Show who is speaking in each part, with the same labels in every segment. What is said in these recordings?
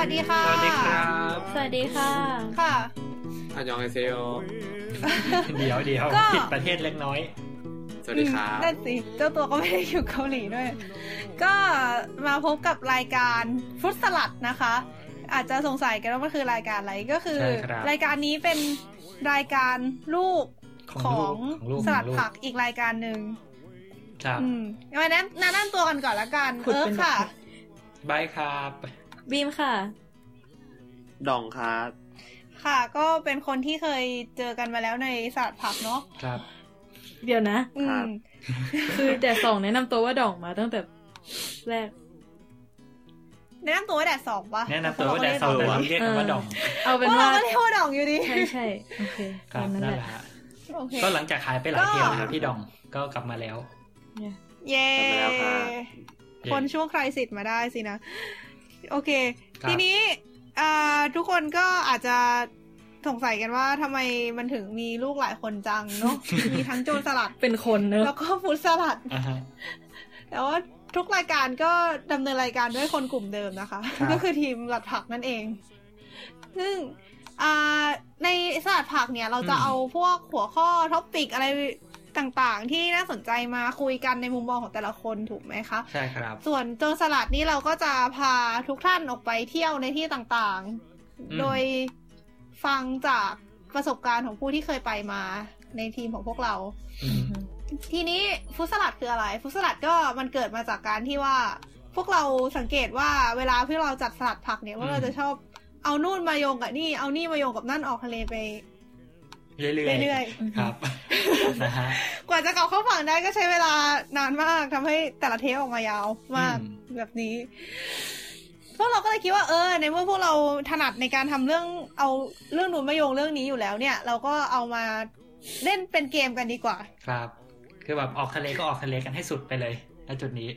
Speaker 1: สดีค่ะ
Speaker 2: สวัสดีครับ
Speaker 3: สวัสดีค่ะ
Speaker 1: ค่ะ
Speaker 2: อันยองไฮเซโย
Speaker 4: เดี๋ยวผิดประเทศเล็กน้อย
Speaker 2: สวัสดีครับ
Speaker 1: นั่นสิเจ้าตัวก็ไม่ได้อยู่เกาหลีด้วยก็มาพบกับรายการฟรุตสลัดนะคะอาจจะสงสัยกันว่ามันคือรายการอะไรก็คือรายการนี้เป็นรายการลูกของสลัดผักอีกรายการนึง
Speaker 4: ครับ
Speaker 1: มาแนะนำตัวกันก่อนละกันค่ะ
Speaker 4: บายครับ
Speaker 3: บีมค่ะ
Speaker 2: ดองครับ
Speaker 1: ค่ะก็เป็นคนที่เคยเจอกันมาแล้วในสลัดผักเนาะ
Speaker 4: ครับ
Speaker 3: เดี๋ยวนะคือแต่สองแนะนำตัวว่าดองมาตั้งแต่แรก
Speaker 1: แนะนำตัวว่าแดดสองปะ
Speaker 4: แนะนำตัวว่าแดดสองแต่เราเรียกกันว่าดอง
Speaker 3: เอาเป็นว่า
Speaker 1: เราก็เรียกว่าดองอยู่ดี
Speaker 3: ใช่โอเค
Speaker 4: ครับนั่นแหละก็หลังจากหายไปหลายเทปนะครับพี่ดองก็กลับมาแล้ว
Speaker 1: เย้คนช่วงใครสิทธิ์มาได้สินะโอเคทีนี้ทุกคนก็อาจจะสงสัยกันว่าทำไมมันถึงมีลูกหลายคนจังเนาะ มีทั้งโจรสลัด
Speaker 3: เป็นคนเนอะ
Speaker 1: แล้วก็ฟู้ดสลัดแต่ว่าทุกรายการก็ดำเนินรายการด้วยคนกลุ่มเดิมนะคะก็คือทีมสลัดผักนั่นเองซึ่งในสลัดผักเนี่ยเราจะเอาพวกหัวข้อท็อปิกอะไรต่างๆที่น่าสนใจมาคุยกันในมุมมองของแต่ละคนถูกไหมคะ
Speaker 4: ใช่ครับ
Speaker 1: ส่วนโจรสลัดนี่เราก็จะพาทุกท่านออกไปเที่ยวในที่ต่างๆโดยฟังจากประสบการณ์ของผู้ที่เคยไปมาในทีมของพวกเราทีนี้ฟุตสลัดคืออะไรฟุตสลัดก็มันเกิดมาจากการที่ว่าพวกเราสังเกตว่าเวลาที่เราจัดสลัดผักเนี่ยว่าเราจะชอบเอานู่นมาโยงกับนี่เอานี่มาโยงกับนั่นออกทะเลไป
Speaker 4: เรื่อยๆครับนะฮะ
Speaker 1: กว่าจะกลับเข้าฝั่งได้ก็ใช้เวลานานมากทำให้แต่ละเทปออกมายาวมากแบบนี้พวกเราก็เลยคิดว่าในเมื่อพวกเราถนัดในการทำเรื่องเอาเรื่องนู้นมาโยงเรื่องนี้อยู่แล้วเนี่ยเราก็เอามาเล่นเป็นเกมกันดีกว่า
Speaker 4: ครับคือแบบออกทะเลก็ออกทะเลกันให้สุดไปเลยณจุดนี้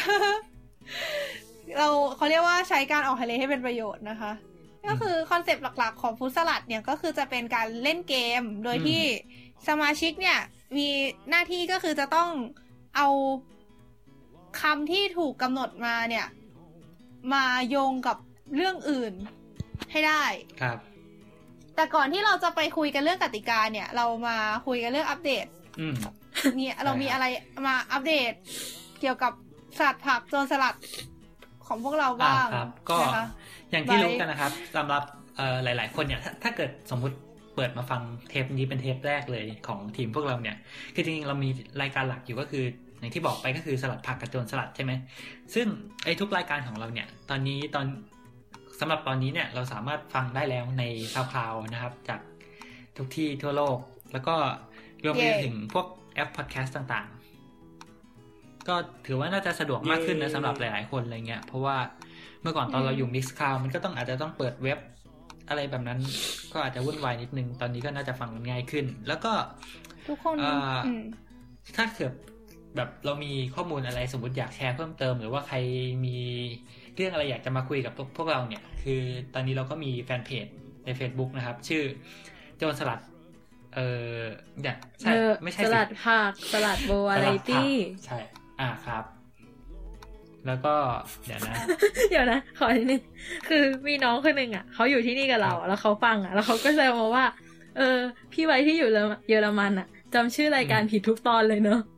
Speaker 1: เขาเรียกว่าใช้การออกทะเลให้เป็นประโยชน์นะคะก็คือคอนเซปต์หลักๆของฟู้ดสลัดเนี่ยก็คือจะเป็นการเล่นเกมโดยที่สมาชิกเนี่ยมีหน้าที่ก็คือจะต้องเอาคำที่ถูกกำหนดมาเนี่ยมาโยงกับเรื่องอื่นให้ได้
Speaker 4: ครับ
Speaker 1: แต่ก่อนที่เราจะไปคุยกันเรื่องกติกาเนี่ยเรามาคุยกันเรื่องอัปเดตเนี่ยเรามีอะไรมาอัปเดตเกี่ยวกับสลัดผักโจรสลัดของพวกเราบ้าง
Speaker 4: ก็อย่างที่รู้กันนะครับสำหรับหลายๆคนเนี่ยถ้าเกิดสมมุติเปิดมาฟังเทปนี้เป็นเทปแรกเลยของทีมพวกเราเนี่ยคือจริงๆเรามีรายการหลักอยู่ก็คืออย่างที่บอกไปก็คือสลัดผักกับโจรสลัดใช่ไหมซึ่งทุกรายการของเราเนี่ยตอนสำหรับตอนนี้เนี่ยเราสามารถฟังได้แล้วใน SoundCloud นะครับจากทุกที่ทั่วโลกแล้วก็รวมไปถึงพวกแอปพอดแคสต์ต่างๆก็ถือว่าน่าจะสะดวกมากขึ้นนะสำหรับหลายๆคนอะไรเงี้ยเพราะว่าเมื่อก่อนตอนเราอยู่ Mixcloud มันก็อาจจะต้องเปิดเว็บอะไรแบบนั้นก็อาจจะวุ่นวายนิดนึงตอนนี้ก็น่าจะฟังง่ายขึ้นแล้วก็
Speaker 1: ทุกคน
Speaker 4: ถ้าเกิดแบบเรามีข้อมูลอะไรสมมติอยากแชร์เพิ่มเติมหรือว่าใครมีเรื่องอะไรอยากจะมาคุยกับพวกเราเนี่ยคือตอนนี้เราก็มีแฟนเพจใน Facebook นะครับชื่อโจรสลัดใช่ไม่ใช่
Speaker 3: สลัดผักสลัดโบวาไรตี้
Speaker 4: ใช่ครับแล้วก็เดี๋ยวนะ
Speaker 3: ขอทีนึงคือมีน้องคนนึงอ่ะเขาอยู่ที่นี่กับเราแล้วเขาฟังอ่ะแล้วเขาก็แซวมาว่าพี่ไว้ที่อยู่เยอรมันอ่ะจำชื่อรายการผิดทุกตอนเลยเนอะ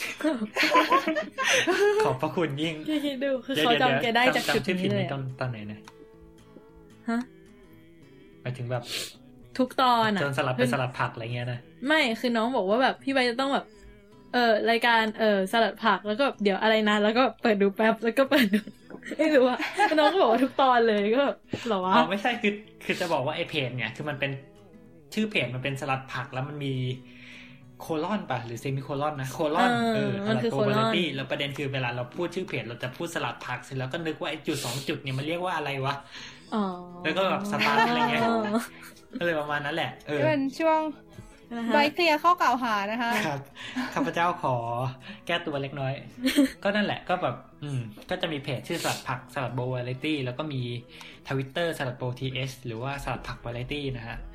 Speaker 4: ขอบพระคุณยิ่ง
Speaker 3: คิดดูคือเขาจำแกได้จากจุดนี้เลย
Speaker 4: ตอนไหนนะ
Speaker 3: ฮะ
Speaker 4: หมายถึงแบบ
Speaker 3: ทุกตอนอ่ะ
Speaker 4: จนสลัดเป็นสลัดผักอะไรเงี้ยนะ
Speaker 3: ไม่คือน้องบอกว่าแบบพี่ไว้จะต้องแบบรายการสลัดผักแล้วก็เดี๋ยวอะไรนะแล้วก็เปิดดูแป๊บแล้วก็เปิดดูไม่รู้อ่ะน้องก็บอกว่าทุกตอนเลยก็หรอวะ
Speaker 4: ไม่ใช่คือจะบอกว่าไอ้เพจเนี่ยคือมันเป็นชื่อเพจมันเป็นสลัดผักแล้วมันมีโคลอนป่ะหรือเซมิโคลอนนะโคลอน
Speaker 3: มันคือโคลอน
Speaker 4: แล้วประเด็นคือเวลาเราพูดชื่อเพจเราจะพูดสลัดผักเสร็จแล้วก็นึกว่าไอ้จุด2จุดเนี่ยมันเรียกว่าอะไรวะแล้วก็แบบสตาร์ทอะไรเงี้ยก็เลยประมาณนั้นแหละ
Speaker 1: เป็นช่วงใบเคลียร์ข้อกล่าวหานะคะ
Speaker 4: ครับข้าพเจ้าขอแก้ตัวเล็กน้อยก็นั่นแหละก็แบบก็จะมีเพจชื่อสลัดผักสลัดโบวาไรตี้แล้วก็มี Twitter สลัดโบ TH หรือว่าสลัดผักวาไรตี้นะฮะ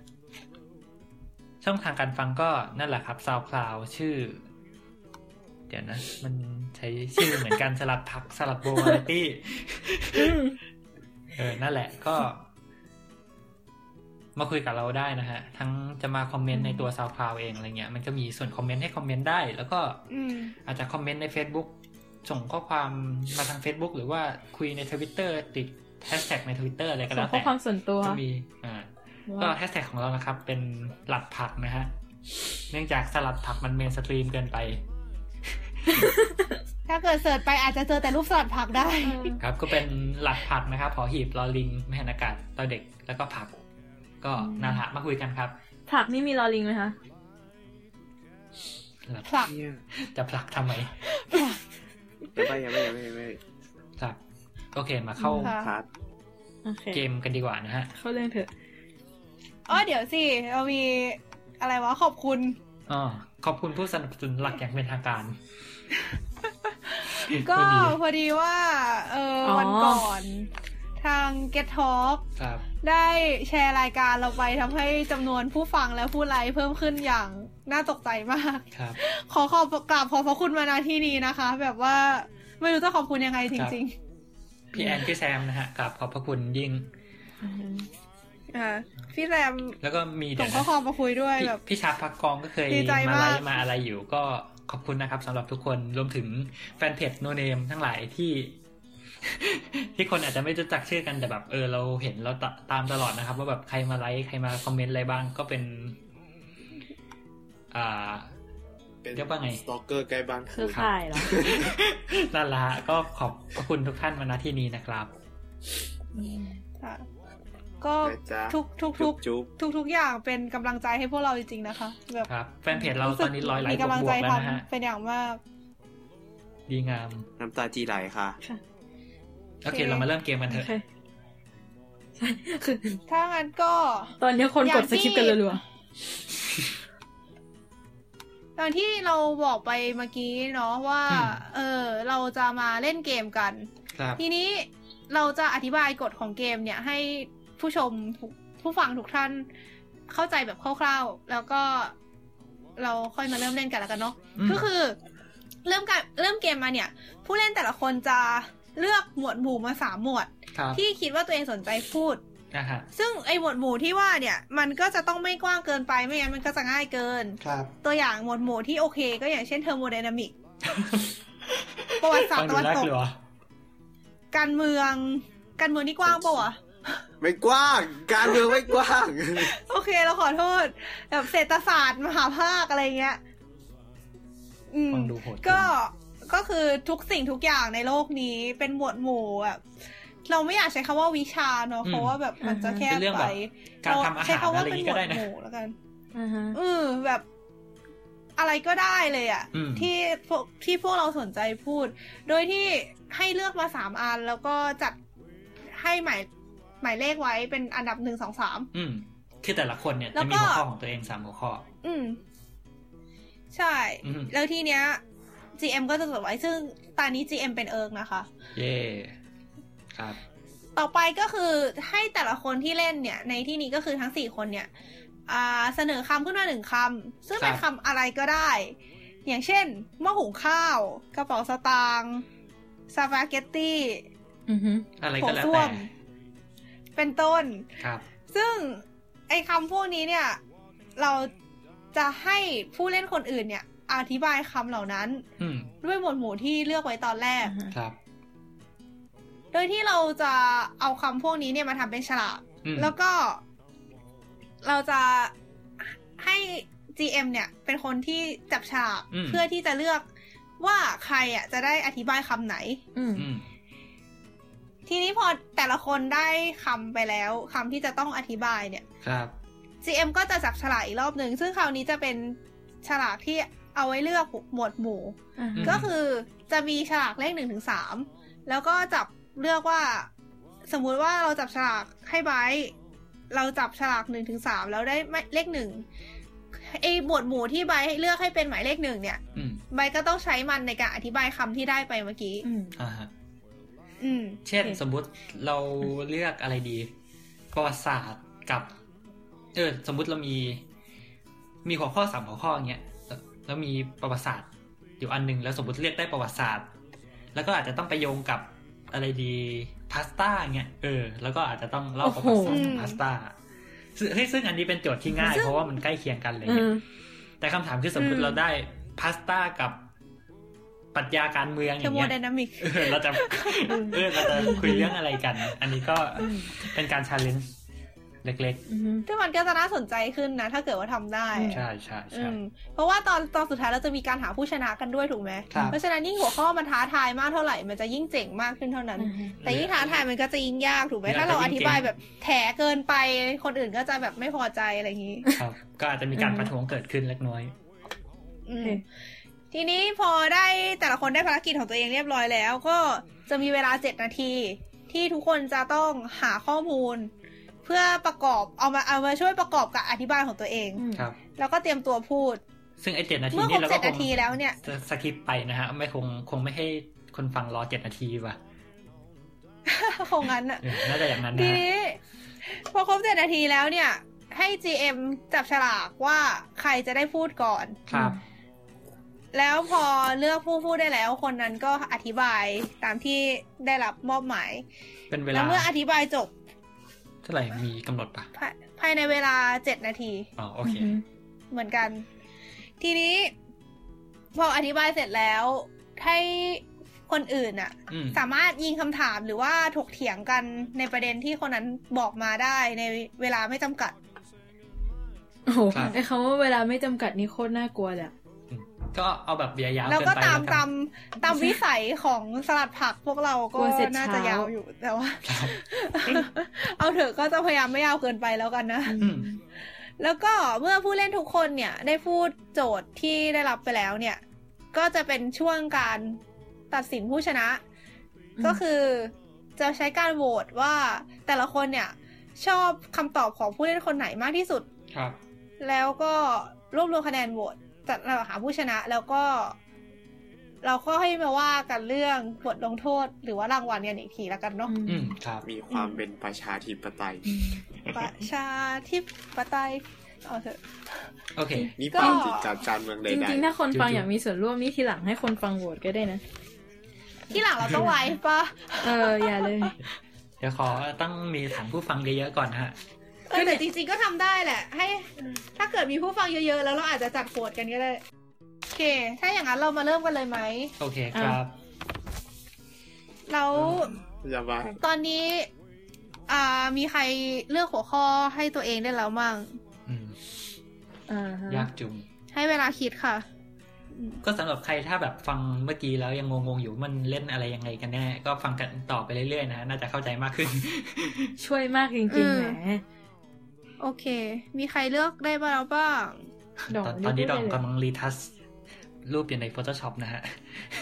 Speaker 4: ช่องทางการฟังก็นั่นแหละครับ SoundCloud ชื่อเดี๋ยวนะมันใช้ชื่อเหมือนกันสลัดผักสลัดโบวาไรตี้นั่นแหละก็มาคุยกับเราได้นะฮะทั้งจะมาคอมเมนต์ในตัว SoundCloud เองอะไรเงี้ยมันก็มีส่วนคอมเมนต์ให้คอมเมนต์ได้แล้วก็อาจจะคอมเมนต์ใน Facebook ส่งข้อความมาทาง Facebook หรือว่าคุยใน Twitter ติดแฮชแท็กใน Twitter อะไรก็แล้วแต่
Speaker 3: ข้อความส่วนตัว
Speaker 4: ก็มีก็แฮชแท็กของเรานะครับเป็นหลัดผักนะฮะเนื่องจากสลัดผักมันเมนสตรีมเกินไป
Speaker 1: ถ้าเกิดเสิร์ชไปอาจจะเจอแต่รูปสลัดผักได้
Speaker 4: ครับก็เป็นหลัดผักนะครับหอหีบลอลิงไม่หันอากาศตอนเด็กแล้วก็ผักก็น่าหะมาคุยกันครับ
Speaker 3: ผักนี่มีลอลิงไหมคะ
Speaker 1: ผลัก
Speaker 4: จะผลักทำไม
Speaker 2: ไม่
Speaker 4: ครับโอเคมาเข้าเกมกันดีกว่านะฮะ
Speaker 3: เข้าเรื่องเถอะ
Speaker 1: เดี๋ยวสิเรามีอะไรวะขอบคุณ
Speaker 4: ขอบคุณผู้สนับสนุนหลักอย่างเป็นทางการ
Speaker 1: ก็พอดีว่าวันก่อนทาง Get Talk ได้แชร์รายการเราไปทำให้จำนวนผู้ฟังและผู้ไลค์เพิ่มขึ้นอย่างน่าตกใจมากขอกราบขอบพระคุณมาณที่นี้นะคะแบบว่าไม่รู้จะขอบคุณยังไงจริง
Speaker 4: ๆพี่แอนพี่แซมนะฮะกราบขอบพระคุณยิ่ง
Speaker 1: พี่แซม
Speaker 4: แล้วก็มี
Speaker 1: ส่งข้อความมาคุยด้วยแบบ
Speaker 4: พี่ชาพักกองก็เคยมาไลฟ์มาอะไรอยู่ก็ขอบคุณนะครับสำหรับทุกคนรวมถึงแฟนเพจโนเนมทั้งหลายที่คนอาจจะไม่รู้จักชื่อกันแต่แบบเราเห็นเราตามตลอดนะครับว่าแบบใครมาไลค์ใครมาคอมเมนต์อะไรบ้างก็เป็นเรียกว่าไง
Speaker 2: สตอกเกอร์ใกล้บ้าน
Speaker 3: คือข่ายเหรอ
Speaker 4: นั่นละก็ขอบพระคุณทุกท่านมาณที่นี้นะครับ
Speaker 1: ก็ทุกอย่างเป็นกำลังใจให้พวกเราจริงๆนะคะแบบ
Speaker 4: ครับแฟนเพจเราตอนนี้100 ไลค์บวกๆแล้วนะฮะ
Speaker 1: เป็นอย่างมาก
Speaker 4: ดีงาม
Speaker 2: น้ำตาจีไหลค่ะ
Speaker 4: โอเคเรามาเริ่มเกมกันเถอะ
Speaker 3: ใช่คือ
Speaker 1: ถ้างั้นก็
Speaker 3: ตอนนี้คนกดสคิปกันรัว
Speaker 1: ๆตอนที่เราบอกไปเมื่อกี้เนาะว่าเราจะมาเล่นเกมกันทีนี้เราจะอธิบายกฎของเกมเนี่ยให้ผู้ชมผู้ฟังทุกท่านเข้าใจแบบคร่าวๆแล้วก็เราค่อยมาเริ่มเล่นกันแล้วกันเนาะก็คือเริ่มเกมมาเนี่ยผู้เล่นแต่ละคนจะเลือกหมวดหมู่มา3หมวดที่คิดว่าตัวเองสนใจพูดซึ่งไอ้หมวดหมู่ที่ว่าเนี่ยมันก็จะต้องไม่กว้างเกินไปไม่งั้นมันก็จะง่ายเกินตัวอย่างหมวดหมู่ที่โอเคก็อย่างเช่นเทอร์โมไดนามิกประวัติศาสตร์ตะวันตกการเมืองนี่กว้างปะวะ
Speaker 2: ไม่กว้างการเมืองไม่กว้าง
Speaker 1: โอเคเราขอโทษแบบเศรษฐศาสตร์มหาภาคอะไรเงี้ยก็คือทุกสิ่งทุกอย่างในโลกนี้เป็นหมวดหมู่แบบเราไม่อยากใช้คำว่าวิชาเนาะเพราะว่าแบบมันจะแค่ไป
Speaker 4: การทำอาหารอะไรก็ได้นะ
Speaker 1: แล้วกันแบบอะไรก็ได้เลยอ่ะที่พวกเราสนใจพูดโดยที่ให้เลือกมา3อันแล้วก็จัดให้หมายเลขไว้เป็นอันดับ1 2 3
Speaker 4: คือแต่ละคนเนี่ยจะมีหัวข้อของตัวเอง3หัวข้อ
Speaker 1: ใช่แล้วทีเนี้ย GM ก็จะจดไว้ซึ่งตอนนี้ GM เป็นเอิร์กนะคะ
Speaker 4: เย่ครับ
Speaker 1: ต่อไปก็คือให้แต่ละคนที่เล่นเนี่ยในที่นี้ก็คือทั้ง4คนเนี่ยเสนอคำขึ้นมา1คำซึ่งเป็นคำอะไรก็ได้อย่างเช่นหม้อหุงข้าวกระเป๋าสตางค์สปาเกตตี้
Speaker 4: อะไรก็แล้วแต่
Speaker 1: เป็นต้น
Speaker 4: ครับ
Speaker 1: ซึ่งไอ้คำพวกนี้เนี่ยเราจะให้ผู้เล่นคนอื่นเนี่ยอธิบายคำเหล่านั้นด้วยหมวดหมู่ที่เลือกไว้ตอนแรก
Speaker 4: ครับ
Speaker 1: โดยที่เราจะเอาคำพวกนี้เนี่ยมาทำเป็นฉลากแล้วก็เราจะให้ GM เนี่ยเป็นคนที่จับฉลากเพื่อที่จะเลือกว่าใครอ่ะจะได้อธิบายคำไหนทีนี้พอแต่ละคนได้คำไปแล้วคำที่จะต้องอธิบายเนี่ย
Speaker 4: ครับ
Speaker 1: GM ก็จะจับฉลากอีกรอบนึงซึ่งคราวนี้จะเป็นฉลากที่เอาไว้เลือกหมวดหมู่ก็คือจะมีฉลากเลข1 ถึง 3แล้วก็จับเลือกว่าสมมุติว่าเราจับฉลากให้ไบร์ทเราจับฉลาก1 ถึง 3แล้วได้เลข1ไอ้หมวดหมู่ที่ไบร์ทเลือกให้เป็นหมายเลข1เนี่ยไบร์ทก็ต้องใช้มันในการอธิบายคำที่ได้ไปเมื่อกี้
Speaker 4: เช่นสมมุติเราเลือกอะไรดีประวัติศาสตร์กับสมมุติเรามีหัวข้อ3หัวข้ออย่างเงี้ยแล้วมีประวัติศาสตร์อยู่อันนึงแล้วสมมุติเรียกได้ประวัติศาสตร์แล้วก็อาจจะต้องไปโยงกับอะไรดีพาสต้าเงี้ยแล้วก็อาจจะต้องเล่าประวัติศาสตร์ของพาสต้าซึ่งอันนี้เป็นโจทย์ที่ง่ายเพราะว่ามันใกล้เคียงกันเลยแต่คำถามคือสมมติเราได้พาสต้ากับปรัชญาการเมืองอย่างเงี้ยเราจะคุยเรื่องอะไรกันอันนี้ก็เป็นการ challenge เล็ก
Speaker 1: ๆที่มันก็จะน่าสนใจขึ้นนะถ้าเกิดว่าทำได้
Speaker 4: ใช่
Speaker 1: เพราะว่าตอนสุดท้ายเราจะมีการหาผู้ชนะกันด้วยถูกไหมเพราะฉะนั้นยิ่งหัวข้อมันท้าทายมากเท่าไหร่มันจะยิ่งเจ๋งมากขึ้นเท่านั้นแต่ยิ่งท้าทายมันก็จะยิ่งยากถูกไหมถ้าเราอธิบายแบบแถเกินไปคนอื่นก็จะแบบไม่พอใจอะไรอย่างนี้
Speaker 4: ครับก็อาจจะมีการประท้วงเกิดขึ้นเล็กน้อย
Speaker 1: ทีนี้พอได้แต่ละคนได้ภารกิจของตัวเองเรียบร้อยแล้วก็จะมีเวลา7 นาทีที่ทุกคนจะต้องหาข้อมูลเพื่อประกอบเอามาช่วยประกอบกับอธิบายของตัวเอง
Speaker 4: ครับ
Speaker 1: แล้วก็เตรียมตัวพูด
Speaker 4: ซึ่งไอ้7 นาทีนี่เราก็
Speaker 1: 7 นาทีแล้วเนี่ย
Speaker 4: จะสคิปไปนะฮะไม่คงไม่ให้คนฟังรอ7 นาทีว่ะ
Speaker 1: คงงั้นอ่ะ
Speaker 4: น่าจะอย่างนั้นนะ
Speaker 1: ทีนี้พอครบ7 นาทีแล้วเนี่ยให้ GM จับฉลากว่าใครจะได้พูดก่อน
Speaker 4: ครับ
Speaker 1: แล้วพอเลือกผู้พูดได้แล้วคนนั้นก็อธิบายตามที่ได้รับมอบหมาย
Speaker 4: เป็นเวลา
Speaker 1: แล้วเมื่ออธิบายจบ
Speaker 4: เท่าไหร่มีกำหนดปะ
Speaker 1: ภายในเวลา7 นาที
Speaker 4: โอเค
Speaker 1: เหมือนกันทีนี้พออธิบายเสร็จแล้วให้คนอื่นสามารถยิงคำถามหรือว่าถกเถียงกันในประเด็นที่คนนั้นบอกมาได้ในเวลาไม่จำกัด
Speaker 3: โอ้โหไอ้คำว่าเวลาไม่จำกัดนี่โคตรน่ากลัวเลย
Speaker 4: ก็เอาแบบยาวๆ
Speaker 1: แล้วก็ตามวิสัยของสลัดผักพวกเราก็น่าจะยาวอยู่แต่ว่าเอาเถอะก็จะพยายามไม่ยาวเกินไปแล้วกันนะแล้วก็เมื่อผู้เล่นทุกคนเนี่ยได้พูดโจทย์ที่ได้รับไปแล้วเนี่ยก็จะเป็นช่วงการตัดสินผู้ชนะก็คือจะใช้การโหวตว่าแต่ละคนเนี่ยชอบคำตอบของผู้เล่นคนไหนมากที่สุด
Speaker 4: ครับ
Speaker 1: แล้วก็รวบรวมคะแนนโหวตเราหาผู้ชนะแล้วก็เราก็ให้มาว่ากันเรื่องบทลงโทษหรือว่ารางวัลกันอีกทีแล้วกันเนาะ
Speaker 2: ครับมีความเป็นประชาธิปไตย
Speaker 1: ประชาธิปไตยเอาเถอะ
Speaker 4: โอเค
Speaker 2: นี่ปาจิตจัดจานเมืองใดๆ
Speaker 3: จริงๆถ้าคนฟังอยากมีส่วนร่วมนี่ทีหลังให้คนฟังโหวตก็ได้นะ
Speaker 1: ทีหลังเราต้องไลฟ์ป่ะ
Speaker 3: อย่าเลย
Speaker 4: เดี๋ยวขอต้องมีฐานผู้ฟังเยอะๆก่อนฮะ
Speaker 1: แต่จริงๆก็ทำได้แหละให้ถ้าเกิดมีผู้ฟังเยอะๆแล้วเราอาจจะจัดโหวตกันก็ได้โอเคถ้าอย่างนั้นเรามาเริ่มกันเลยไหม
Speaker 4: โอเคครับ
Speaker 1: แล้วตอนนี้มีใครเลือกหัวข้อให้ตัวเองได้แล้วมั่ง
Speaker 4: ยากจุง
Speaker 1: ให้เวลาคิดค่ะ
Speaker 4: ก็สำหรับใครถ้าแบบฟังเมื่อกี้แล้วยังงงๆอยู่มันเล่นอะไรยังไงกันแน่ก็ฟังกันต่อไปเรื่อยๆนะน่าจะเข้าใจมากขึ้น
Speaker 3: ช่วยมากจริงๆแหม
Speaker 1: โอเคมีใครเลือกได้บ้างบ้าง
Speaker 4: ตอนนี้ดองกำลังรีทัชรูปอยู่ใน Photoshop นะฮะ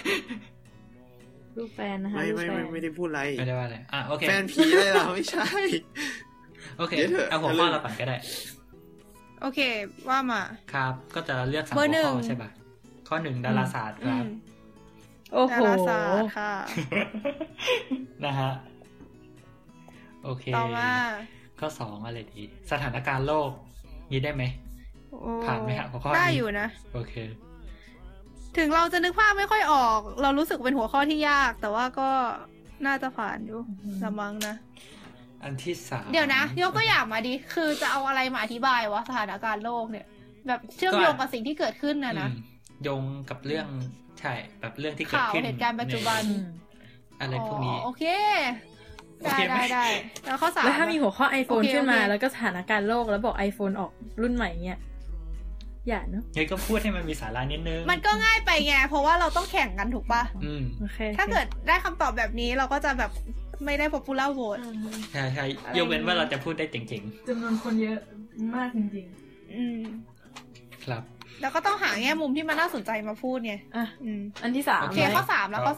Speaker 3: รูปแฟนนะคะ
Speaker 2: ไม่ได้พูดอะไร
Speaker 4: ไม่ได้ว่าอะไรโอเค
Speaker 2: แฟนผีเลยเหรอไม่ใช่
Speaker 4: โอเคเอาหัวข้อเราก่อนก็ได้
Speaker 1: โอเคว่ามา
Speaker 4: ครับก็จะเลือก3หัวข้อใช่ป่ะข้อ1ดาราศาสตร์ครับ
Speaker 3: โอ้โห
Speaker 1: ดาราศาสตร์ค่ะ
Speaker 4: นะฮะโอเค
Speaker 1: ต่อมา
Speaker 4: ข้อ2อะไรดีสถานการณ์โลกนี้ได้ไหมผ่านไหมฮะหัวข้อ
Speaker 1: ได้อยู่นะ
Speaker 4: โอเค
Speaker 1: ถึงเราจะนึกภาพไม่ค่อยออกเรารู้สึกเป็นหัวข้อที่ยากแต่ว่าก็น่าจะผ่านอยู่ละมั้งนะ
Speaker 4: อันที่3
Speaker 1: เดี๋ยวนะยกตัวอย่างมาดิคือจะเอาอะไรมาอธิบายวะสถานการณ์โลกเนี่ยแบบเชื่อมโยงกับสิ่งที่เกิดขึ้นนะ
Speaker 4: โยงกับเรื่องใช่แบบเรื่องที่เกิดขึ้น
Speaker 1: เหตุการณ์ปัจจุบัน
Speaker 4: อะไรพวกนี้
Speaker 1: โอเคได้แล้วข้อ3
Speaker 3: แล้วถ้ามีหัวข้อ iPhone ขึ้นมาแล้วก็สถานการณ์โลกแล้วบอก iPhone ออกรุ่นใหม่เงี้ยอย่าเนาะ
Speaker 4: เฮ้ยก็พูดให้มันมีสาระนิดนึง
Speaker 1: มันก็ง่ายไปไงเพราะว่าเราต้องแข่งกันถูกป่ะถ้าเกิดได้คำตอบแบบนี้เราก็จะแบบไม่ได้ popular vote
Speaker 4: ใช่ยกเว้นว่าเราจะพูดได้เจ๋ง
Speaker 3: ๆจำนวนคนเยอะมากจริงๆ
Speaker 4: ครับ
Speaker 1: แล้วก็ต้องหาแง่มุมที่มันน่าสนใจมาพูดไง
Speaker 3: อันที่3
Speaker 1: โอเคข้อ3แล้วข้อ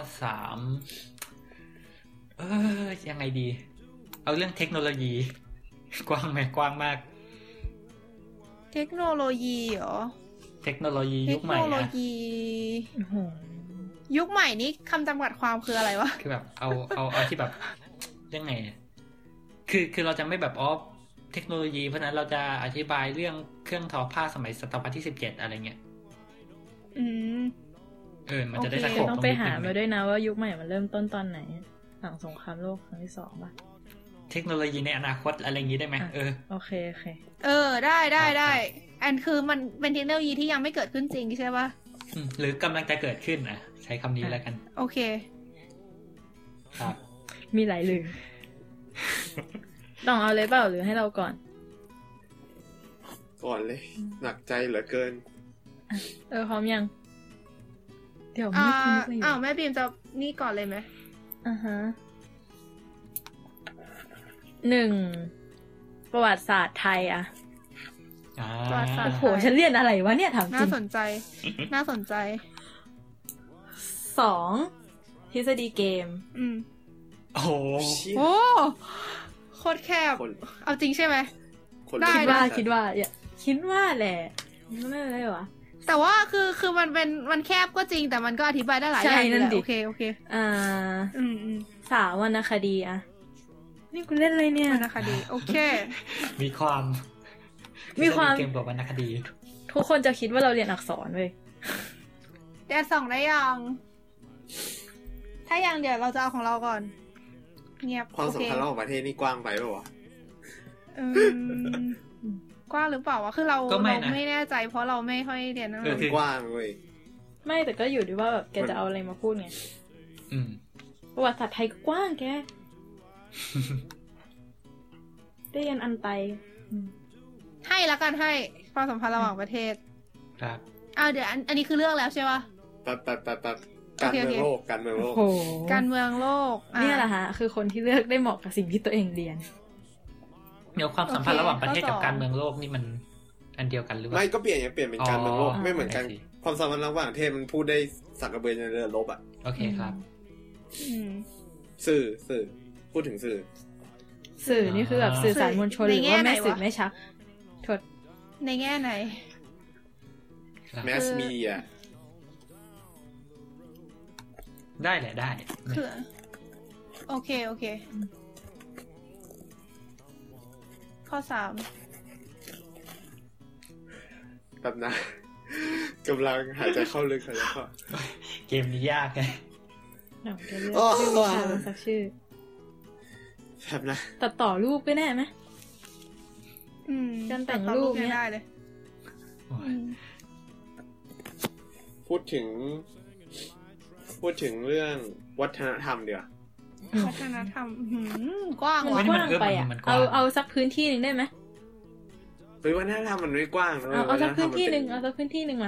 Speaker 4: 3ยังไงดีเอาเรื่องเทคโนโลยีกว้างไหมกว้างมาก
Speaker 1: เทคโนโลยีเหรอ
Speaker 4: เทคโนโลยียุคใหม่นะ
Speaker 1: ยุคใหม่นี้คำจำกัดความคืออะไรวะ
Speaker 4: คือแบบเอาที่แบบยังไงคือเราจะไม่แบบเทคโนโลยีเพราะนั้นเราจะอธิบายเรื่องเครื่องทอผ้าสมัยศตวรรษที่17อะไรเงี้ย
Speaker 1: มัน
Speaker 4: จะได้สะกด
Speaker 3: ต้องไปหามาด้วยนะว่ายุคใหม่มันเริ่มต้นตอนไหนหลังสงครามโลกครั้งที่2ป่ะ
Speaker 4: เทคโนโลยีในอนาคตอะไรอย่างนี้ได้ไหม
Speaker 3: โอเค
Speaker 1: ได้อันคือมันเป็นเทคโนโลยีที่ยังไม่เกิดขึ้นจริงใช่ป่ะ
Speaker 4: หรือกำลังจะเกิดขึ้นใช้คำนี้แล้วกัน
Speaker 1: โอเค
Speaker 4: ครับ
Speaker 3: มีหลายลือต้องเอาเลยเปล่าหรือให้เราก่อน
Speaker 2: เลยหนักใจเหลือเกิน
Speaker 3: พร้อมยัง
Speaker 1: เดี๋ยวแม่บีมจะนี่ก่อนเลยไหม
Speaker 3: ฮะ1ประวัติศาสตร์ไทย
Speaker 1: ประวัติศาสตร์
Speaker 3: โอ้โหฉันเรียนอะไรวะเนี่ยถามจริง
Speaker 1: น่าสนใจ
Speaker 3: 2ทฤษฎีเกม
Speaker 4: โอ้โห
Speaker 1: โคตรแคบเอาจริงใช่ไหม
Speaker 3: ได้คิดว่าแหละไม่อะไรวะ
Speaker 1: แต่ว่าคือมันแคบก็จริงแต่มันก็อธิบายได้หลายอย่างเลยโอเค
Speaker 3: 3วรรณคดีนี่กูเล่นอะไรเนี่ยว
Speaker 1: รรณคดีโอเค
Speaker 4: มีความเกมกับวรรณคดี
Speaker 3: ทุกคนจะคิดว่าเราเรียนอักษรเว้ย
Speaker 1: แต่2ได้ยังถ้ายังเดี๋ยวเราจะเอาของเราก่อนเงียบ
Speaker 2: ความสัมพันธ์ระหว่างประเทศนี่กว้างไปป่ะวะ
Speaker 1: กว้างหรือเปล่าวะคือเราไม่แน่ใจเพราะเราไม่ค่อยเรียน
Speaker 2: กว้างเว้ย
Speaker 3: ไม่แต่ก็อยู่ที่ว่าแบบแกจะเอาอะไรมาพูดไงประวัติศาสตร์ไทยกว้างแกได้เรียนอันไต
Speaker 1: ให้ละกันให้ความสัมพันธ์ระหว่างประเทศ
Speaker 4: ครับ
Speaker 1: เดี๋ยวอันนี้คือเรื่องแล้วใช่ป่ะ
Speaker 2: การเมืองโลก
Speaker 1: การเมืองโลก
Speaker 3: เนี่ยแหละฮะคือคนที่เลือกได้เหมาะกับสิ่งที่ตัวเองเรียน
Speaker 4: เดี๋ยวความสัมพันธ์ระหว่างประเทศกับการเมืองโลกนี่มันอันเดียวกันหรือเปล่า
Speaker 2: ไม่ก็เปลี่ยนเป็นการเมืองโลกไม่เหมือนกันความสัมพันธ์ระหว่างประเทศมันพูดได้สักกระเบือในเรือรบ
Speaker 4: โอเคครับ
Speaker 2: สื่อพูดถึง
Speaker 3: สื่อนี่คือแบบสื่อสารมวลชนหรือว่าแม่สื่อแม่ชักโทษ
Speaker 1: ในแง่ไหน
Speaker 2: แมสมีเดีย
Speaker 4: ได้แหละได้
Speaker 1: คือโอเคข้อ3
Speaker 2: แบบนะกำลังหายใจเข้าลึกแล้วก็
Speaker 4: เกมนี้ยากไง
Speaker 3: จะเลือกชื่อสักชื่อ
Speaker 2: แบบนะ
Speaker 3: ตัดต่อรูปไปแน่ไหมการแต่งรูปเนี่ย
Speaker 1: ได้เลย
Speaker 2: พูดถึงเรื่องวัฒนธรรมเดี๋ยว
Speaker 1: วัฒนธรรมกว้าง
Speaker 3: ไปเอาสักพื้นที่นึงได้ไหม
Speaker 2: วัฒนธรรมมันไม่กว้าง
Speaker 3: เอาสักพื้นที่นึงมา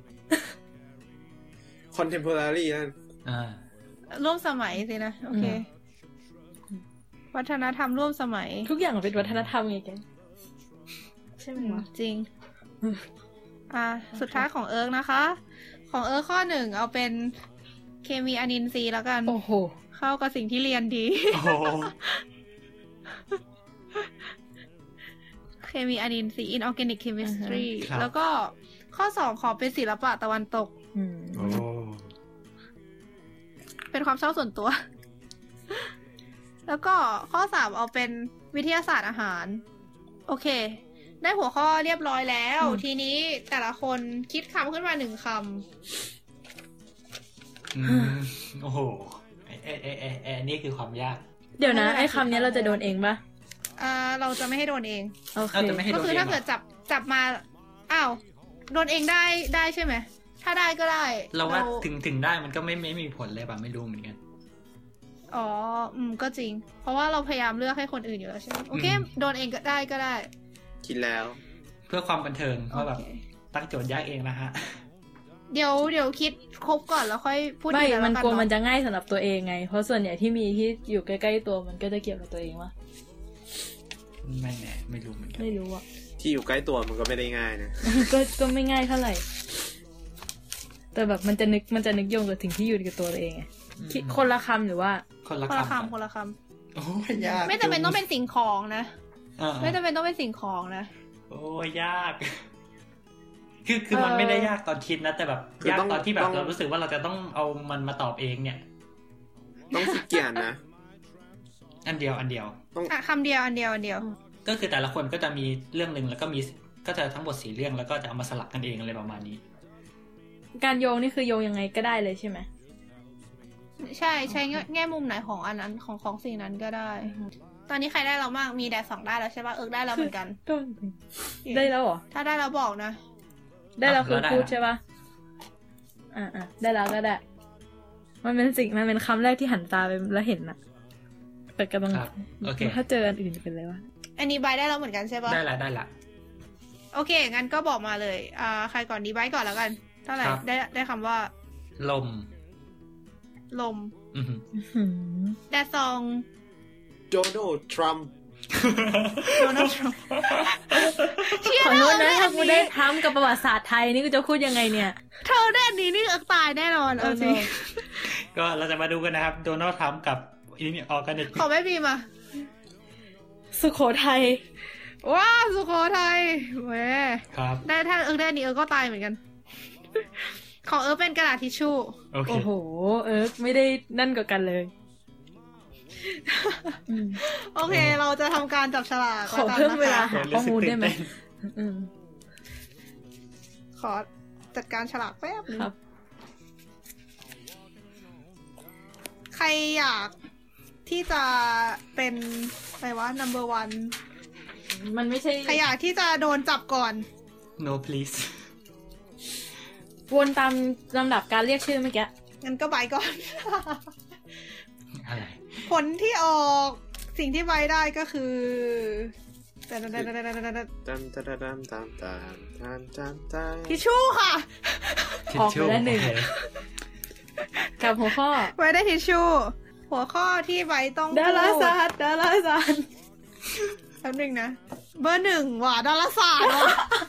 Speaker 2: contemporary นั่น
Speaker 1: ร่วมสมัยสินะโอเควัฒนธรรมร่วมสมัย
Speaker 3: ทุกอย่างเป็นวัฒนธรรมไงแกใช่ไหมวะ
Speaker 1: จริงสุดท้ายของเอิร์กนะคะของเอิร์กข้อ1เอาเป็นเคมีอนินทรีย์แล้วกัน
Speaker 3: โอ้โห
Speaker 1: เข้ากับสิ่งที่เรียนดีเคมีอนินทรีย์ inorganic chemistry แล้วก็ข้อ2ขอเป็นศิลปะตะวันตกเป็นความชอบส่วนตัวแล้วก็ข้อ3เอาเป็นวิทยาศาสตร์อาหารโอเคได้หัวข้อเรียบร้อยแล้วทีนี้แต่ละคนคิดคำขึ้นมา1คำ
Speaker 4: โอ้โหนี่คือความยาก
Speaker 3: เดี๋ยวนะไอ้คำนี้เราจะโดนเองปะ
Speaker 1: เราจะไม่ให้โดนเอง
Speaker 3: โอเค
Speaker 1: ก็คือถ้าเกิดจับมาโดนเองได้ใช่ไหมถ้าได้ก็ได้
Speaker 4: เราว่าถึงได้มันก็ไม่มีผลเลยป่ะไม่รู้เหมือนกัน
Speaker 1: ก็จริงเพราะว่าเราพยายามเลือกให้คนอื่นอยู่แล้วใช่ไหมโอเคโดนเองก็ได้
Speaker 2: คิดแล้ว
Speaker 4: เพื่อความบันเทิงว่าแบบตั้งโจทย์ยากเองนะฮะ
Speaker 1: เดี๋ยวคิดครบก่อนแล้วค่อยพูด
Speaker 3: ทีละมันกลัวมันจะง่ายสำหรับตัวเองไงเพราะส่วนใหญ่ที่มีที่อยู่ใกล้ๆตัวมันก็จะเกี่ยวกับตัวเองวะ
Speaker 4: ไม่แน่ไม่รู้เหมือนกัน
Speaker 3: ไม่รู้อ่ะ
Speaker 2: ที่อยู่ใกล้ตัวมันก็ไม่ได้ง่ายนะ
Speaker 3: ก็ไม่ง่ายเท่าไหร่แต่แบบมันจะนึกโยงกับถึงที่อยู่กับตัวเองไงคิดคนละคำหรือว่า
Speaker 4: คนละคำ
Speaker 2: โอ้ยยาก
Speaker 1: ไม่จำเป็นต้องเป็นสิ่งของนะไม่จำเป็นต้องเป็นสิ่งของนะ
Speaker 4: โอ้ยยากคือมันไม่ได้ยากตอนคิดนะแต่แบบยากตอนที่แบบเรารู้สึกว่าเราจะต้องเอามันมาตอบเองเนี่ย
Speaker 2: ต้องคิดกี่อันนะ
Speaker 4: อันเดียว
Speaker 1: คำเดียว
Speaker 4: ก็คือแต่ละคนก็จะมีเรื่องนึงแล้วก็จะทั้งหมด4เรื่องแล้วก็จะเอามาสลับกันเองอะไรประมาณนี้
Speaker 3: การโยงนี่คือโยงยังไงก็ได้เลยใช่ไหม
Speaker 1: ใช่ใช้แง่มุมไหนของอันนั้นของสิ่งนั้นก็ได้ตอนนี้ใครได้เรามากมีแดด2ได้แล้วใช่ป่ะได้แล้วเหมือนกัน
Speaker 3: ได้แล้วเหรอ
Speaker 1: ถ้าได้แล้วบอกนะ
Speaker 3: ได้แล้วคือพูดใช่ป่ะได้แล้วก็ได้มันเป็นคำแรกที่หันตาไปแล้วเห็นน่ะแต่กำลังถ้าเจออันอื่นเป็นไรวะ
Speaker 1: อันนี้ใบได้แล้วเหมือนกันใช่ป่ะ
Speaker 4: ได้ละ
Speaker 1: โอเคงั้นก็บอกมาเลยใครก่อนดีใบก่อนแล้วกันเท่าไหร่ได้คำว่า
Speaker 4: ลม
Speaker 1: แดดซอง
Speaker 2: โดนัลด์ทรัมป์
Speaker 1: ขอโทษ
Speaker 3: นะถ้ากูได้ทำกับประวัติศาสตร์ไทยนี่กูจะพูดยังไงเนี่ย
Speaker 1: เธอแน่นี้นี่ตายแน่นอนเอาสิ
Speaker 4: ก็เราจะมาดูกันนะครับโดนัลด์ทรัมป์กับอินออร์แกนิก
Speaker 1: ขอไม่มีมา
Speaker 3: สุโขทัย
Speaker 1: ว้าสุโขทัยเว้ย
Speaker 4: ครับ
Speaker 1: ได้ถ้าได้นี้ก็ตายเหมือนกันของเป็นกระดาษทิชชู่
Speaker 3: โอ้โหไม่ได้นั่นกับกันเลย
Speaker 1: โอเคเราจะทำการจับฉลาก
Speaker 3: ขอเพิ่มเวลาหาข้อมูลได้ไหม
Speaker 1: ขอจัดการฉลากแป๊บนึงใครอยากที่จะเป็นอะไรวะ number one
Speaker 3: มันไม่ใช่
Speaker 1: ใครอยากที่จะโดนจับก่อน
Speaker 4: no please
Speaker 3: วนตามลำดับการเรียกชื่อเมื่อกี้
Speaker 1: งั้นก็ใบก่อน
Speaker 4: อะไร
Speaker 1: ผลที่ออกสิ่งที่ใบได้ก็คือทิชชู่ค่ะ
Speaker 3: ออกไปแล้วหนึ่งกับหัวข้อ
Speaker 1: ใบได้ทิชชู่หัวข้อที่ใบต้อง
Speaker 3: ดาราศาสตร์
Speaker 1: แป๊บนึงนะเบอร์1ว่ะดาราศาสตร์ว่ะ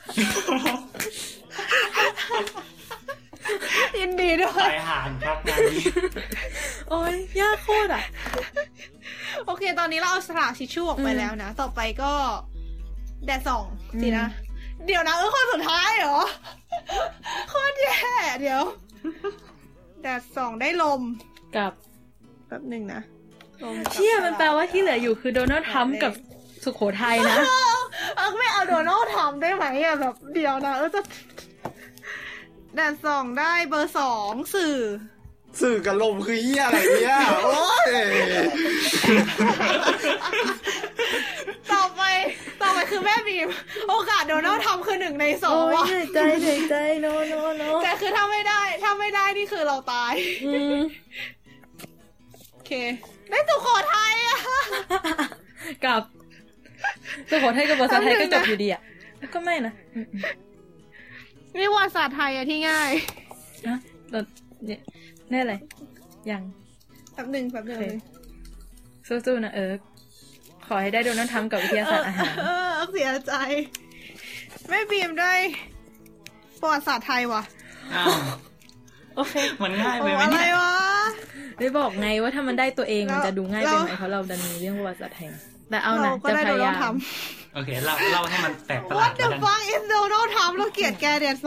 Speaker 1: ยินดีด้วย
Speaker 4: ไปหานครับงานนี้
Speaker 3: โอ้ยยากโคตรอ่ะ
Speaker 1: โอเคตอนนี้เราเอาฉลากทิชชู่ออกไปแล้วนะต่อไปก็แดดส่องสินะเดี๋ยวนะคนสุดท้ายเหรอโคตรแย่เดี๋ยวแดดส่องได้ลม
Speaker 3: กับ
Speaker 1: แป๊บนึงนะ
Speaker 3: เชี่ยมันแปลว่าที่เหลืออยู่คือโดนัลด์ทรัมป์กับสุโขทัยนะ
Speaker 1: ไม่เอาโดนัลด์ทรัมป์ได้ไหมอะแบบเดี๋ยวนะจะแดดส่องได้เบอร์2สื่
Speaker 2: อกับลมคือเหี้ยอะไรเนี่ยโอ๊ย
Speaker 1: ต่อไปคือแม่บีมโอกาสโดนัลด์ทรัมป์คือ1ใน2ว่ะ
Speaker 3: ใจโน
Speaker 1: แต่คือถ้าไม่ได้นี่คือเราตายโอเคได้สุโขทัยอะ
Speaker 3: กับสุโขทัยกับภาษาไทยก็จบอยู่ดีอะก็ไม่นะ
Speaker 1: นี่ภาษาไทยอะที่ง่าย
Speaker 3: นะนี่อะไรยัง
Speaker 1: แป๊บนึง
Speaker 3: สู้ๆนะขอให้ได้โดนัลด์ทรัมป์กับวิทยาศาสตร์อาหาร
Speaker 1: เสียใจไม่บีมได้ประวัติศาสตร์ไทยว่ะ
Speaker 3: โอเค
Speaker 4: มันง่ายไปไหมเนี่ย
Speaker 1: อะไรวะ
Speaker 3: ได้บอกไงว่าถ้ามันได้ตัวเองมันจะดูง่ายไปไหมเพราะเราดันมีเรื่องประวัติศาสตร์ไทยแต่เอานะจะพยายาม
Speaker 4: โอเคเล่าให้มันแปลกประหลาด
Speaker 1: What the fuck is Donald Trump เราเกลียดแกเดือน2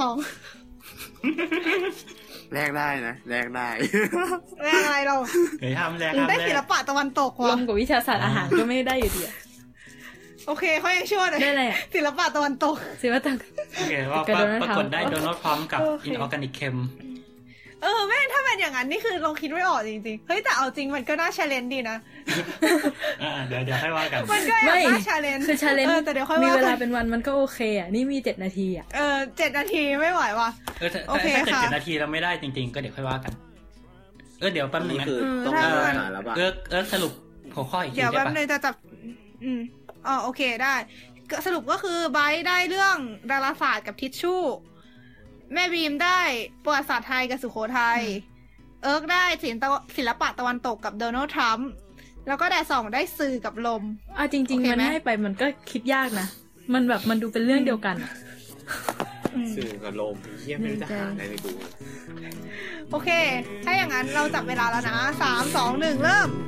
Speaker 2: แลกได้นะแลกได้
Speaker 1: แลกอะไรเรา
Speaker 4: ทำแลก
Speaker 1: ได้ศิลปะตะวันตกว่ะ
Speaker 3: รวมกับวิทยาศาสตร์อาหารก็ไม่ได้อยู่ดี
Speaker 1: โอเคเขายังช่วยเลย
Speaker 3: ได้เลย
Speaker 1: ศิลปะตะวันตก
Speaker 3: ศิลปะตะวันตก
Speaker 4: โอเคว่าปรากฏได้โดนัลด์ทรัมป์กับอินออร์แกนิกเคม
Speaker 1: แม่ถ้าเป็นอย่างนั้นนี่คือลองคิดไม่ออกจริงๆเฮ้ยแต่เอาจริงมันก็น่า challenge ดีนะ
Speaker 4: เดี๋ยวให้ว่ากัน
Speaker 1: มันก็น่า challenge
Speaker 3: คือ challenge แต่เดี๋ยวค่อยว่ามีเวลาเป็นวันมันก็โอเคอ่ะนี่มี7นาทีอ่ะ
Speaker 1: 7นาทีไม่ไหวว่ะ
Speaker 4: โอเคค่ะ7นาทีเราไม่ได้จริงๆก็เดี๋ยวค่อยว่ากันเดี๋ยวแป๊บนึงนะสรุปหัวข้ออีกที
Speaker 1: เดี๋ยวแป๊บนึงจะจับโอเคได้สรุปก็คือไบร์ทได้เรื่องดาราศาสตร์กับทิชชู่แม่บีมได้ประวัติศาสตร์ไทยกับสุโขทัยได้ศิลปะตะวันตกกับโดนัลด์ทรัมป์แล้วก็แดดส่องได้สื่อกับลม
Speaker 3: จริงๆมันให้ไปมันก็คิดยากนะมันแบบมันดูเป็นเรื่องเดียวกัน
Speaker 2: สื่อกับลมเหี้ยไม่รู้จะหาอะไรในกู
Speaker 1: โอเคถ้าอย่างนั้นเราจับเวลาแล้วนะ3 2 1เริ่ม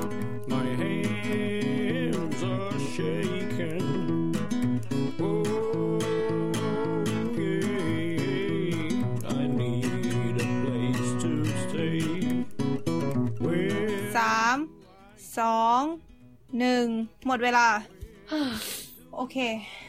Speaker 1: 2-1 หมดเวลาโอเค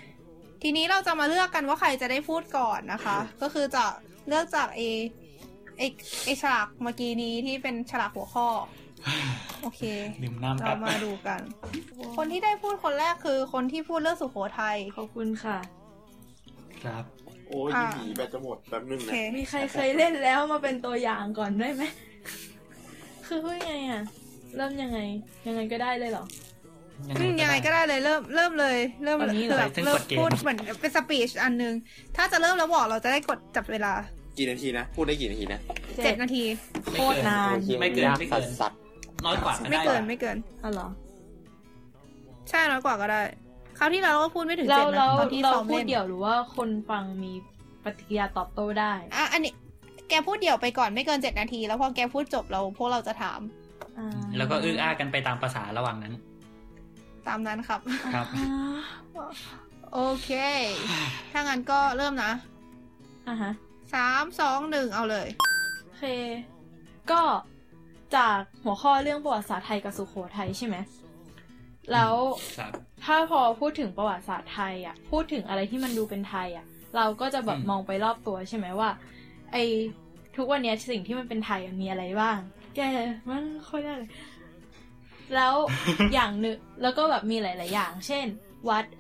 Speaker 1: ทีนี้เราจะมาเลือกกันว่าใครจะได้พูดก่อนนะคะก็คือจะเลือกจากไอฉลากเมื่อกี้นี้ที่เป็นฉลากหัวข้อโอเค
Speaker 4: ดื่มน้ำ
Speaker 1: เรามาดูกันคนที่ได้พูดคนแรกคือคนที่พูดเรื่องสุโขทัย
Speaker 3: ขอบคุณค่ะ
Speaker 4: ครับ
Speaker 2: โอ้ยหีแบตจะหมดแป๊บนึงนะ
Speaker 3: มีใครเคยเล่นแล้วมาเป็นตัวอย่างก่อนได้ไหมคือพูดไงอ่ะเริ่มยังไงก็ได้เลยเหรอ
Speaker 1: ยังไงก็ได้เลยเริ่มเลยเริ่มพูดเหมือนเป็นสปีชอันนึงถ้าจะเริ่มแล้วบอกเราจะได้กดจับเวลา
Speaker 2: กี่นาทีนะพูดได้กี่นาทีนะ
Speaker 1: 7 นาที
Speaker 3: โคตรนาน
Speaker 4: ไม่เกินน้อยกว่า
Speaker 1: ไม่เกิน
Speaker 3: อ๋อเหรอ
Speaker 1: ใช่น้อยกว่าก็ได้คราวที่เราก็พูดไม่ถึง7นะตอนที่
Speaker 3: เราพูดเดี่ยวหรือว่าคนฟังมีปฏิกิริยาตอบโต้ได้
Speaker 1: อันนี้แกพูดเดี่ยวไปก่อนไม่เกิน7 นาทีแล้วพอแกพูดจบพวกเราจะถาม
Speaker 4: แล้วก็อ้ากันไปตามภาษาระหว่างนั้น
Speaker 1: ตามนั้นครับ
Speaker 4: ครับ
Speaker 1: โอเคถ้างั้นก็เริ่มนะ
Speaker 3: ฮะ
Speaker 1: 3 2 1เอาเลย
Speaker 3: โอเคก็จากหัวข้อเรื่องประวัติศาสตร์ไทยกับสุโขทัยใช่ไหมแล้วถ้าพอพูดถึงประวัติศาสตร์ไทยอ่ะพูดถึงอะไรที่มันดูเป็นไทยอ่ะเราก็จะแบบมองไปรอบตัวใช่ไหมว่าไอทุกวันนี้สิ่งที่มันเป็นไทยมีอะไรบ้างแกมันค่อยได้เลยแล้ว อย่างนึงแล้วก็แบบมีหลายๆอย่างเช่นวัด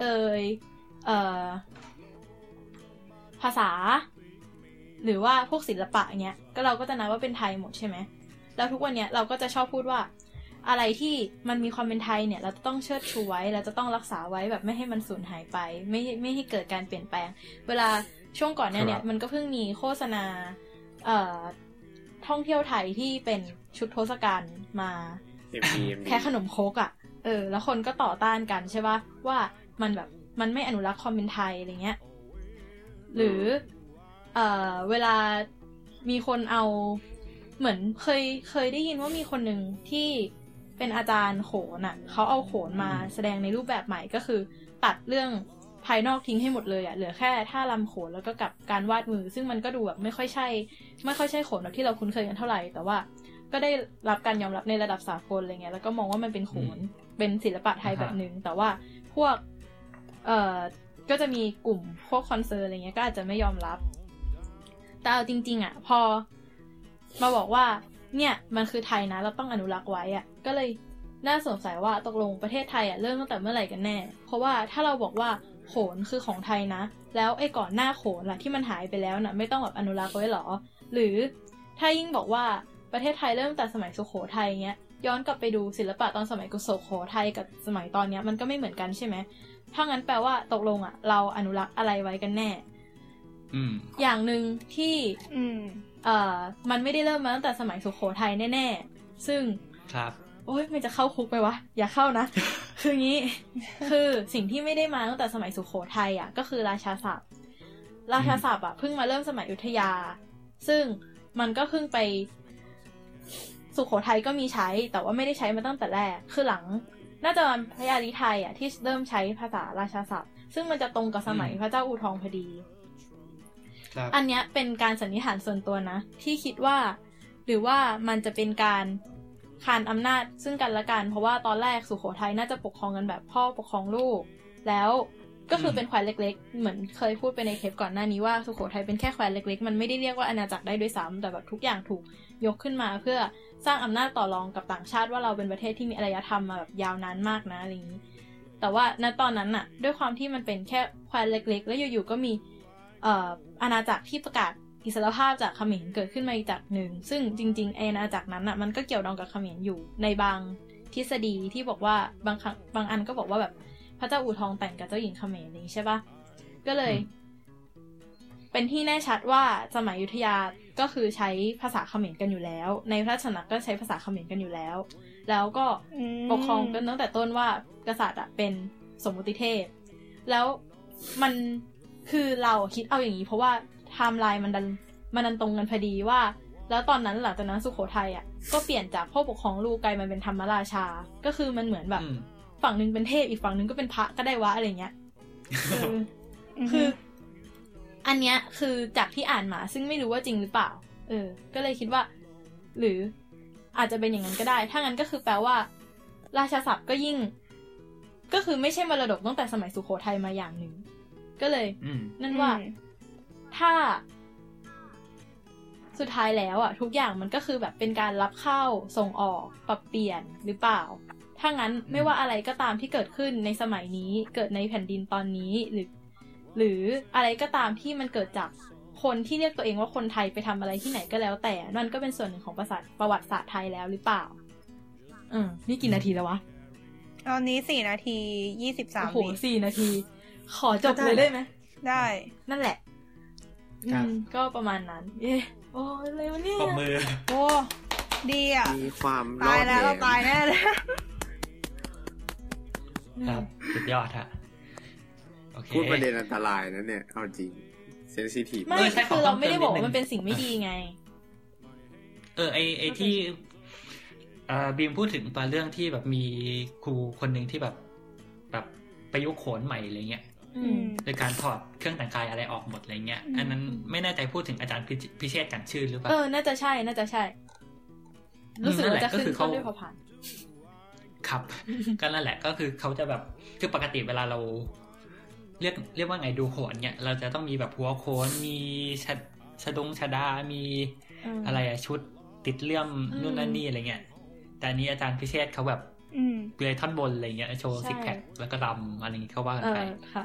Speaker 3: ภาษาหรือว่าพวกศิลปะเงี้ยก็เราก็จะนับว่าเป็นไทยหมดใช่ไหมแล้วทุกวันเนี้ยเราก็จะชอบพูดว่าอะไรที่มันมีความเป็นไทยเนี่ยเราจะต้องเชิดชูไว้เราจะต้องรักษาไว้แบบไม่ให้มันสูญหายไปไม่ให้เกิดการเปลี่ยนแปลงเวลาช่วงก่อนเนี่ยมันก็เพิ่งมีโฆษณาท่องเที่ยวไทยที่เป็นชุดทศกัณฐ์มาแค่ขนมโคกอ่ะแล้วคนก็ต่อต้านกันใช่ป่ะว่ามันแบบมันไม่อนุรักษ์ความเป็นไทยอะไรเงี้ยหรือเวลามีคนเอาเหมือนเคยได้ยินว่ามีคนหนึ่งที่เป็นอาจารย์โขนอ่ะเขาเอาโขนมาแสดงในรูปแบบใหม่ก็คือตัดเรื่องภายนอกทิ้งให้หมดเลยอ่ะเหลือแค่ท่ารำโขนแล้วก็กับการวาดมือซึ่งมันก็ดูแบบไม่ค่อยใช่โขนแบบที่เราคุ้นเคยกันเท่าไหร่แต่ว่าก็ได้รับการยอมรับในระดับสากลอะไรเงี้ยแล้วก็มองว่ามันเป็นโขนเป็นศิลปะไทยแบบนึงแต่ว่าพวกก็จะมีกลุ่มพวกคอนเซิร์นอะไรเงี้ยก็อาจจะไม่ยอมรับแต่เอาจริงๆอ่ะพอมาบอกว่าเนี่ยมันคือไทยนะเราต้องอนุรักษ์ไว้อ่ะก็เลยน่าสงสัยว่าตกลงประเทศไทยอ่ะเริ่มตั้งแต่เมื่อไหร่กันแน่เพราะว่าถ้าเราบอกว่าโขนคือของไทยนะแล้วไอ้ก่อนหน้าโขนล่ะที่มันหายไปแล้วน่ะไม่ต้องแบบอนุรักษ์ไว้หรอหรือถ้ายิ่งบอกว่าประเทศไทยเริ่มแต่สมัยสุโขทัยเงี้ยย้อนกลับไปดูศิลปะตอนสมัยสุโขทัยกับสมัยตอนเนี้ยมันก็ไม่เหมือนกันใช่ไหมถ้างั้นแปลว่าตกลงอ่ะเราอนุรักษ์อะไรไว้กันแน่อย่างนึงที่มันไม่ได้เริ่มมาตั้งแต่สมัยสุโขทัยแน่ๆซึ่ง
Speaker 4: ครับ
Speaker 3: โอ๊ยมันจะเข้าคุกไปวะอย่าเข้านะ คืองี้ คือสิ่งที่ไม่ได้มาตั้งแต่สมัยสุโขทัยอ่ะก็คือราชาศัพท์อ่ะเพิ่งมาเริ่มสมัยอยุธยาซึ่งมันก็เพิ่งไปสุโขทัยก็มีใช้แต่ว่าไม่ได้ใช้มาตั้งแต่แรกคือหลังน่าจะพระยาลิไทยอ่ะที่เริ่มใช้ภาษาราชาศัพท์ซึ่งมันจะตรงกับสมัยพระเจ้าอู่ทองพอดีอันเนี้ยเป็นการสันนิษฐานส่วนตัวนะที่คิดว่าหรือว่ามันจะเป็นการคานอำนาจซึ่งกันและกันเพราะว่าตอนแรกสุโขทัยน่าจะปกครองกันแบบพ่อปกครองลูกแล้วก็คือเป็นแคว้นเล็กๆเหมือนเคยพูดไปในเทปก่อนหน้านี้ว่าสุโขทัยเป็นแค่แคว้นเล็กๆมันไม่ได้เรียกว่าอาณาจักรได้ด้วยซ้ำแต่แบบทุกอย่างถูกยกขึ้นมาเพื่อสร้างอำนาจต่อรองกับต่างชาติว่าเราเป็นประเทศที่มีอารยธรรมมาแบบยาวนานมากนะอะไรอย่างนี้แต่ว่าณตอนนั้นน่ะด้วยความที่มันเป็นแค่แคว้นเล็กๆแล้วอยู่ๆก็มีอาณาจักรที่ประกาศอิสรภาพจากเขมรเกิดขึ้นมาอีกจากหนึ่งซึ่งจริงๆอาณาจักรนั้นน่ะมันก็เกี่ยวดองกับเขมรอยู่ในบางทฤษฎีที่บอกว่าบางอันก็บอกว่าแบบพระเจ้าอู่ทองแต่งกับเจ้าหญิงเขมรนี้ใช่ปะก็เลยเป็นที่แน่ชัดว่าสมัยอยุธยาก็คือใช้ภาษาเขมรกันอยู่แล้วในพระราชสำนักก็ใช้ภาษาเขมรกันอยู่แล้วแล้วก็ปกครองกันตั้งแต่ต้นว่ากษัตริย์เป็นสมมุติเทพแล้วมันคือเราคิดเอาอย่างนี้เพราะว่าไทม์ไลน์มันดันตรงกันพอดีว่าแล้วตอนนั้นหลังจากนั้นสุโขทัยอ่ะก็เปลี่ยนจากพ่อปกครองลูกกลายมาเป็นธรรมราชาก็คือมันเหมือนแบบฝั่งนึงเป็นเทพอีกฝั่งนึงก็เป็นพระก็ได้วะอะไรเงี้ยคืออันเนี้ยคือจากที่อ่านมาซึ่งไม่รู้ว่าจริงหรือเปล่าก็เลยคิดว่าหรืออาจจะเป็นอย่างนั้นก็ได้ถ้างั้นก็คือแปลว่าราชาศัพท์ก็ยิ่งก็คือไม่ใช่มรดกตั้งแต่สมัยสุโขทัยมาอย่างนึงก็เลยนั่นว่าถ้าสุดท้ายแล้วอ่ะทุกอย่างมันก็คือแบบเป็นการรับเข้าส่งออกปรับเปลี่ยนหรือเปล่าถ้างั้นไม่ว่าอะไรก็ตามที่เกิดขึ้นในสมัยนี้เกิดในแผ่นดินตอนนี้หรืออะไรก็ตามที่มันเกิดจากคนที่เรียกตัวเองว่าคนไทยไปทำอะไรที่ไหนก็แล้วแต่นั่นก็เป็นส่วนหนึ่งของประวัติศาสตร์ไทยแล้วหรือเปล่านี่กี่นาทีแล้ววะ
Speaker 1: ตอนนี้4 นาที 23 วิ
Speaker 3: โอ้โห4 นาทีขอจบเลยได้ไหม
Speaker 1: ได้
Speaker 3: นั่นแหละก็ประมาณนั้นโอ้ยอะไรวะเนี่ย
Speaker 4: ปรบมือ
Speaker 1: โอ้ดีอ่ะ
Speaker 2: มีความ
Speaker 1: ตายแล้วเราตายแน่เลย
Speaker 4: ครับสุดยอดฮะโอเค
Speaker 2: พูดประเด็นอันตรายนะเนี่ยเอาจริงเซนซิทีฟ
Speaker 3: ไม่คือเราไม่ได้บอกว่ามันเป็นสิ่งไม่ดีไง
Speaker 4: ไอที่บีมพูดถึงตอนเรื่องที่แบบมีครูคนหนึ่งที่แบบประยุกต์โขนใหม่อะไรเงี้ยโดยการถอดเครื่องแต่งกายอะไรออกหมดอะไรเงี้ยอันนั้นไม่แน่ใจพูดถึงอาจารย์พิเชษฐ์กันชื่อหรือเปล่า
Speaker 3: น่าจะใช่รู้สึกว่าจะขึ้นต้นด้วยพอผ่าน
Speaker 4: ครับก็นั่นแหละก็คือเขาจะแบบคือปกติเวลาเราเรียกว่าไงดูโขนเนี่ยเราจะต้องมีแบบหัวโขนมีชะดามีอะไรชุดติดเลื่อมนู่นนั่นนี่อะไรเงี้ยแต่อันนี้อาจารย์พิเชษฐ์เขาแบบเปลือยท่อนบนอะไรเงี้ยโชว์ซิกแพคแล้วก็ดำอะไรอย่างงี้เขาว่ากันไป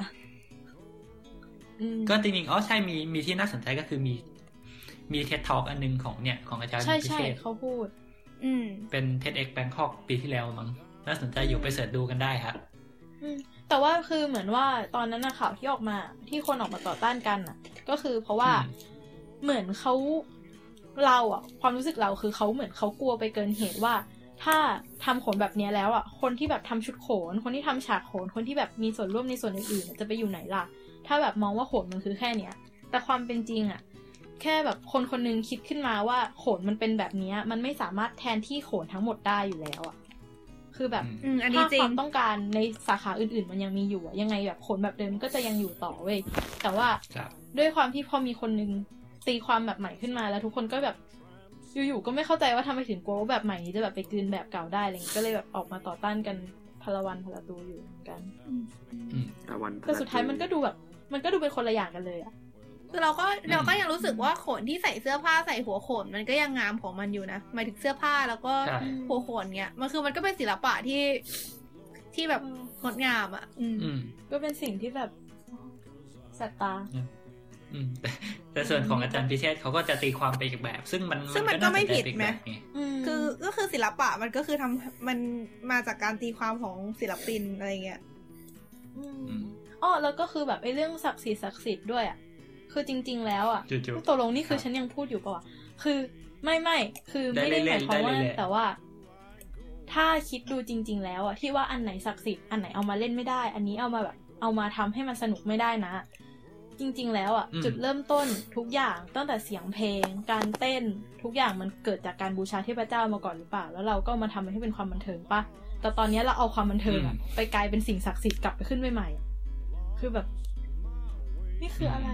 Speaker 4: ก็จริงๆใช่มีที่น่าสนใจก็คือมีเท็ดทอล์กอันนึงของอาจารย์พิเชษฐ์
Speaker 3: เขาพูด
Speaker 4: เป็น TEDx Bangkok ปีที่แล้วมั้งน่าสนใจอยู่ไปเสิร์ชดูกันได้ครับ
Speaker 3: แต่ว่าคือเหมือนว่าตอนนั้นข่าวที่ออกมาที่คนออกมาต่อต้านกันน่ะก็คือเพราะว่าเหมือนเราความรู้สึกเราคือเขาเหมือนเขากลัวไปเกินเหตุว่าถ้าทำโขนแบบนี้แล้วคนที่แบบทำชุดโขนคนที่ทำฉากโขนคนที่แบบมีส่วนร่วมในส่วนอื่นๆจะไปอยู่ไหนล่ะถ้าแบบมองว่าโขนมันคือแค่เนี้ยแต่ความเป็นจริงแค่แบบคนนึงคิดขึ้นมาว่าโขนมันเป็นแบบนี้มันไม่สามารถแทนที่โขนทั้งหมดได้อยู่แล้วคือแบบถ้าความต้องการในสาขาอื่นๆมันยังมีอยู่ยังไงแบบโขนแบบเดิมก็จะยังอยู่ต่อเว้ยแต่ว่าด้วยความที่พอมีคนนึงตีความแบบใหม่ขึ้นมาแล้วทุกคนก็แบบอยู่ๆก็ไม่เข้าใจว่าทำไมถึงกลัวแบบใหม่นี้จะแบบไปกลืนแบบเก่าได้อะไรอย่างงี้ก็เลยแบบออกมาต่อต้านกันพลวันพลตูอยู่เหมือนกันแต่สุดท้ายมันก็ดูเป็นคนละอย่างกันเลย
Speaker 1: คือเราก็ยังรู้สึกว่าโขนที่ใส่เสื้อผ้าใส่หัวโขนมันก็ยังงามของมันอยู่นะหมายถึงเสื้อผ้าแล้วก็หัวโขนเงี้ยมันก็เป็นศิลปะที่แบบงดงาม
Speaker 3: ก็เป็นสิ่งที่แบบสัตตา
Speaker 4: แต่ส่วนของอาจารย์พิเชษฐ์เขาก็จะตีความไปอีกแบบซึ่งมัน
Speaker 1: ก็ไม่ผิดไหมก็คือศิลปะมันก็คือมันมาจากการตีความของศิลปินอะไรเงี้ย
Speaker 3: แล้วก็คือแบบไอ้เรื่องศักดิ์สิทธิ์ด้วยคือจริงๆแล้วตกลงนี่คือฉันยังพูดอยู่ป่ะคือไม่คือไม่ได้หมายความว่าแต่ว่าถ้าคิดดูจริงๆแล้วที่ว่าอันไหนศักดิ์สิทธิ์อันไหนเอามาเล่นไม่ได้อันนี้เอามาแบบเอามาทำให้มันสนุกไม่ได้นะจริงๆแล้วจุดเริ่มต้นทุกอย่างตั้งแต่เสียงเพลงการเต้นทุกอย่างมันเกิดจากการบูชาเทพเจ้ามาก่อนหรือเปล่าแล้วเราก็มาทำให้เป็นความบันเทิงป่ะแต่ตอนนี้เราเอาความบันเทิงไปกลายเป็นสิ่งศักดิ์สิทธิ์กลับไปขึ้นใหม่ๆคือแบบนี่คืออะไร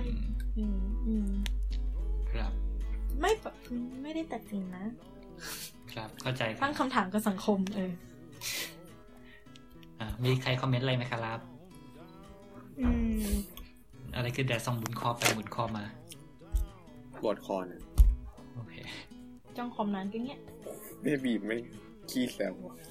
Speaker 4: ครับ
Speaker 3: ไม่ได้ตัดสินนะครับ
Speaker 4: เข้าใจ
Speaker 3: ตั้งคำถามกับสังคม
Speaker 4: มีใครคอมเมนต์อะไรไหมครับอะไรคือแดดส่องหมุนคอไปหมุนคอมา
Speaker 2: ปวดคอนะ
Speaker 4: โอเค
Speaker 3: จ้องคอมนานก็เงี้ย
Speaker 2: ไม่บีบไม่ขี้แซว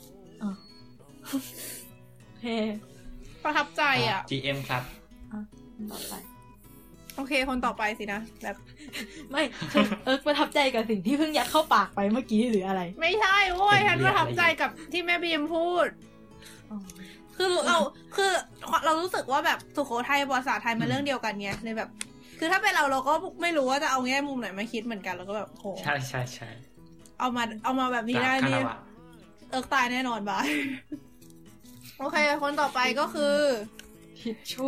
Speaker 1: ประทับใจ
Speaker 4: GM ครับ
Speaker 3: ต่อไป
Speaker 1: โอเคคนต่อไปสินะแบบ
Speaker 3: ไม่ประทับใจกับสิ่งที่เพิ่งยัดเข้าปากไปเมื่อกี้หรืออะไร
Speaker 1: ไม่ใช่โว้ยฉันประทับใจกับที่แม่บีมพูดคือเรารู้สึกว่าแบบสุโขทัยประวัติศาสตร์ไทยมันเรื่องเดียวกันไงเลยแบบคือถ้าเป็นเราก็ไม่รู้ว่าจะเอาแง่มุมไหนมาคิดเหมือนกันแล้วก็แบบโห
Speaker 4: ใช่
Speaker 1: เอามาแบบนี้ได้นี่ตายแน่นอนบายโอเคคนต่อไปก็คือ
Speaker 3: ทิชชู่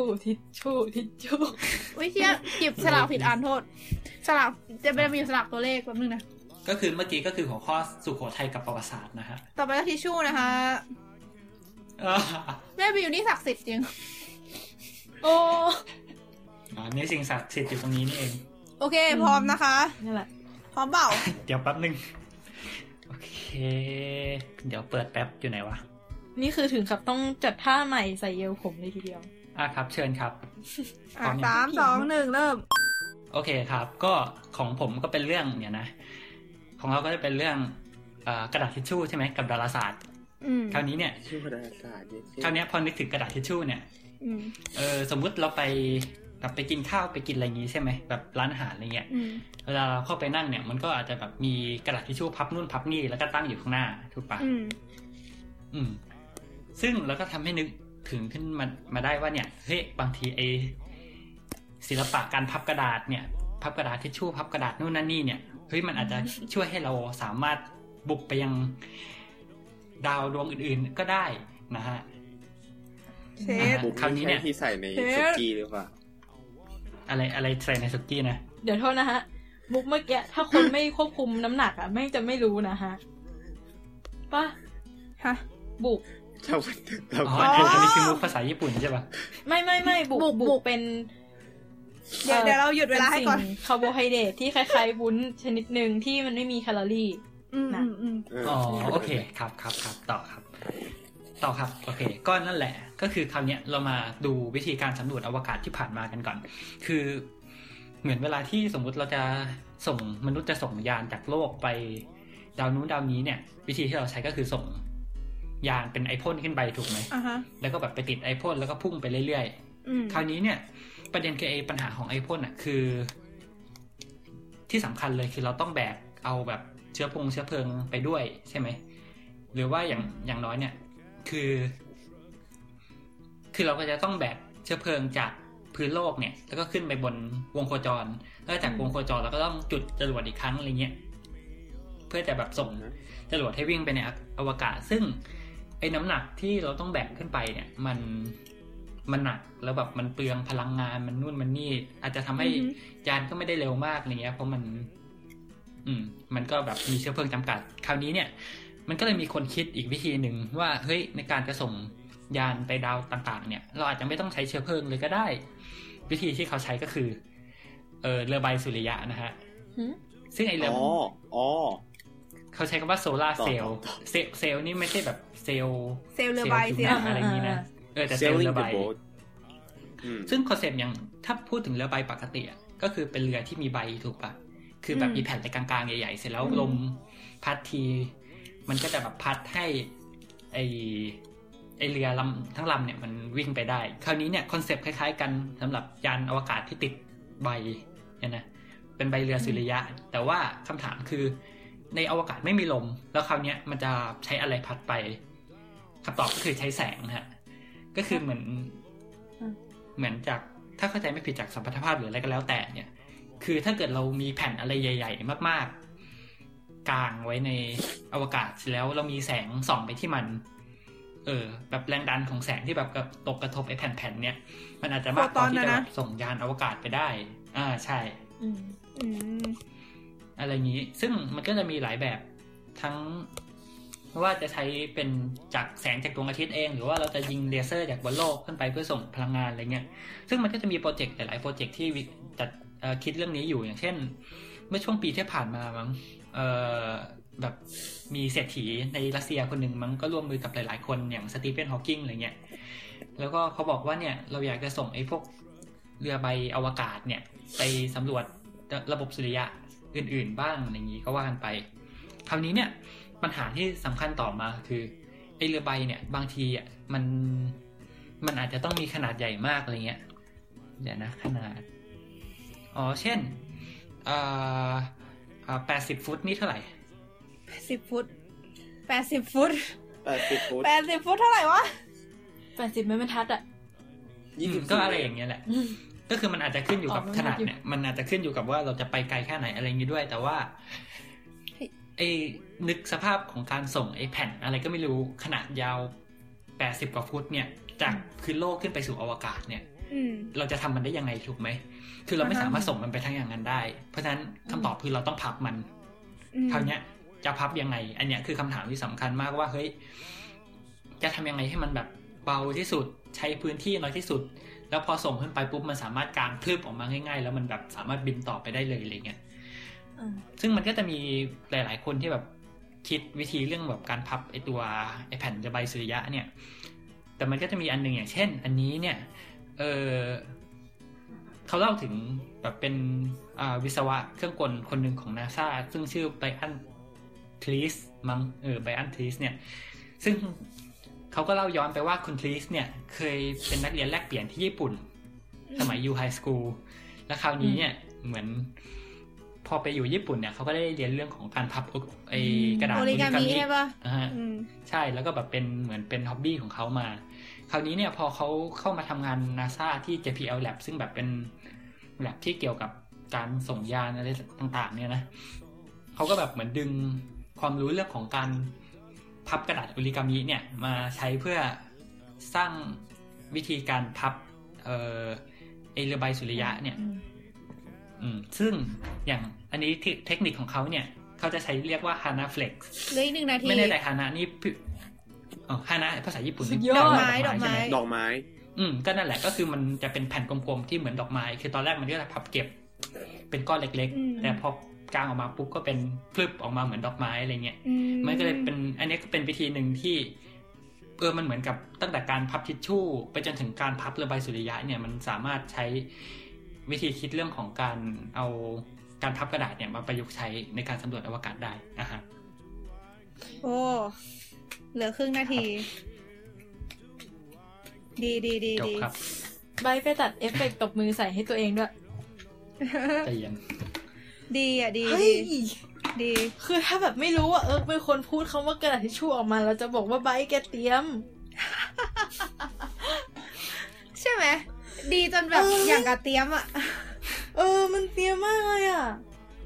Speaker 1: วิเชียหยิบสลักผิดอ่านโทษสลักจะเป็นมีสลักตัวเลขแป๊บนึงนะ
Speaker 4: ก็คือเมื่อกี้ก็คือหัวข้อสุโขทัยกับประวัติศาสตร์นะฮะ
Speaker 1: ต่อไปก็ทิชชู่นะคะแม่บิวนี่ศักดิ์สิทธิ์จริง
Speaker 4: มีสิ่งศักดิ์สิทธิ์อยู่ตรงนี้นี่เอง
Speaker 1: โอเคพร้อมนะคะ
Speaker 3: นี่แหละ
Speaker 1: พร้อมเปล่า
Speaker 4: เดี๋ยวแป๊บนึงโอเคเดี๋ยวเปิดแป๊บอยู่ไหนวะ
Speaker 3: นี่คือถึงกับต้องจัดท่าใหม่ใส่เยลผมเลยทีเดียว
Speaker 4: ครับเชิญครับ
Speaker 1: 3 2 1เริ่ม
Speaker 4: โอเคครับก็ของผมก็เป็นเรื่องเนี่ยนะของเราก็จะเป็นเรื่องกระดาษทิชชู่ใช่ไหมกับดาราศาสตร์คราวนี้เนี่ย
Speaker 2: ชื่อกระดาษศาสตร์
Speaker 4: คราวนี้พอนึกถึงกระดาษทิชชู่เนี่ยสมมุติเราไปแบบไปกินข้าวไปกินอะไรอย่างงี้ใช่ไหมแบบร้านอาหารอะไรเงี้ยเวลาเราเข้าไปนั่งเนี่ยมันก็อาจจะแบบมีกระดาษทิชชู่พับนู่นพับนี่แล้วก็ตั้งอยู่ข้างหน้าถูกปะซึ่งเราก็ทำให้นึกถึงขึ้นมาได้ว่าเนี่ยเฮ้ยบางทีไอศิลปะการพับกระดาษเนี่ยพับกระดาษทิชชู่พับกระดาษนู่นนั่นนี่เนี่ยเฮ้ยมันอาจจะช่วยให้เราสามารถบุกไปยังดาวดวงอื่นๆก็ได้นะฮะ
Speaker 2: คราวนี้เนี่ยที่ใส่ในสุกี้หรือเปล่า
Speaker 4: อะไรใส่ในสุกี้นะ
Speaker 3: เดี๋ยวโทษนะฮะมุกเมื่อกี้ถ้าคนไม่ควบคุมน้ำหนักอ่ะแม่งจะไม่รู้นะฮะป่ะฮะบุก
Speaker 4: อันนี้คือมุกภาษาญี่ปุ่นใช่ป่ะ
Speaker 3: ไม่บุกเป็น
Speaker 1: เดี๋ยวเราหยุดเวลาให้ก่อน
Speaker 3: คาร์โบไฮเดรตที่คล้ายๆวุ้นชนิดนึงที่มันไม่มีแคลอรี่
Speaker 4: นะอ๋อโอเคครับต่อครับโอเคก็นั่นแหละก็คือคราวนี้เรามาดูวิธีการสำรวจอวกาศที่ผ่านมากันก่อนคือเหมือนเวลาที่สมมุติเราจะส่งมนุษย์จะส่งยานจากโลกไปดาวนู้นดาวนี้เนี่ยวิธีที่เราใช้ก็คือส่งยานเป็นไอพ่นขึ้นไปถูกไหมแล้วก็แบบไปติดไอพ่นแล้วก็พุ่งไปเรื่อยๆคราวนี้เนี่ยประเด็นคือไอ้ปัญหาของไอพ่นอ่ะคือที่สำคัญเลยคือเราต้องแบกเอาแบบเชื้อเพลิงไปด้วยใช่ไหมหรือว่าอย่างน้อยเนี่ยคือเราก็จะต้องแบกเชื้อเพลิงจากพื้นโลกเนี่ยแล้วก็ขึ้นไปบนวงโคจรแล้วจากวงโคจรเราก็ต้องจุดจรวดอีกครั้งอะไรเงี้ยเพื่อจะแบบส่งจรวดให้วิ่งไปในอวกาศซึ่งไอ้น้ำหนักที่เราต้องแบกขึ้นไปเนี่ยมันหนักแล้วแบบมันเปลืองพลังงานมันนู่นมันนี่อาจจะทำให้ยานก็ไม่ได้เร็วมากอะไรเงี้ยเพราะมันก็แบบมีเชื้อเพลิงจำกัดคราวนี้เนี่ยมันก็เลยมีคนคิดอีกวิธีหนึ่งว่าเฮ้ยในการจะส่งยานไปดาวต่างๆเนี่ยเราอาจจะไม่ต้องใช้เชื้อเพลิงเลยก็ได้วิธีที่เขาใช้ก็คือเรือใบสุริยะนะฮะซึ่งไอเรือเขาใช้คำว่าโซลาร์เซลล์เซลล์นี่ไม่ใช่แบบเซลล์
Speaker 1: เรือใบ
Speaker 4: อะไรอย่างนี้นะแต่เซลล์เรือใบซึ่งคอนเซ็ปต์อย่างถ้าพูดถึงเรือใบปกติก็คือเป็นเรือที่มีใบถูกปะคือแบบมีแผ่นในกลางๆใหญ่ๆเสร็จแล้วลมพัดทีมันก็จะแบบพัดให้ไอเรือลำทั้งลำเนี่ยมันวิ่งไปได้คราวนี้เนี่ยคอนเซ็ปต์คล้ายๆกันสำหรับยานอวกาศที่ติดใบเนี่ยนะเป็นใบเรือสุริยะแต่ว่าคำถามคือในอวกาศไม่มีลมแล้วคราวนี้มันจะใช้อะไรพัดไปคำตอบก็คือใช้แสงฮะก็คือเหมือนจากถ้าเข้าใจไม่ผิดจากสัมพัทธภาพหรืออะไรก็แล้วแต่เนี่ยคือถ้าเกิดเรามีแผ่นอะไรใหญ่ๆมากๆกลางไว้ในอวกาศแล้วเรามีแสงส่องไปที่มันแบบแรงดันของแสงที่แบบตกกระทบไอ้แผ่นๆเนี่ยมันอาจจะมากพอที่จะแบบส่งยานอวกาศไปได้ใช่อะไรอย่างนี้ซึ่งมันก็จะมีหลายแบบทั้งว่าจะใช้เป็นจากแสงจากดวงอาทิตย์เองหรือว่าเราจะยิงเลเซอร์จากบนโลกขึ้นไปเพื่อส่งพลังงานอะไรเงี้ยซึ่งมันก็จะมีโปรเจกต์หลายๆโปรเจกต์ที่จัดคิดเรื่องนี้อยู่อย่างเช่นเมื่อช่วงปีที่ผ่านมามั้งแบบมีเศรษฐีในรัสเซียคนหนึ่งมั้งก็ร่วมมือกับหลายๆคนอย่างสตีเฟนฮอว์กิงอะไรเงี้ยแล้วก็เขาบอกว่าเนี่ยเราอยากจะส่งไอ้พวกเรือใบอวกาศเนี่ยไปสำรวจระบบสุริยะอื่นๆบ้างอะไรอย่างนี้ก็ว่ากันไปคราวนี้เนี่ยปัญหาที่สำคัญต่อมาคือไอ้เรือใบเนี่ยบางทีมันอาจจะต้องมีขนาดใหญ่มากอะไรเงี้ยเดี๋ยวนะขนาดเช่น80 ฟุตนี่เท่าไหร่
Speaker 1: 80 ฟุต80 ฟุตเท่าไหร่วะ
Speaker 3: 80ไม่บรรทัดอ่ะ
Speaker 4: ก็อะไรอย่างเงี้ยแหละก็คือมันอาจจะขึ้นอยู่กับขนาดเนี่ยมันอาจจะขึ้นอยู่กับว่าเราจะไปไกลแค่ไหนอะไรอย่างงี้ด้วยแต่ว่าไอ้นึกสภาพของการส่งไอ้แผ่นอะไรก็ไม่รู้ขนาดยาว80 กว่าฟุตเนี่ยจากพื้นโลกขึ้นไปสู่อวกาศเนี่ยเราจะทำมันได้ยังไงถูกไหมคือเราไม่สามารถส่งมันไปทั้งอย่างนั้นได้เพราะฉะนั้นคำตอบคือเราต้องพับมันคราวนี้จะพับยังไงอันเนี้ยคือคำถามที่สำคัญมากว่าเฮ้ยจะทำยังไงให้มันแบบเบาที่สุดใช้พื้นที่น้อยที่สุดแล้วพอส่งขึ้นไปปุ๊บมันสามารถกางพลึบออกมาง่ายๆแล้วมันแบบสามารถบินต่อไปได้เลยอะไรเงี้ยซึ่งมันก็จะมีหลายๆคนที่แบบคิดวิธีเรื่องแบบการพับไอ้ตัวไอ้แผ่นใบสุริยะเนี่ยแต่มันก็จะมีอันนึงอย่างเช่นอันนี้เนี่ยเขาเล่าถึงแบบเป็นวิศวะเครื่องกลคนหนึ่งของ NASA ซึ่งชื่อไบรอันทรีสมั้งไบรอันทรีสเนี่ยซึ่งเขาก็เล่าย้อนไปว่าคุณทรีสเนี่ยเคยเป็นนักเรียนแลกเปลี่ยนที่ญี่ปุ่นสมัยอยู่ไฮสคูลแล้วคราวนี้เนี่ยเหมือนพอไปอยู่ญี่ปุ่นเนี่ยเขาก็ได้เรียนเรื่องของการพับกระดาษโอริกามิใช่ป่ะใช่แล้วก็แบบเป็นเหมือนเป็นฮ็อบบี้ของเขามาคราวนี้เนี่ยพอเขาเข้ามาทำงาน NASA ที่ JPL Lab ซึ่งแบบเป็น lab ที่เกี่ยวกับการส่งยานอะไรต่างๆเนี่ยนะเขาก็แบบเหมือนดึงความรู้เรื่องของการพับกระดาษโอริกามิเนี่ยมาใช้เพื่อสร้างวิธีการพับเรือใบสุริยะเนี่ยซึ่งอย่างอันนี้เทคนิคของเขาเนี่ยเขาจะใช้เรียกว่า Hana Flex
Speaker 1: เลยอีก1 นาที
Speaker 4: ไม่ได้แต่ Hana นี่Hana ภาษาญี่ปุ่น
Speaker 1: ดอกไม้
Speaker 4: ก็นั่นแหละก็คือมันจะเป็นแผ่นกลมๆที่เหมือนดอกไม้คือตอนแรกมันก็จะพับเก็บเป็นก้อนเล็กๆแต่พอกางออกมาปุ๊บก็เป็นพลึบออกมาเหมือนดอกไม้อะไรเงี้ยมันก็เลยเป็นอันนี้ก็เป็นวิธีหนึ่งที่มันเหมือนกับตั้งแต่การพับทิชชู่ไปจนถึงการพับเรือใบสุริยะเนี่ยมันสามารถใช้วิธีคิดเรื่องของการเอาการพับกระดาษเนี่ยมาประยุกต์ใช้ในการสำรวจอวกาศได้นะฮะ
Speaker 1: โอ้เหลือครึ่งนาทีดี
Speaker 4: จบครับ
Speaker 3: ใบไปตัดเอฟเฟกต์ตบมือใส่ให้ตัวเองด้วย
Speaker 4: ใจเย็น
Speaker 1: ดีอ่ะดี
Speaker 3: คือถ้าแบบไม่รู้ว่าเป็นคนพูดคำว่ากระดาษทิชชู่ออกมาเราจะบอกว่าใบแกเตรียม
Speaker 1: ใช่ไหมดีจนแบบอย่างกับเตรียมอ่ะ
Speaker 3: มันเตรียมมากเลยอ่ะ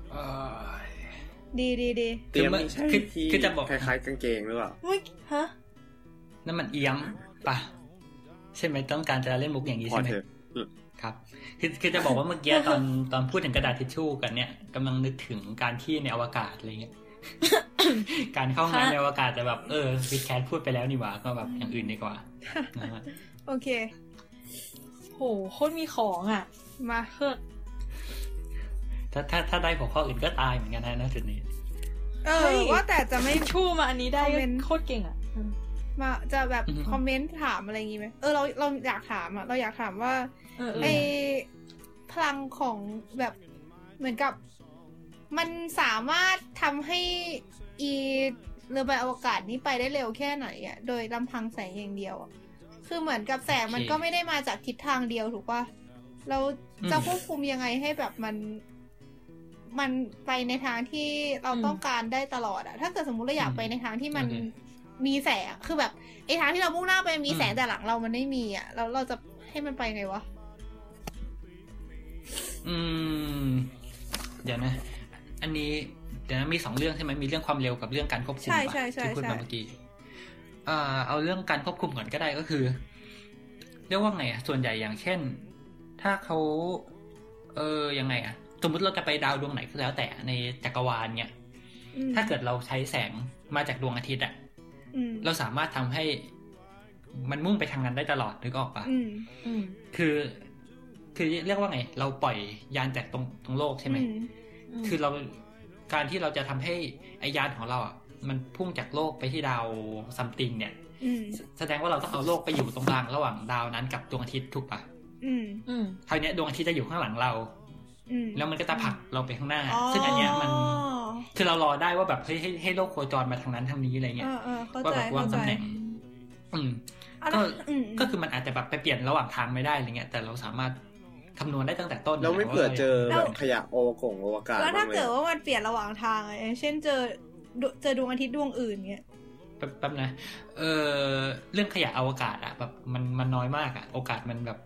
Speaker 1: ดี
Speaker 2: เตรียมใช่คือจะบอกคล้ายๆกางเกงหรือเปล่า
Speaker 3: ฮะ
Speaker 4: นั่นมันเอี้ยมป่ะใช่ไหมต้องการจะเล่นมุกอย่างนี้ใช่ไหมครับคือจะบอกว่าเมื่อกี้ตอนพูดถึงกระดาษทิชชู่กันเนี่ยกำลังนึกถึงการที่ในอวกาศอะไรเงี้ย การเข้าห้องน้ำในอวกาศแต่แบบวิดแคทพูดไปแล้วนี่หว่าก็แบบอย่างอื่นดีกว่า
Speaker 1: โอเค
Speaker 3: โหโคตรมีของอ่ะ
Speaker 1: มาเฮ้
Speaker 4: ถ้าได้หัวข้ออื่นก็ตายเหมือนกันนะจุดนี้
Speaker 1: ว่าแต่จะไม่
Speaker 3: ชู่มาอันนี้ได้โคตรเก่งอ่ะ
Speaker 1: มาจะแบบคอมเมนต์ถามอะไรอย่างงี้ไหมเราอยากถามอ่ะเราอยากถามว่าไอพลังของแบบเหมือนกับมันสามารถทำให้เรือใบอวกาศนี้ไปได้เร็วแค่ไหนอ่ะโดยลำพังแสงอย่างเดียวอ่ะคือเหมือนกับแสงมันก็ไม่ได้มาจากทิศทางเดียวถูกป่ะเราจะควบคุมยังไงให้แบบมันไปในทางที่เราต้องการได้ตลอดอ่ะถ้าเกิดสมมุติเราอยากไปในทางที่มันมีแสงคือแบบไอ้ทางที่เรามุ่งหน้าไปมีแสงแต่หลังเรามันไม่มีอ่ะแล้วเราจะให้มันไปไงวะ
Speaker 4: เดี๋ยวนะอันนี้เดี๋ยวนะมี2เรื่องใช่ไหมมีเรื่องความเร็วกับเรื่องการควบคุมที่พูดมาเมื่อกี้เอาเรื่องการควบคุมก่อนก็ได้ก็คือเรียกว่าไงอ่ะส่วนใหญ่อย่างเช่นถ้าเขายังไงอ่ะสมมติเราจะไปดาวดวงไหนก็แล้วแต่ในจักรวาลเนี่ยถ้าเกิดเราใช้แสงมาจากดวงอาทิตย์อ่ะเราสามารถทำให้มันมุ่งไปทางนั้นได้ตลอดนึกออกป่ะคือเรียกว่าไงเราปล่อยยานจากตรงโลกใช่ไหมคือเราการที่เราจะทำให้ไอยานของเราอ่ะมันพุ่งจากโลกไปที่ดาวซัมติงเนี่ยแสดงว่าเราต้องเอาโลกไปอยู่ตรงกลางระหว่างดาวนั้นกับดวงอาทิตย์ถูกป่ะคราวนี้ดวงอาทิตย์จะอยู่ข้างหลังเราแล้วมันก็จะผลักเราไปข้างหน้าซึ่งอันเนี้ยมันคือเรารอได้ว่าแบบให้โลกโคจรมาทางนั้นทางนี้อะไรเงี้ยว่าแบบวางตำแหน่งก็คือมันอาจจะแบบไปเปลี่ยนระหว่างทางไม่ได้อะไรเงี้ยแต่เราสามารถคำนวณได้ตั้งแต่ต้น
Speaker 2: แล้วไม่เผื่อเจอแบบขยะอวกาศ
Speaker 1: แล้วถ้าเกิดว่ามันเปลี่ยนระหว่างทางอย่างเช่นเจอดวงอาทิตย์ดวงอื่นเงี้ย
Speaker 4: แป๊บนะเรื่องขยะอวกาศอะแบบมันน้อยมากอะโอกาสมันแบบ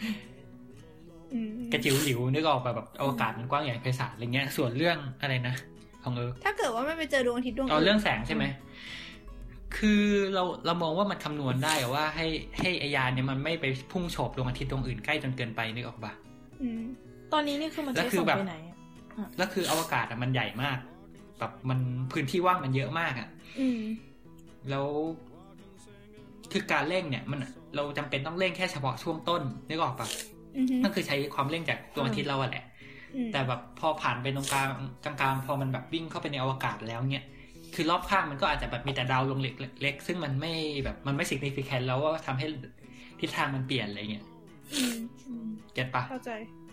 Speaker 4: กระจิ๋วหลิวนึกออกแบบอวกาศมันกว้างใหญ่ไพศาลอะไรเงี้ยส่วนเรื่องอะไรนะของ
Speaker 1: ถ้าเกิดว่าไม่ไปเจอดวงอาทิตย์ดวงอื่
Speaker 4: นเรื่องแสงใช่ไหมคือเรามองว่ามันคำนวณได้ว่าให้ไอยานเนี่ยมันไม่ไปพุ่งโฉบดวงอาทิตย์ดวงอื่นใกล้จนเกินไปนึกออกปะ
Speaker 3: ตอนนี้นี่คือมันใช้ส่งไปไหน
Speaker 4: แล้วคืออวกาศมันใหญ่มากแบบมันพื้นที่ว่างมันเยอะมากแล้วคือการเร่งเนี่ยมันเราจำเป็นต้องเร่งแค่เฉพาะช่วงต้นนึกออกปะนั่นคือใช้ความเร่งจากดวงอาทิตย์เราแหละแต่แบบพอผ่านไปตรงกลางพอมันแบบวิ่งเข้าไปในอวกาศแล้วเนี่ยคือรอบข้างมันก็อาจจะแบบมีแต่ดาวดวงเล็กซึ่งมันไม่แบบมันไม่ significant แล้วว่าทำให้ทิศทางมันเปลี่ยนอะไรเงี้ยเก็ตปะ
Speaker 1: เข้าใจ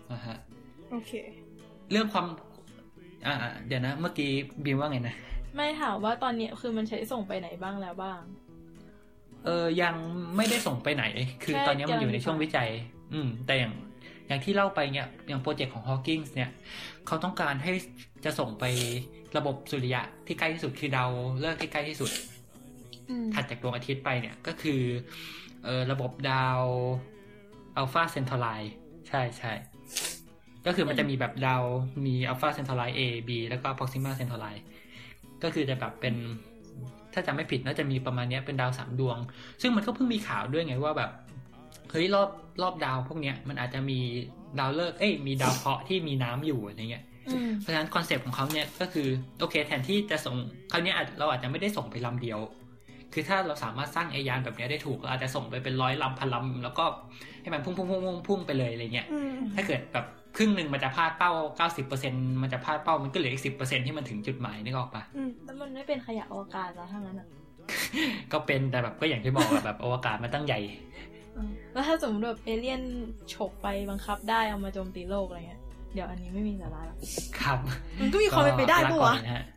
Speaker 4: ฮะ
Speaker 1: โอเค
Speaker 4: เรื่องความเดี๋ยวนะเมื่อกี้บีมว่าไงนะ
Speaker 3: ไม่ถามว่าตอนนี้คือมันใช้ส่งไปไหนบ้างแล้วบ้าง
Speaker 4: ยังไม่ได้ส่งไปไหนคือตอนนี้มันอยู่ในช่วงวิจัยแต่อย่างที่เล่าไปเนี่ยอย่างโปรเจกต์ของ Hawking เนี่ยเขาต้องการให้จะส่งไประบบสุริยะที่ใกล้ที่สุดคือดาวฤกษ์ที่ใกล้ที่สุดถัดจากดวงอาทิตย์ไปเนี่ยก็คือระบบดาว Alpha Centauri ใช่ก็คือมันจะมีแบบดาวมี Alpha Centauri A B แล้วก็ Proxima Centauri ก็คือจะแบบเป็นถ้าจำไม่ผิดน่าจะมีประมาณนี้เป็นดาว3ดวงซึ่งมันก็เพิ่งมีข่าวด้วยไงว่าแบบเฮ้ยรอบดาวพวกเนี้ยมันอาจจะมีดาวฤกษ์มีดาวเคราะห์ที่มีน้ำอยู่อะไรเงี้ยเพราะฉะนั้นคอนเซปต์ของเขาเนี่ยก็คือโอเคแทนที่จะส่งคราวนี้เราอาจจะไม่ได้ส่งไปลำเดียวคือถ้าเราสามารถสร้างไอยานแบบนี้ได้ถูกเราอาจจะส่งไปเป็น100 ลำพันลำแล้วก็ให้มันพุ่งไปเลยอะไรเงี้ยถ้าเกิดแบบครึ่งนึงมันจะพลาดเป้า 90% มันจะพลาดเป้ามันก็เหลืออีก 10% ที่มันถึงจุดหมายนึกออกปะ
Speaker 3: แล้วมันไม่เป็นขยะอวกาศแล้วทั้งนั้นอ่ะ
Speaker 4: ก็เป็นแต่แบบก็อย่างที่บอกแบบอวกาศมันตั้งใหญ่
Speaker 3: แล้วถ้าสมมติแบบเอเลี่ยนฉกไปบังคับได้เอามาโจมตีโลกอะไรเงี้ยเดี๋ยวอันนี้ไม่มีสาระหรอก
Speaker 4: ครับ
Speaker 3: มันก็มีความเป็นไปได้ปะวะ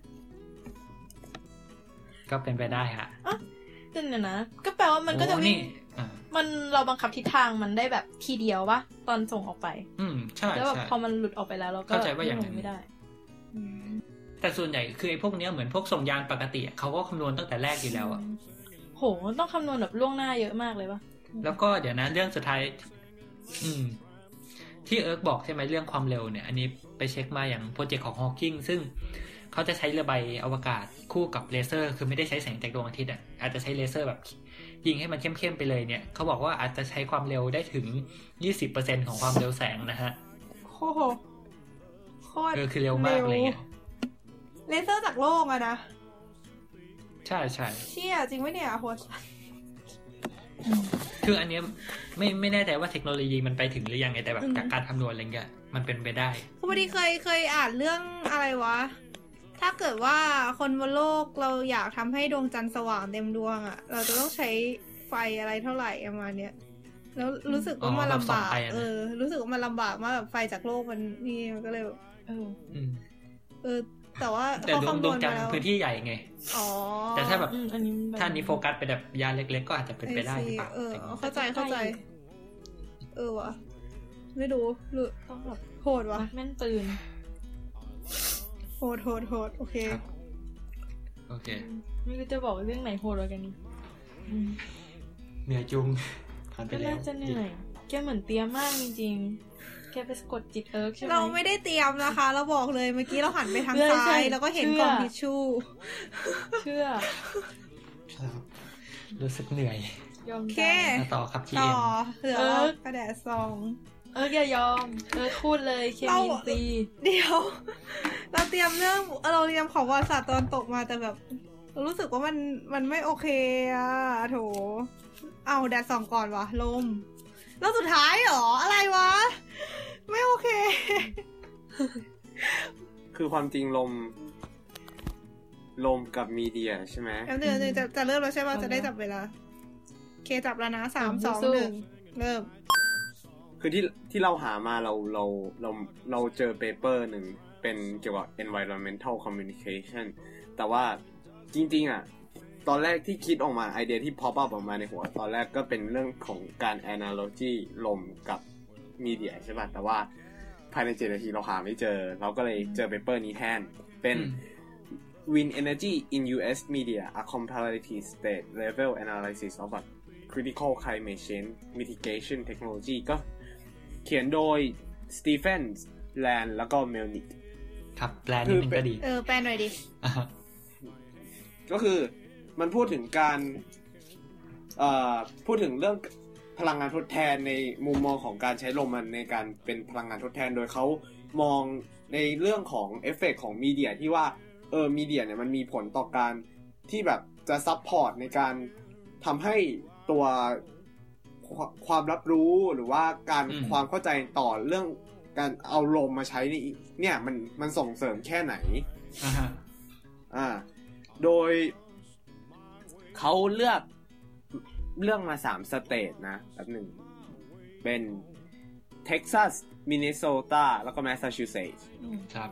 Speaker 4: ก็เป็นไปได้ฮะ
Speaker 3: แต่เนี่ยนะก็แปลว่ามันก็จะวิ่งมันเราบังคับทิศทางมันได้แบบทีเดียวปะตอนส่งออกไป
Speaker 4: ใช่
Speaker 3: แล้วแบบพอมันหลุดออกไปแล้วเราก็
Speaker 4: เข้าใจว่าอย่างนั้น
Speaker 3: ไม่ได้
Speaker 4: แต่ส่วนใหญ่คือไอ้พวกนี้เหมือนพวกส่งยานปกติเขาก็คำนวณตั้งแต่แรกอยู่แล้วอ่ะ
Speaker 3: โหต้องคำนวณแบบล่วงหน้าเยอะมากเลยปะ
Speaker 4: แล้วก็เดี๋ยวนะเรื่องสุดท้ายที่เอิร์กบอกใช่ไหมเรื่องความเร็วเนี่ยอันนี้ไปเช็คมาอย่างโปรเจกต์ของ Hawking ซึ่งเขาจะใช้เรือใบอวกาศคู่กับเลเซอร์คือไม่ได้ใช้แสงจากดวงอาทิตย์อ่ะอาจจะใช้เลเซอร์แบบยิงให้มันเข้มๆไปเลยเนี่ยเขาบอกว่าอาจจะใช้ความเร็วได้ถึง 20% ของความเร็วแสงนะฮะ
Speaker 1: โอ้โหโคตร
Speaker 4: คือเร็วมากเลยเนี่ย
Speaker 1: เลเซอร์จากโลกอะนะ
Speaker 4: ใช่
Speaker 1: เชี่ยจริงไหมเนี่ยโหด
Speaker 4: คืออันนี้ไม่แน่ใจว่าเทคโนโลยีมันไปถึงหรือยังไงแต่แบบจากการคำนวณอะไรเงี้ยมันเป็นไปได้
Speaker 1: พอดีเคยอ่านเรื่องอะไรวะถ้าเกิดว่าคนบนโลกเราอยากทำให้ดวงจันทร์สว่างเต็มดวงอ่ะเราจะต้องใช้ไฟอะไรเท่าไหร่ประมาณเนี้ยแล้วรู้สึกว่ามันลำบากรู้สึกว่ามันลำบากมากแบบไฟจากโลกมันนี่มันก็เลยแต่ว่า
Speaker 4: แต่ดวงจันทร์พื้นที่ใหญ่ไงแต่ถ้าแบบถ้านี้โฟกัสไปแบบยานเล็กๆก็อาจจะเป็นไปได้หรือเปล่า
Speaker 1: เข้าใจวะไม่รู้หรือต้องแบบโหดวะ
Speaker 3: แม่นปืน
Speaker 1: โหดโอเค
Speaker 3: ไม่รู้จะบอกเรื่องไหนโหดกว่ากันนี่
Speaker 4: เหนื่อยจุง
Speaker 3: ก็น่าจะเหนื่อยแกเหมือนเตรียมมากจริงๆแกไปสะกดจิตเอิร์กใช่ไหม
Speaker 1: เราไม่ได้เตรียมนะคะเราบอกเลยเมื่อกี้เราหันไปทางซ้ายแล้วก็เห็นกล่องทิชชู่
Speaker 3: เชื่อ
Speaker 4: รู้สึกเหนื่อย
Speaker 3: ยอม
Speaker 4: ต่อครับที
Speaker 1: ต่อเหลือกระแดดซอง
Speaker 3: อย่ายอมพูดเลยเคมีซี
Speaker 1: เดี๋ยวเราเตรียมเรื่องเราเรียนของวารสารตอนตกมาแต่แบบรู้สึกว่ามันไม่โอเคอะโถเอาแดดส่องก่อนวะลมแล้วสุดท้ายหรออะไรวะไม่โอเค
Speaker 2: คือความจริงลมกับมีเดียใช่ไหม
Speaker 1: เดี๋ยวจะเริ่มแล้วใช่ป่ะจะได้จับเวลาเคจับแล้วนะ3 2 1เริ่ม
Speaker 2: คือที่เราหามาเราเจอเปเปอร์หนึ่งเป็นเกี่ยวกับ environmental communication แต่ว่าจริงๆอ่ะตอนแรกที่คิดออกมาไอเดียที่ pop up ออกมาในหัวตอนแรกก็เป็นเรื่องของการ analogy ลมกับมีเดียใช่ป่ะแต่ว่าภายใน7 นาทีเราหาไม่เจอเราก็เลยเจอเปเปอร์นี้แทนเป็น wind energy in US media a comparative state level analysis of a critical climate change mitigation technology ก็เขียนโดยสตีเฟนแลนด์แล้วก็เมลนิก
Speaker 4: ครับแปลนิดนึงก็ดี
Speaker 1: แปลหน่อยดิ
Speaker 2: ก็คือมันพูดถึงการพูดถึงเรื่องพลังงานทดแทนในมุมมองของการใช้ลมมันในการเป็นพลังงานทดแทนโดยเขามองในเรื่องของเอฟเฟกต์ของมีเดียที่ว่ามีเดียเนี่ยมันมีผลต่อการที่แบบจะซัพพอร์ตในการทำให้ตัวความรับรู้หรือว่าการความเข้าใจต่อเรื่องการเอาลมมาใช้นี่เนี่ยมันส่งเสริมแค่ไหนโดยเขาเลือกมา3สเตจนะแบบหนึ่งเป็นเท็กซัสมินนิโซตาแล้วก็แมสซาชูเซตส์
Speaker 4: ครับ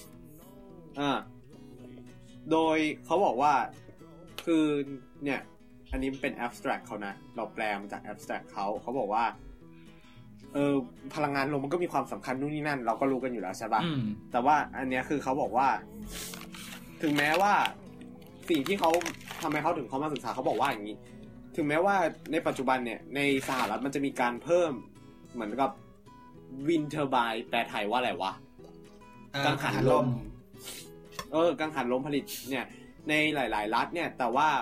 Speaker 2: โดยเขาบอกว่าคือเนี่ยอันนี้เป็น abstract เขานะเราแปลมาจาก abstract เขาบอกว่าพลังงานลมมันก็มีความสำคัญนู่นนี่นั่นเราก็รู้กันอยู่แล้วใช่ป่ะแต่ว่าอันเนี้ยคือเขาบอกว่าถึงแม้ว่าสิ่งที่เขาทำไมเขาถึงเขามาศึกษาเขาบอกว่าอย่างนี้ถึงแม้ว่าในปัจจุบันเนี่ยในสหรัฐมันจะมีการเพิ่มเหมือนกับวินเทอร์ไบน์แปลไทยว่าอะไรวะกังหันลมกังหันลมผลิตเนี่ยในหลายๆรัฐเนี่ยแต่ว่า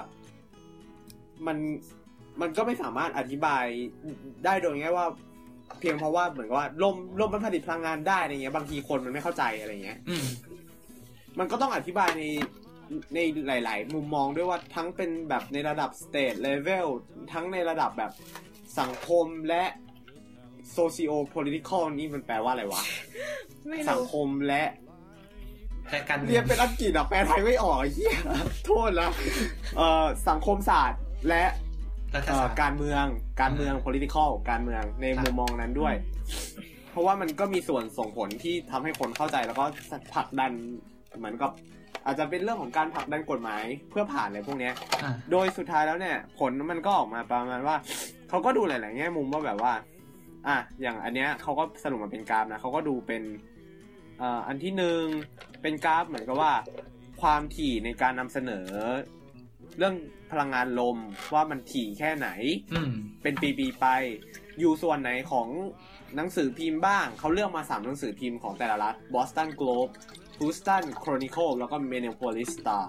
Speaker 2: มันก็ไม่สามารถอธิบายได้โดยง่ายว่าเพียงเพราะว่าเหมือนกับว่าลมมันผลิตพลังงานได้อะไรเงี้ยบางทีคนมันไม่เข้าใจอะไรเงี้ยมันก็ต้องอธิบายในหลายๆมุมมองด้วยว่าทั้งเป็นแบบในระดับ state level ทั้งในระดับแบบสังคมและ socio political นี่มันแปลว่าอะไรวะสังคมและเรียนเป็นอังกฤษอ่ะแปลไทยไม่ออกไอ้เหี้ยโทษนะสังคมศาสตร์และการเมือง political การเมืองในมุมมองนั้นด้วยเพราะว่ามันก็มีส่วนส่งผลที่ทำให้คนเข้าใจแล้วก็ผลักดันเหมือนกับอาจจะเป็นเรื่องของการผลักดันกฎหมายเพื่อผ่านอะไรพวกนี้โดยสุดท้ายแล้วเนี่ยผลมันก็ออกมาประมาณว่าเขาก็ดูหลายๆแง่มุมว่าแบบว่าอย่างอันเนี้ยเขาก็สรุปมาเป็นกราฟนะเขาก็ดูเป็นอันที่หนึ่งเป็นกราฟเหมือนกับว่าความถี่ในการนำเสนอเรื่องพลังงานลมว่ามันถี่แค่ไหนเป็นปีๆไปอยู่ส่วนไหนของหนังสือพิมพ์บ้างเขาเลือกมา3หนังสือพิมพ์ของแต่ละรัฐ Boston Globe Houston Chronicle แล้วก็ Minneapolis Star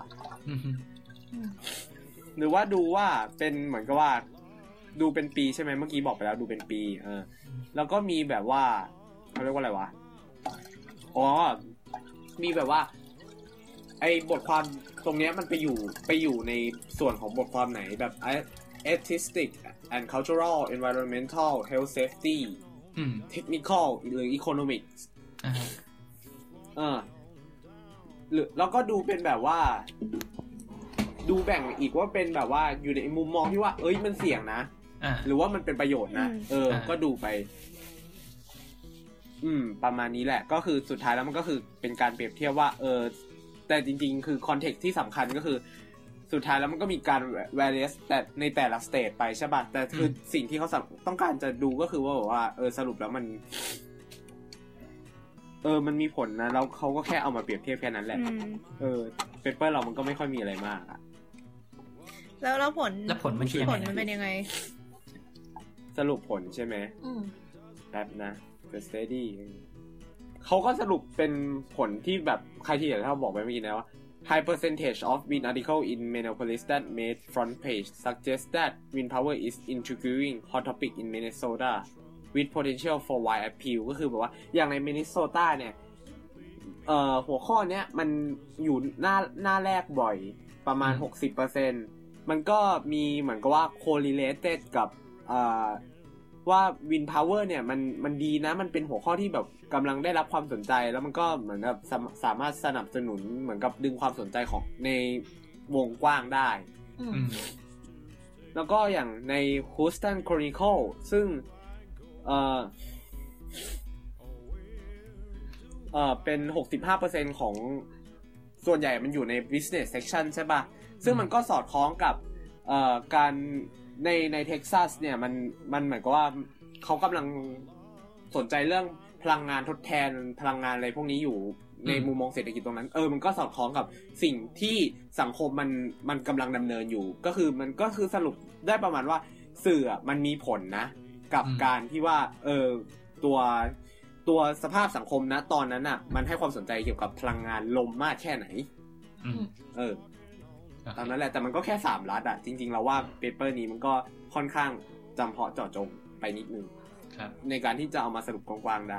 Speaker 2: หรือว่าดูว่าเป็นเหมือนกับว่าดูเป็นปีใช่ไหมเมื่อกี้บอกไปแล้วดูเป็นปีแล้วก็มีแบบว่าเขาเรียกว่าอะไรวะมีแบบว่าไอ้บทความตรงเนี้ยมันไปอยู่ในส่วนของบทความไหนแบบ artistic and cultural environmental health safety technical หรือ economic หรือแล้วก็ดูเป็นแบบว่าดูแบ่งอีกว่าเป็นแบบว่าอยู่ในมุมมองที่ว่าเอ้ยมันเสี่ยงนะหรือว่ามันเป็นประโยชน์นะก็ดูไปประมาณนี้แหละก็คือสุดท้ายแล้วมันก็คือเป็นการเปรียบเทียบว่าแต่จริงๆคือคอนเทกซ์ที่สำคัญก็คือสุดท้ายแล้วมันก็มีการ various แต่ในแต่ละสเตจไปใช่ป่ะแต่คือสิ่งที่เขาต้องการจะดูก็คือว่าสรุปแล้วมันมันมีผลนะแล้วเขาก็แค่เอามาเปรียบเทียบแค่นั้นแหละเปเปอร์เรามันก็ไม่ค่อยมีอะไรมากอ่ะ
Speaker 1: แล้วผล
Speaker 4: มันคือ
Speaker 1: ผลมันเป็นยังไง
Speaker 2: สรุปผลใช่ไหมแป๊บนะ The Study เขาก็สรุปเป็นผลที่แบบใครที่อย่างที่เราบอกไปเมื่อกี้นะว่า High percentage of wind article in Minneapolis that made front page suggest that wind power is intriguing hot topic in Minnesota with potential for wide appeal ก็คือแบบว่าอย่างในมินนิโซตาเนี่ยหัวข้อเนี้ยมันอยู่หน้าแรกบ่อยประมาณ 60% มันก็มีเหมือนกับว่า correlated กับว่า wind power เนี่ยมันดีนะมันเป็นหัวข้อที่แบบกำลังได้รับความสนใจแล้วมันก็เหมือนกับสามารถสนับสนุนเหมือนกับดึงความสนใจของในวงกว้างได้แล้วก็อย่างใน Houston Chronicle ซึ่งเป็น 65% ของส่วนใหญ่มันอยู่ใน business section ใช่ป่ะซึ่งมันก็สอดคล้องกับการในเท็กซัสเนี่ยมันเหมือนกับว่าเขากำลังสนใจเรื่องพลังงานทดแทนพลังงานอะไรพวกนี้อยู่ในมุมมองเศรษฐกิจตรงนั้นมันก็สอดคล้องกับสิ่งที่สังคมมันกำลังดำเนินอยู่ก็คือมันก็คือสรุปได้ประมาณว่าสื่อมันมีผลนะกับการที่ว่าตัวสภาพสังคมนะตอนนั้นน่ะมันให้ความสนใจเกี่ยวกับพลังงานลมมากแค่ไหนตอนนั้นแหละแต่มันก็แค่3รัฐอ่ะจริงๆเราว่าเปเปอร์นี้มันก็ค่อนข้างจำเพาะเจาะจงไปนิดนึงในการที่จะเอามาสรุปกว้างๆได้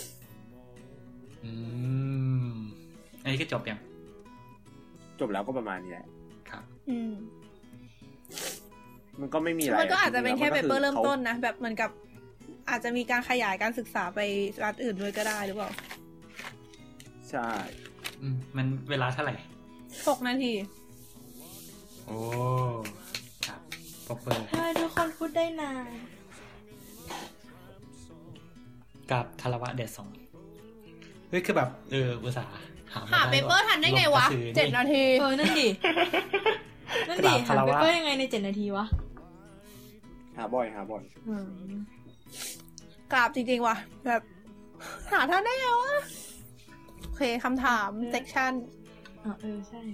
Speaker 4: อันนี้ก็จบยัง
Speaker 2: จบแล้วก็ประมาณนี้แหละ
Speaker 4: ครับ
Speaker 2: มันก็ไม่มีอะไร
Speaker 1: มันก็อาจจะเป็นแค่เปเปอร์เริ่มต้นนะแบบเหมือนกับอาจจะมีการขยายการศึกษาไปรัฐอื่นด้วยก็ได้หรือเปล่า
Speaker 2: ใช่
Speaker 4: มันเวลาเท่าไหร่
Speaker 1: 6 นาที
Speaker 4: โอ้ครับปรบมือ
Speaker 3: ทำไมทุกคนพูดได้นาน
Speaker 4: กับคารวะเดชส่งเฮ้ยคือแบบอุตส่าห์
Speaker 1: หาเปเปอร์ทันได้ไงวะ7 นาที
Speaker 3: นั่นดินั่นดิหาเปเปอร์ยังไงใน7 นาทีวะ
Speaker 2: หาบ่อย
Speaker 1: กราบจริงๆว่ะแบบหาท่านได้ไงวะโอเคคำถามเซกชัน
Speaker 3: ใช่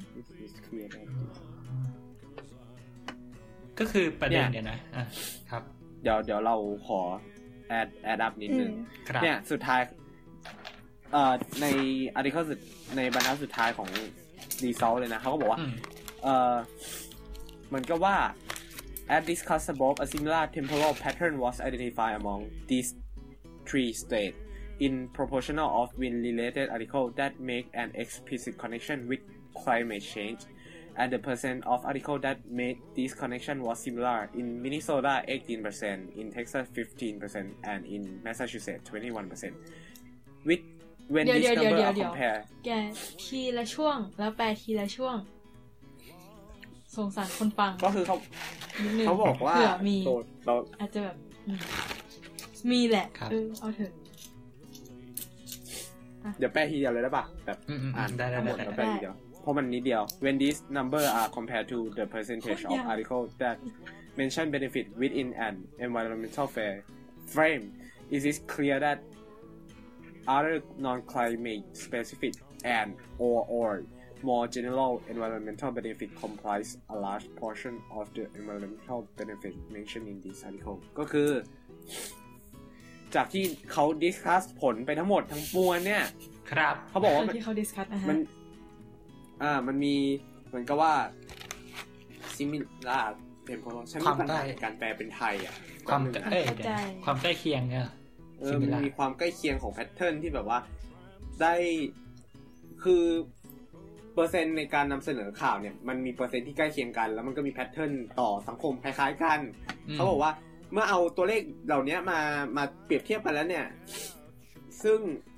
Speaker 4: ก็คือประเด็นเนี่ยนะครับ
Speaker 2: เดี๋ยวเราขอแอดอัพนิดนึงเนี่ยสุดท้ายในอาร์ติเคิลในบรรทัดสุดท้ายของ result เลยนะเขาก็บอกว่าเหมือนกับว่า as discussed above a similar temporal pattern was identified among these 3 states in proportional of wind-related articles that make an explicit connection with climate change, and the percent of articles that made this connection was similar in Minnesota 18%, in Texas 15%, and in Massachusetts 21%. With when this number are compared
Speaker 3: แกทีละช่วงแล้วแปลทีละช่วงสงสารคนฟัง
Speaker 2: ก็คือเขาบอกว่า
Speaker 3: เราอาจจะแบบมีแหละเอาเถอะ
Speaker 2: เดี๋ยวแปลทีเดียวเลยได้ป่ะแบบอ่านได้หมดแล้วแปลทีเดียวเพราะมันนิดเดียว when these number are compared to the percentage of articles that mention benefit within an environmental frame it is clear that other non-climate specific and or more general environmental benefit comprise a large portion of the environmental benefit mentioned in this article ก็คือจากที่เขาดิสคัสผลไปทั้งหมดทั้งปวงเนี่ย
Speaker 4: ครับ
Speaker 2: เขาบอกว่า
Speaker 3: ที่เขาดิสคัส
Speaker 2: มันมีเหมือนกับว่า similar เป็นเพราะฉันมีปัญหาการแปลเป็นไทยอ่ะ
Speaker 4: ความใกล้เคียงเนี่ย
Speaker 2: มีความใกล้เคียงของแพทเทิร์นที่แบบว่าได้คือเปอร์เซ็นต์ในการนำเสนอข่าวเนี่ยมันมีเปอร์เซ็นต์ที่ใกล้เคียงกันแล้วมันก็มีแพทเทิร์นต่อสังคมคล้ายๆกันเขาบอกว่าเมื่อเอาตัวเลขเหล่านี้มาเปรียบเทียบกันแล้วเนี่ยซึ่ง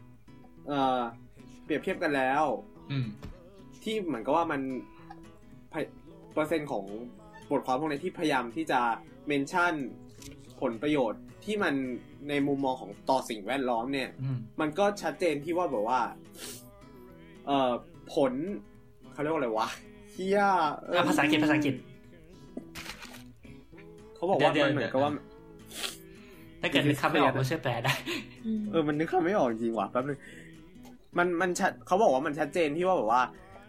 Speaker 2: เปรียบเทียบกันแล้วที่เหมือนกับว่ามันเปอร์เซ็นต์ของบทความพวกนี้ที่พยายามที่จะเมนชั่นผลประโยชน์ที่มันในมุมมองของต่อสิ่งแวดล้อมเนี่ยมันก็ชัดเจนที่ว่าแบบว่าผลเขาเรียกว่าอะไรวะเฮีย
Speaker 4: ภาษาอังกฤษ
Speaker 2: เขาบอกว่ามันเหมือนกับว่า
Speaker 4: ถ้าเกิดนึกคำไม่ออกก็ช่วยแปลได้
Speaker 2: มันนึกคำไม่ออกจริงว่ะแป๊บนึงมันชัดเขาบอกว่ามันชัดเจนที่ว่าแบบว่า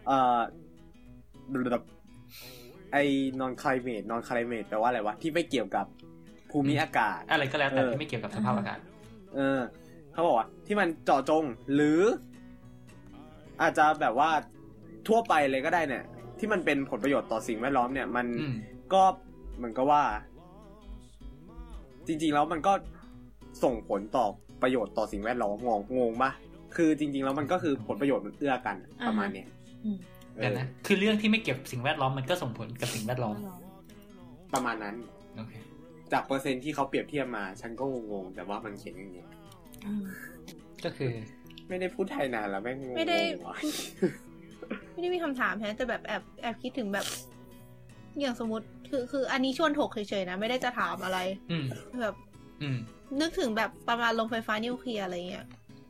Speaker 2: ไอ้ non climate แปลว่าอะไรวะที่ไม่เกี่ยวกับภูมิอากาศ
Speaker 4: อะไรก็แล้วแต่ที่ไม่เกี่ยวกับสภาพอากาศ
Speaker 2: เขาบอกว่าที่มันเจาะจงหรืออาจจะแบบว่าทั่วไปเลยก็ได้เนี่ยที่มันเป็นผลประโยชน์ต่อสิ่งแวดล้อมเนี่ยมันก็เหมือนกับว่าจริงๆแล้วมันก็ส่งผลต่อประโยชน์ต่อสิ่งแวดล้อมงงป่ะคือจริงๆแล้วมันก็คือผลประโยชน์มันเอื้อกันประมาณนี้
Speaker 4: แต่นะคือเรื่องที่ไม่เกี่ยวกับสิ่งแวดล้อมมันก็ส่งผลกับสิ่งแวดล้อม
Speaker 2: ประมาณนั้นโอเคจากเปอร์เซ็นต์ที่เขาเปรียบเทียบมาฉันก็งงแต่ว่ามันเขียนอย่างนี้
Speaker 4: ก็คือ
Speaker 2: ไม่ได้พูดไทยนานแล้วแม่งงง
Speaker 1: ไม่ได้มีคำถามแฮะแต่แบบแอบคิดถึงแบบอย่างสมมติคืออันนี้ชวนถกเฉยๆนะไม่ได้จะถามอะไรแบบนึกถึงแบบประมาณโรงไฟฟ้านิวเคลียร์อะไรเงี้ย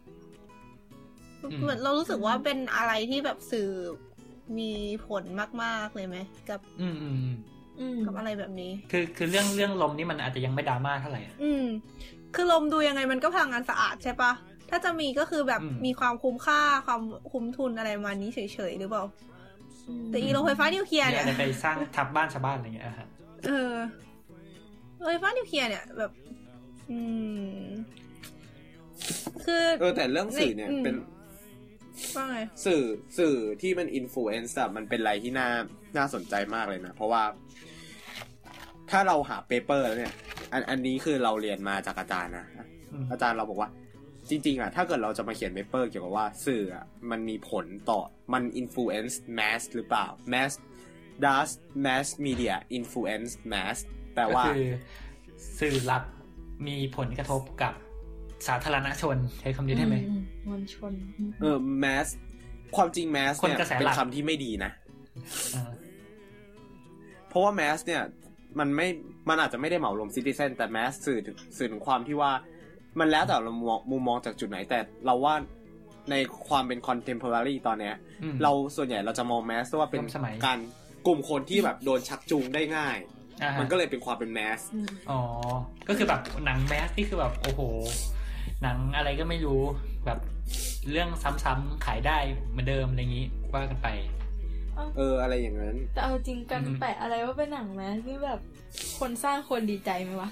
Speaker 1: เหมือนเรารู้สึกว่าเป็นอะไรที่แบบสื่อมีผลมากๆเลยไหมกับกับอะไรแบบนี้
Speaker 4: คือเรื่องลมนี่มันอาจจะยังไม่ดราม่าเท่าไหร่
Speaker 1: คือลมดูยังไงมันก็พลังงานสะอาดใช่ปะถ้าจะมีก็คือแบบมีความคุ้มค่าความคุ้มทุนอะไรมานี้เฉยๆหรือเปล่าแต่อีโรงไฟฟ้านิวเคลียร์เนี่ย
Speaker 4: ไปสร้างทับบ้านชาวบ้านอะไรเงี้ยฮะ
Speaker 1: โรงไฟฟ้านิวเคลียร์เนี่ยแบบคือ
Speaker 2: แต่เรื่องสื่อเนี่ยเป็น
Speaker 1: ว่าไง
Speaker 2: สื่อที่มันอินฟลูเอนซ์มันเป็นอะไรที่น่าสนใจมากเลยนะเพราะว่าถ้าเราหาเปเปอร์แล้วเนี่ยอันนี้คือเราเรียนมาจากอาจารย์นะอาจารย์เราบอกว่าจริงๆถ้าเกิดเราจะมาเขียนเปเปอร์เกี่ยวกับว่าสื่อมันมีผลต่อมัน influence mass หรือเปล่า does mass media influence mass แปลว่า
Speaker 4: คือสื่อหลักมีผลกระทบกับสาธารณชนใช้คำนี้ได้ไหม
Speaker 3: มวลชน
Speaker 2: mass ความจริง mass เนี่ยเป็นคำที่ไม่ดีนะเพราะว่า mass เนี่ยมันอาจจะไม่ได้เหมารวม citizen แต่ mass สื่อถึงความที่ว่ามันแล้วแต่เรามุมมองจากจุดไหนแต่เราว่าในความเป็น contemporary ตอนเนี้ยเราส่วนใหญ่เราจะมองแมสว่าเป็นการกลุ่มคนที่แบบโดนชักจูงได้ง่ายมันก็เลยเป็นความเป็นแมส
Speaker 4: อ๋อก็คือแบบหนังแมสนี่คือแบบโอ้โหหนังอะไรก็ไม่รู้แบบเรื่องซ้ำๆขายได้เหมือนเดิมอะไรอย่างนี้ว่ากันไป
Speaker 2: อะไรอย่างนั้น
Speaker 3: แต่เอาจริงกันแปะอะไรว่าเป็นหนังแมสนี่แบบคนสร้างคนดีใจไหมวะ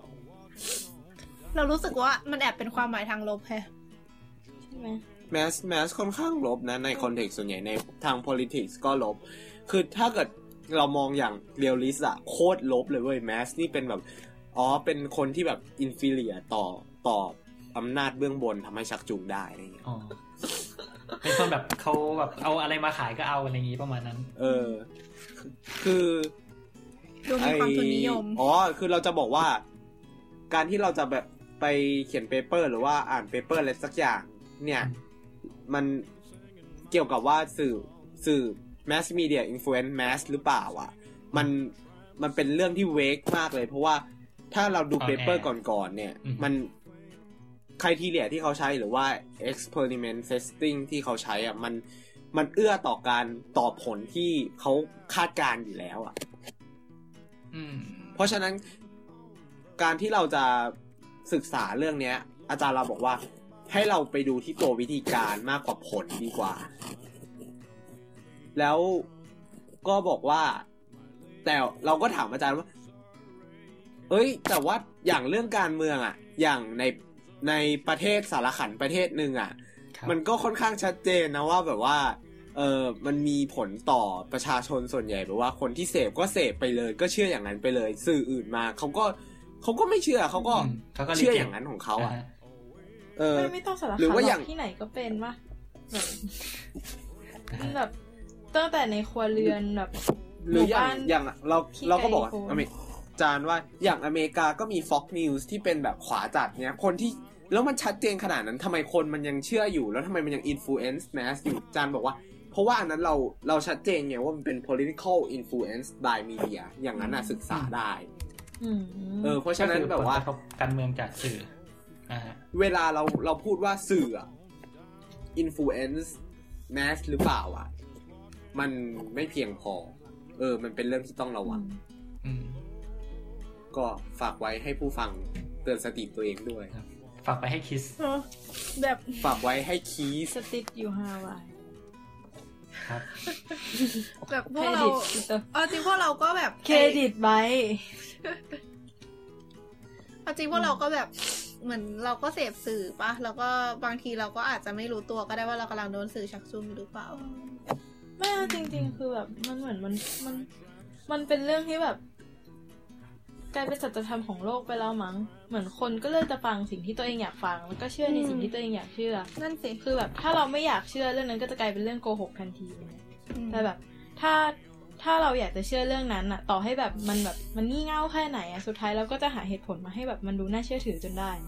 Speaker 1: เรารู้สึกว่ามันแอบเป็นความหมายทางลบแฮะ
Speaker 3: ใช่ไหม
Speaker 2: แมสค่อนข้างลบนะในคอนเทกต์ส่วนใหญ่ในทาง politics ก็ลบคือถ้าเกิดเรามองอย่างเรียลลิสต์อะโคตรลบเลยเว้ยแมสนี่เป็นแบบเป็นคนที่แบบอินฟิเลียต่ออำนาจเบื้องบนทำให้ชักจูงได้อะไรอย่างเงี้ย
Speaker 4: เป็นคนแบบเขาแบบเอาอะไรมาขายก็เอาอะไรอย่างงี้ประมาณนั้น
Speaker 2: คือ
Speaker 1: ดูมีความทุนนิยม
Speaker 2: คือเราจะบอกว่าการที่เราจะแบบไปเขียนเปเปอร์หรือว่าอ่านเปเปอร์อะไรสักอย่างเนี่ยมันเกี่ยวกับว่าสื่อ mass media influence mass หรือเปล่าอ่ะมันเป็นเรื่องที่เวกมากเลยเพราะว่าถ้าเราดูเปเปอร์ก่อนๆเนี่ยมันcriteria ที่เขาใช้หรือว่า experiment testing ที่เขาใช้อ่ะมันเอื้อต่อการต่อผลที่เขาคาดการณ์อยู่แล้วอ่ะเพราะฉะนั้นการที่เราจะศึกษาเรื่องนี้อาจารย์เราบอกว่าให้เราไปดูที่ตัววิธีการมากกว่าผลดีกว่าแล้วก็บอกว่าแต่เราก็ถามอาจารย์ว่าแต่ว่าอย่างเรื่องการเมืองอ่ะอย่างในประเทศสารขันประเทศนึงอ่ะมันก็ค่อนข้างชัดเจนนะว่าแบบว่ามันมีผลต่อประชาชนส่วนใหญ่แบบว่าคนที่เสพก็เสพไปเลยก็เชื่ออย่างนั้นไปเลยสื่ออื่นมาเขาก็ไม่เชื่อเขาก็เชื่ออย่างนั้นของเขาอ่ะ
Speaker 3: ไม่ต้องสารพัดที่ไหนก็เป็นวะแบบตั้งแต่ในครัวเรือนแบบ
Speaker 2: หรืออย่างเราก็บอกอาจารย์ว่าอย่างอเมริกาก็มี Fox News ที่เป็นแบบขวาจัดเนี้ยคนที่แล้วมันชัดเจนขนาดนั้นทำไมคนมันยังเชื่ออยู่แล้วทำไมมันยัง influence mass อยู่อาจารย์บอกว่าเพราะว่าอันนั้นเราชัดเจนไงว่ามันเป็น political influence by media อย่างนั้นน่ะศึกษาได้เพราะฉะนั้นแบบว่า
Speaker 4: การเมืองจากสื่อ
Speaker 2: เวลาเราพูดว่าสื่อ influence mass หรือเปล่าอ่ะมันไม่เพียงพอมันเป็นเรื่องที่ต้องระวังก็ฝากไว้ให้ผู้ฟังเตือนสติตัวเองด้วย
Speaker 4: ฝากไปให้คิส
Speaker 1: แบบ
Speaker 2: ฝากไว้ให้คี
Speaker 3: สติดอยู่ฮาวาย
Speaker 4: ครับ
Speaker 1: แบบพวกเราจริงพวกเราก็แบบ
Speaker 3: เครดิตไว้
Speaker 1: จริงพวกเราก็แบบเหมือนเราก็เสพสื่อปะแล้วก็บางทีเราก็อาจจะไม่รู้ตัวก็ได้ว่าเรากำลังโดนสื่อชักจูงหรือเปล่า
Speaker 3: ไม่จริงๆคือแบบมันเหมือนมันเป็นเรื่องที่แบบกลายเป็นสัจธรรมของโลกไปแล้วมั้งเหมือนคนก็เลือกจะฟังสิ่งที่ตัวเองอยากฟังแล้วก็เชื่อในสิ่งที่ตัวเองอยากเชื่อ
Speaker 1: นั่นสิ
Speaker 3: คือแบบถ้าเราไม่อยากเชื่อเรื่องนั้นก็จะกลายเป็นเรื่องโกหกทันทีแต่แบบถ้าเราอยากจะเชื่อเรื่องนั้นอะต่อให้แบบมันงี่เง่าแค่ไหนอะสุดท้ายเราก็จะหาเหตุผลมาให้แบบมันดูน่าเชื่อถือจนได้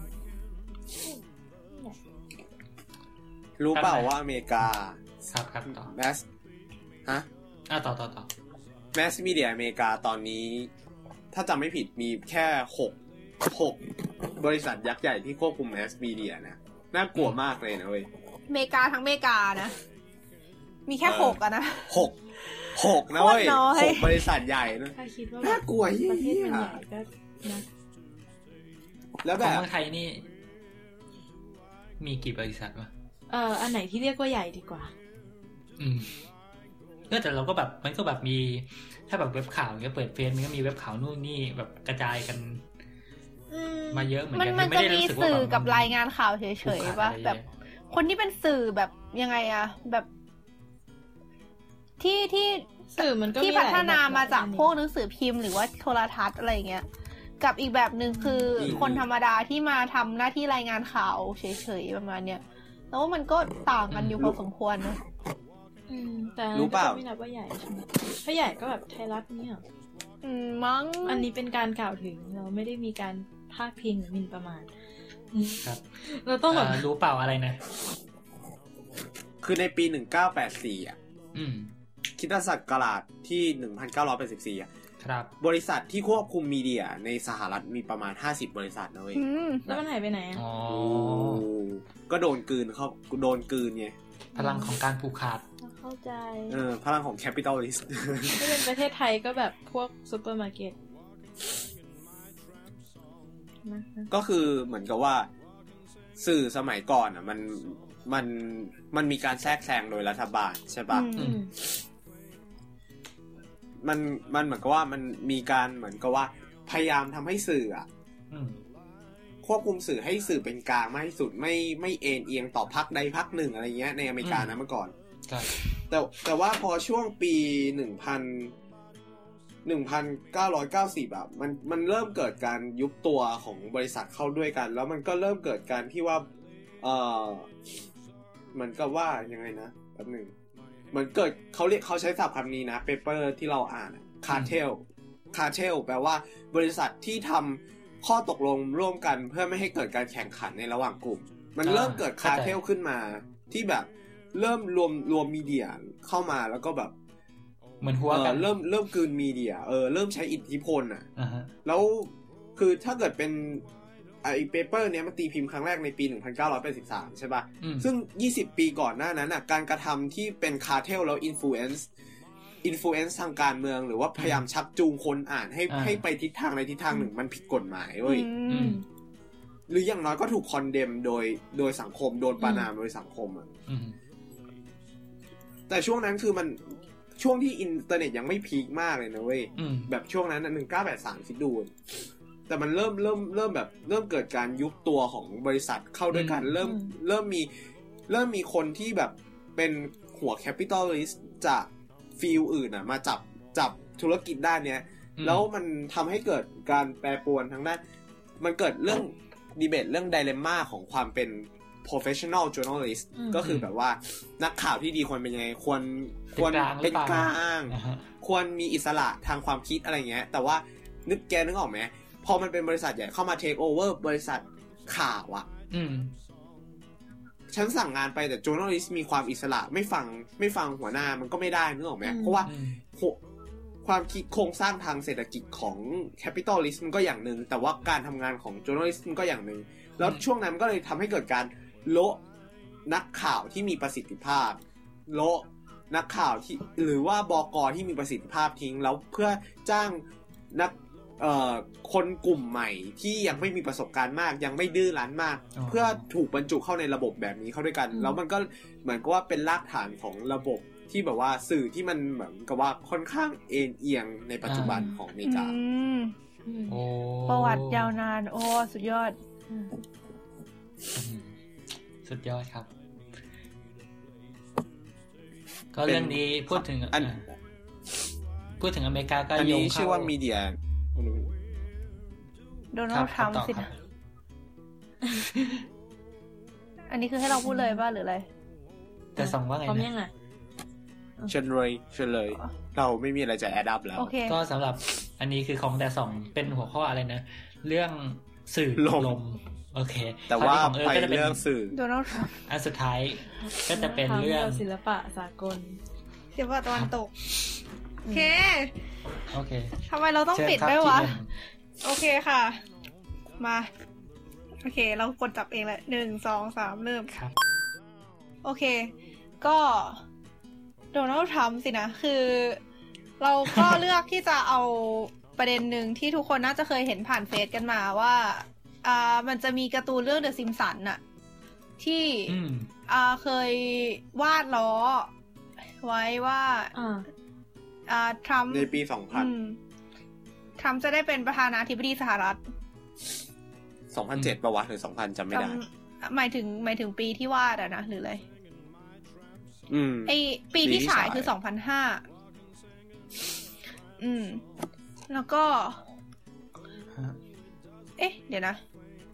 Speaker 2: รู้เปล่าว่าอเมริกา
Speaker 4: ครับต่อ
Speaker 2: แมส
Speaker 4: ต่อ
Speaker 2: แมสมีเดียอเมริกาตอนนี้ถ้าจำไม่ผิดมีแค่6บริษัทยักษ์ใหญ่ที่ควบคุมแมสมีเดียนะน่ากลัวมากเลยนะเว้ย
Speaker 1: อเมริกาทั้งอเมริกานะมีแค่6อะนะ
Speaker 2: 6นะเว้ย6บริษัทใหญ่นะน่ากลัวยิ่ง
Speaker 3: ประเทศมันใหญ่ก็นะ
Speaker 2: แล้วแบบ
Speaker 4: เมืองไทยนี่มีกี่บริษัทวะ
Speaker 3: อันไหนที่เรียกว่าใหญ่ดีกว่า
Speaker 4: แต่เราก็แบบมันก็แบบมีถ้าแบบเว็บข่าวเงี้ยเปิดเฟซมันก็มีเว็บข่าวนู่นนี่แบบกระจายกันมาเยอะเหมือนกัน
Speaker 1: มันจะมีสื่อกับรายงานข่าวเฉยๆป่ะแบบคนที่เป็นสื่อแบบยังไงอะแบบที่
Speaker 3: สื่อมันก็
Speaker 1: ที่พัฒนามาจากพวกหนังสือพิมพ์หรือว่าโทรทัศน์อะไรเงี้ยกับอีกแบบนึงคือคนธรรมดาที่มาทำหน้าที่รายงานข่าวเฉยๆประมาณเนี้ยแล้วมันก็ต่างกันอยู่พอสมควรนะ
Speaker 3: แต่ก็ไม่นับว่าใหญ่ใช่ไหมถ้าใหญ่ก็แบบไทยรัฐเนี่ย
Speaker 1: มั้ง
Speaker 3: อันนี้เป็นการกล่าวถึงเราไม่ได้มีการพาดพิงหรือหมิ่นประมาท
Speaker 4: ครับ
Speaker 3: เราต้องแบบ
Speaker 4: รู้เปล่าอะไรนะ
Speaker 2: คือในปี1984อ่ะคริสตศักราชที่1984อ่ะ
Speaker 4: ครับ
Speaker 2: บริษัทที่ควบคุมมีเดียในสหรัฐมีประมาณ50บริษัทนะเว้ย
Speaker 3: แล้วมันหายไปไหนอ่ะ
Speaker 4: อ๋อ
Speaker 2: ก็โดนกลืนเขาโดนกลืนไง
Speaker 4: พลังของการผูกขาด
Speaker 3: เข้าใจ
Speaker 2: พลังของ capitalist
Speaker 3: ถ้าเป็นประเทศไทยก็แบบพวกซุปเปอร์มาร์เก็ต
Speaker 2: ก็คือเหมือนกับว่าสื่อสมัยก่อนอ่ะมันมีการแทรกแซงโดยรัฐบาลใช่ปะมันเหมือนกับว่ามันมีการเหมือนกับว่าพยายามทำให้สื่ออ่ะควบคุมสื่อให้สื่อเป็นกลางมากที่สุดไม่เอ็นเอียงต่อพรรคใดพรรคหนึ่งอะไรเงี้ยในอเมริกานะเมื่อก่อนแต่ว่าพอช่วงปี1990อ่ะมันเริ่มเกิดการยุบตัวของบริษัทเข้าด้วยกันแล้วมันก็เริ่มเกิดการที่ว่าเหมือนกับว่ายังไงนะแป๊บนึงเหมือนเกิดเขาใช้ศัพท์คำนี้นะเปเปอร์ที่เราอ่านคาร์เทลแปลว่าบริษัทที่ทำข้อตกลงร่วมกันเพื่อไม่ให้เกิดการแข่งขันในระหว่างกลุ่มมันเริ่มเกิดคาร์เทลขึ้นมาที่แบบเริ่มรวมมีเดียเข้ามาแล้วก็แบบ
Speaker 4: เหมือนหัวกัน
Speaker 2: เริ่มกลืนมีเดียเริ่มใช้อิทธิพลอ่ะแล้วคือถ้าเกิดเป็นไอ้เปเปอร์เนี้ยมันตีพิมพ์ครั้งแรกในปี1983ใช่ป่ะซึ่ง20ปีก่อนหน้านั้นน่ะการกระทำที่เป็นคาร์เทลแล้วอินฟลูเอนซ์ทางการเมืองหรือว่าพยายามชักจูงคนอ่านให้ไปทิศทางในทิศทางหนึ่งมันผิดกฎหมายเว้ยหรืออย่างน้อยก็ถูกคอนเดมโดยสังคมโดนประณามโดยสังคมอ่ะแต่ช่วงนั้นคือมันช่วงที่อินเทอร์เน็ตยังไม่พีคมากเลยนะเว้ยแบบช่วงนั้น1983คิดดูแต่มันเริ่มแบบเริ่มเกิดการยุบตัวของบริษัทเข้าด้วยกันเริ่มมีคนที่แบบเป็นหัวแคปิตอลิสต์จากฟีลอื่นอ่ะมาจับธุรกิจด้านเนี้ยแล้วมันทำให้เกิดการแปรปรวนทางด้านมันเกิดเรื่องดีเบตเรื่องไดเลมม่าของความเป็น professional journalist ก็คือแบบว่านักข่าวที่ดีควรเป็นยังไงควรเป็นกลางควรมีอิสระทางความคิดอะไรเงี้ยแต่ว่านึกออกไหมพอมันเป็นบริษัทใหญ่เข้ามาเทคโอเวอร์บริษัทข่าวอ่ะฉันสั่งงานไปแต่ journalist มีความอิสระไม่ฟังหัวหน้ามันก็ไม่ได้นึกออกไหมเพราะว่าความคิดโครงสร้างทางเศรษฐกิจของ capitalist มันก็อย่างนึงแต่ว่าการทำงานของ journalist มันก็อย่างนึงแล้วช่วงนั้นมันก็เลยทำให้เกิดการโละนักข่าวที่มีประสิทธิภาพโละนักข่าวที่หรือว่าบก.ที่มีประสิทธิภาพทิ้งแล้วเพื่อจ้างนักคนกลุ่มใหม่ที่ยังไม่มีประสบการณ์มากยังไม่ดื้อรั้นมากเพื่อถูกบรรจุเข้าในระบบแบบนี้เข้าด้วยกันแล้วมันก็เหมือนกับว่าเป็นรากฐานของระบบที่แบบว่าสื่อที่มันเหมือนกับว่าค่อนข้างเอ็นเอียงในปัจจุบันของอเมริกา
Speaker 1: ประวัติยาวนานโอ้สุดยอด
Speaker 4: สุดยอดครับก็เรื่องนี้พูดถึงอเมริกาก็
Speaker 2: อันนี้ชื่อว่ามีเดีย
Speaker 1: โดนัลด์ทรัมป์สินะอันนี้คือให้เราพูดเลยป่ะหรืออะไร
Speaker 4: แต่ส่งว่าไงนะ
Speaker 3: พร้อมยังไง
Speaker 2: เชิญเลยเราไม่มีอะไรจะแอดอัพแล้ว
Speaker 4: ก็สำหรับอันนี้คือของแต่ส่งเป็นหัวข้ออะไรนะเรื่องสื่อลมโอเค
Speaker 2: แต่ว่าไปเรื่องสื่อ
Speaker 1: โดนัลด์ทรัมป์
Speaker 4: อันสุดท้ายก็จะเป็นเรื่อง
Speaker 3: ศิลปะสากล
Speaker 1: ศิลปะตะวันตกโอเคทำไมเราต้องปิดด้วยวะโอเคค่ะมาโอเคเรากดจับเองแหละ1 2 3เริ่ม
Speaker 4: ครับ
Speaker 1: โอเคก็โดนัลด์ทรัมป์สินะคือเราก็เลือกที่จะเอาประเด็นหนึ่งที่ทุกคนน่าจะเคยเห็นผ่านเฟซกันมาว่ามันจะมีการ์ตูนเรื่อง The Simpsons น่ะที่เคยวาดล้อไว้ว่าทรัมป์
Speaker 2: ในปี 2000
Speaker 1: ทรัมป์จะได้เป็นประธานาธิบดีสหรัฐ
Speaker 2: 2007ป่ะวะหรือ 2000จำไม่ได้
Speaker 1: หมายถึงปีที่วาดอะนะหรืออะไรไอปีที่ฉายคือ 2005แล้วก็เดี๋ยวนะ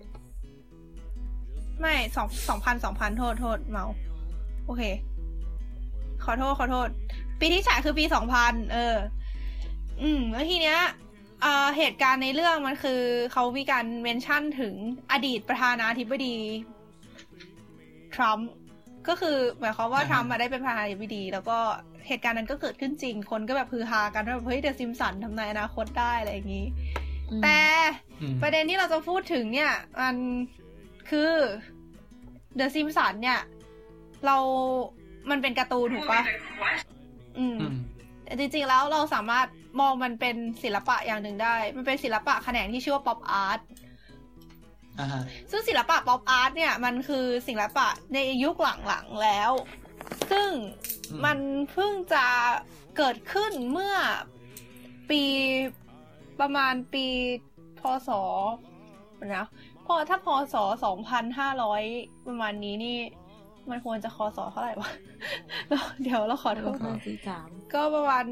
Speaker 1: ไม่2,000โทษเมาโอเคขอโทษปีที่ฉายคือปี 2000แล้วทีเนี้ยเหตุการณ์ในเรื่องมันคือเขามีการเมนชั่นถึงอดีตประธานาธิบดีทรัมป์ก็คือหมายความว่าทำมาได้เป็นประธานาธิบดีแล้วก็เหตุการณ์นั้นก็เกิดขึ้นจริงคนก็แบบฮือฮากันว่าเฮ้ยเดอะซิมสันทำนายอนาคตได้อะไรอย่างนี้แต่ประเด็นที่เราจะพูดถึงเนี่ยมันคือเดอะซิมสันเนี่ยมันเป็นการ์ตูนถูกปะแต่จริงๆแล้วเราสามารถมองมันเป็นศิลปะอย่างหนึ่งได้มันเป็นศิลปะแขนงที่ชื่อว่าป๊อปอาร์ตซึ่งศิลปะป๊อปอาร์ตเนี่ยมันคือศิลปะในยุคหลังๆแล้วซึ่งมันเพิ่งจะเกิดขึ้นเมื่อปีประมาณปีพ.ศ. นะถ้าพ.ศ. 2,500ประมาณนี้นี่มันควรจะค.ศ. เท่าไหร่วะ เดี๋ยวเราขอโทษก็ประมาณ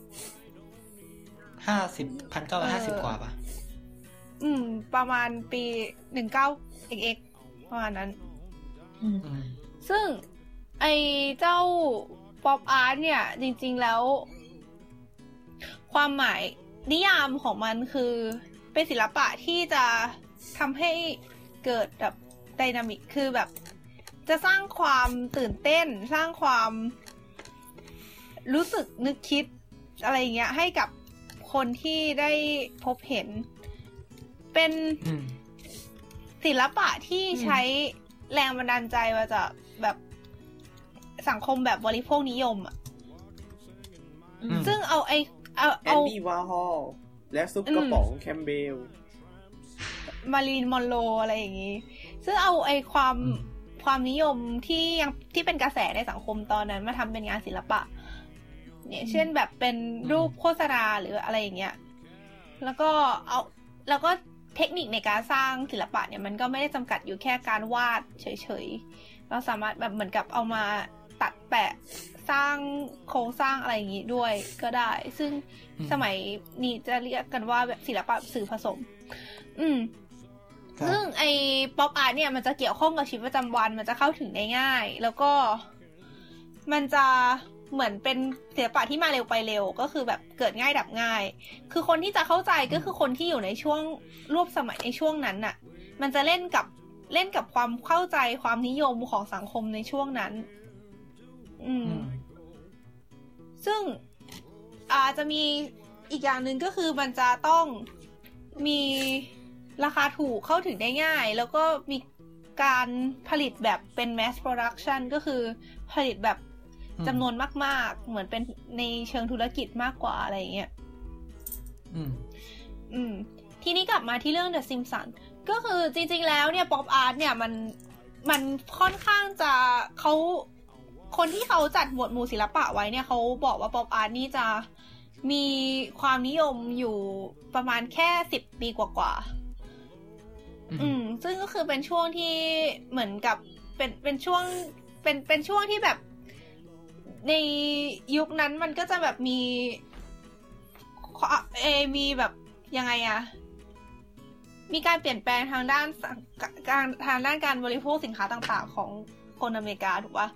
Speaker 5: 1,950 กว่าป่ะ
Speaker 1: ประมาณปี19xxประมาณนั้นซึ่งไอ้เจ้าป๊อปอาร์ตเนี่ยจริงๆแล้วความหมายนิยามของมันคือเป็นศิลปะที่จะทำให้เกิดแบบไดนามิกคือแบบจะสร้างความตื่นเต้นสร้างความรู้สึกนึกคิดอะไรอย่างเงี้ยให้กับคนที่ได้พบเห็นเป็นศิลปะที่ใช้แรงบันดาลใจมาจากแบบสังคมแบบบริโภคนิยมอ่ะซึ่งเอาแอน
Speaker 2: ดี้วาร์ฮอลและซุปกระป๋องแคมเบล
Speaker 1: มาริลีนมอนโรอะไรอย่างงี้ซึ่งเอาความนิยมที่เป็นกระแสในสังคมตอนนั้นมาทำเป็นงานศิลปะเนี่ยเช่นแบบเป็นรูปโฆษณาหรืออะไรอย่างเงี้ยแล้วก็เทคนิคในการสร้างศิลปะเนี่ยมันก็ไม่ได้จำกัดอยู่แค่การวาดเฉยๆเราสามารถแบบเหมือนกับเอามาตัดแปะสร้างโครงสร้างอะไรอย่างงี้ด้วยก็ได้ซึ่งสมัยนี้จะเรียกกันว่าแบบศิลปะสื่อผสมซึ่งไอ้ป๊อปอาร์ตเนี่ยมันจะเกี่ยวข้องกับชีวิตประจำวันมันจะเข้าถึงได้ง่ายแล้วก็มันจะเหมือนเป็นศิลปะที่มาเร็วไปเร็วก็คือแบบเกิดง่ายดับง่ายคือคนที่จะเข้าใจก็คือคนที่อยู่ในช่วงร่วมสมัยในช่วงนั้นน่ะมันจะเล่นกับความเข้าใจความนิยมของสังคมในช่วงนั้นซึ่งจะมีอีกอย่างหนึ่งก็คือมันจะต้องมีราคาถูกเข้าถึงได้ง่ายแล้วก็มีการผลิตแบบเป็น mass production ก็คือผลิตแบบจำนวนมากๆเหมือนเป็นในเชิงธุรกิจมากกว่าอะไรอย่างเงี้ยทีนี้กลับมาที่เรื่อง The Simpsons ก็คือจริงๆแล้วเนี่ย Pop Art เนี่ยมันค่อนข้างจะคนที่เขาจัดหมวดหมู่ศิลปะไว้เนี่ยเขาบอกว่า Pop Art นี่จะมีความนิยมอยู่ประมาณแค่10 ปีกว่าซึ่งก็คือเป็นช่วงที่เหมือนกับเป็นช่วงที่แบบในยุคนั้นมันก็จะแบบมีแบบยังไงอะมีการเปลี่ยนแปลงทางด้านการบริโภคสินค้าต่างๆของคนอเมริกาถูกปะ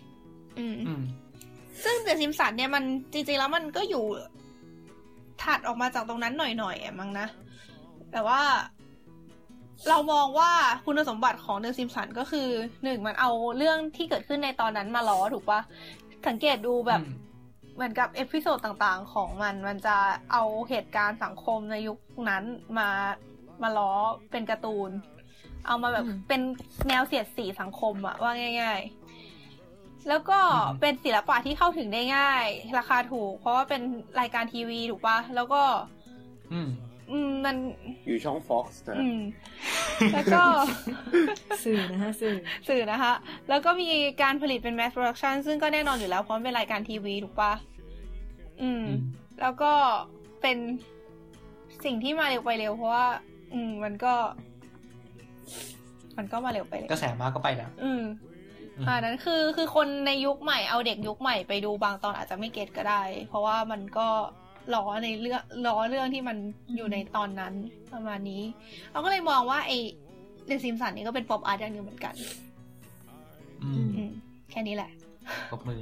Speaker 1: ซึ่งเดอะซิมสันเนี่ยมันจริงๆแล้วมันก็อยู่ถัดออกมาจากตรงนั้นหน่อยๆมั้งนะแต่ว่าเรามองว่าคุณสมบัติของเดอะซิมสันก็คือ1มันเอาเรื่องที่เกิดขึ้นในตอนนั้นมาล้อถูกปะสังเกตดูแบบเหมือนกับเอพิโซดต่างๆของมันจะเอาเหตุการณ์สังคมในยุคนั้นมาล้อเป็นการ์ตูนเอามาแบบเป็นแนวเสียดสีสังคมอะว่าง่ายๆแล้วก็เป็นศิลปะที่เข้าถึงได้ง่ายราคาถูกเพราะว่าเป็นรายการทีวีถูกปะแล้วก็มัน
Speaker 2: อยู่ช่อง Fox นะ
Speaker 1: แล้วก็
Speaker 3: สื่อนะคะ
Speaker 1: สื่อนะคะแล้วก็มีการผลิตเป็น mass production ซึ่งก็แน่นอนอยู่แล้วเพราะมันเป็นรายการทีวีถูกปะแล้วก็เป็นสิ่งที่มาเร็วไปเร็วเพราะว่ามันก็มาเร็วไปเร็ว
Speaker 5: กระแสมาก็ไปแล้ว
Speaker 1: นั้นคือคนในยุคใหม่เอาเด็กยุคใหม่ไปดูบางตอนอาจจะไม่เก็ตก็ได้เพราะว่ามันก็ล้อเรื่องที่มันอยู่ในตอนนั้นประมาณนี้เราก็เลยมองว่าไอ้เดอะซิมสันนี่ก็เป็นป๊อปอาร์ตอย่างนึงเหมือนกันแค่นี้แหละ
Speaker 5: ปรบมือ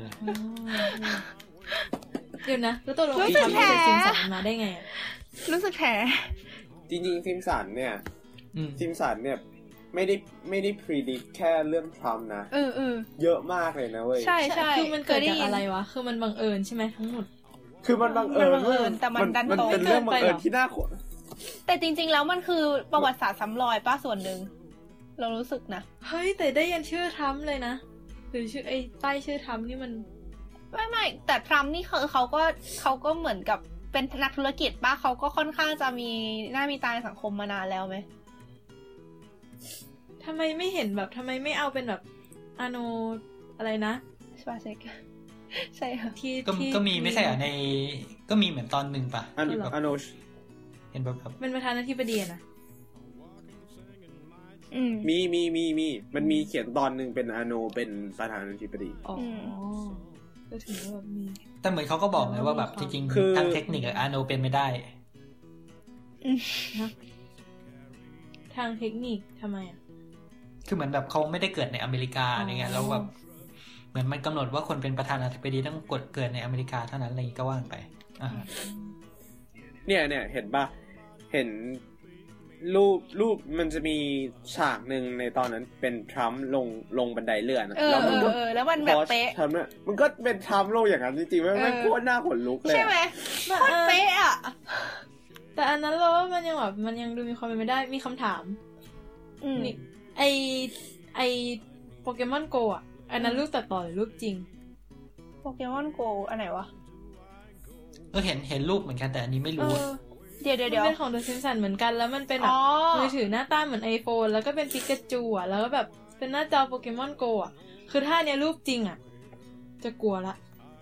Speaker 3: เดี๋ยวนะแล้วตัวเราทำเดอะซิมสันมาได้ไง
Speaker 1: รู้สึกแผล
Speaker 2: จริงๆซิมสันเนี่ยไม่ได้ predict แค่เรื่องทรัมป์นะเยอะมากเลยนะเว้ย
Speaker 1: ใช่ๆ
Speaker 3: คือมันเกิดจากอะไรวะคือมันบังเอิญใช่ไหมทั้งหมด
Speaker 2: คือมันบังเอิญ
Speaker 1: แต่มันดันโต
Speaker 2: เป็นเรื่องบังเอิญที่น่าขน
Speaker 1: แต่จริงๆแล้วมันคือประวัติศาสตร์ซ้ำรอยป้าส่วนหนึ่งเรารู้สึกนะ
Speaker 3: เฮ้ยแต่ได้ยันชื่อทรัมป์เลยนะหรือชื่อไอ้ป้ายชื่อทรัมป์นี่มัน
Speaker 1: ไม่แต่ทรัมป์นี่เขาก็เหมือนกับเป็นนักธุรกิจป้าเขาก็ค่อนข้างจะมีหน้ามีตาในสังคมมานานแล้วไหม
Speaker 3: ทำไมไม่เห็นแบบทำไมไม่เอาเป็นแบบอาโนอะไรนะ
Speaker 1: สปาเซกใช่ค่ะ
Speaker 5: ที่ก็มีไม่ใช่ในก็มีเหมือนตอนหนึ่งป่ะ
Speaker 2: อาโน
Speaker 5: เห็นแบบ
Speaker 3: เป็นประธานาธิบดีนะ
Speaker 2: มีมันมีเขียนตอนหนึ่งเป็นอาโนเป็นประธานาธิบดี
Speaker 3: อ๋อก็ถือว่าแบบมี
Speaker 5: แต่เหมือนเขาก็บอกนะว่าแบบจริงๆทางเทคนิคอาโนเป็นไม่ได้
Speaker 3: ทางเทคนิคทำไมอ่ะ
Speaker 5: คือเหมือนแบบเขาไม่ได้เกิดในอเมริกาอะไรเงี้ยแล้วแบบเหมือนมันกำหนดว่าคนเป็นประธานาธิบดีต้องเกิดในอเมริกาเท่านั้นอะไรก็ว่างไป
Speaker 2: เนี่ยเห็นป่ะเห็นรูปมันจะมีฉากหนึ่งในตอนนั้นเป็นทรัมป์ลงบันไดเลื่อน
Speaker 1: แล้วมันแล้วมันแบบเป๊ะ
Speaker 2: มันก็เป็นทรัมป์ลงอย่างนั้นจริงๆไม่โคตรหน้าขนลุกเลย
Speaker 1: ใช่ไหมโคตรเป๊ะอ่ะ
Speaker 3: แต่อันนั้นเราว่ามันยังแบบมันยังดูมีความเป็นไปได้มีคำถามนี่ไอโปเกมอนโกอ่ะอันนั้นรูปตัดต่อหรือรูปจริง
Speaker 1: โปเกมอนโกอันไหนวะ
Speaker 5: เห็นรูปเหมือนกันแต่อันนี้ไม่รู้
Speaker 1: เดี๋ยว
Speaker 3: มันเป็นของ The Simpsons เหมือนกันแล้วมันเป็นแบบมือถือหน้าตาเหมือน iPhone แล้วก็เป็นปิกาจูอ่ะแล้วก็แบบเป็นหน้าจอโปเกมอนโกอ่ะคือถ้าเนี่ยรูปจริงอ่ะจะกลัวละ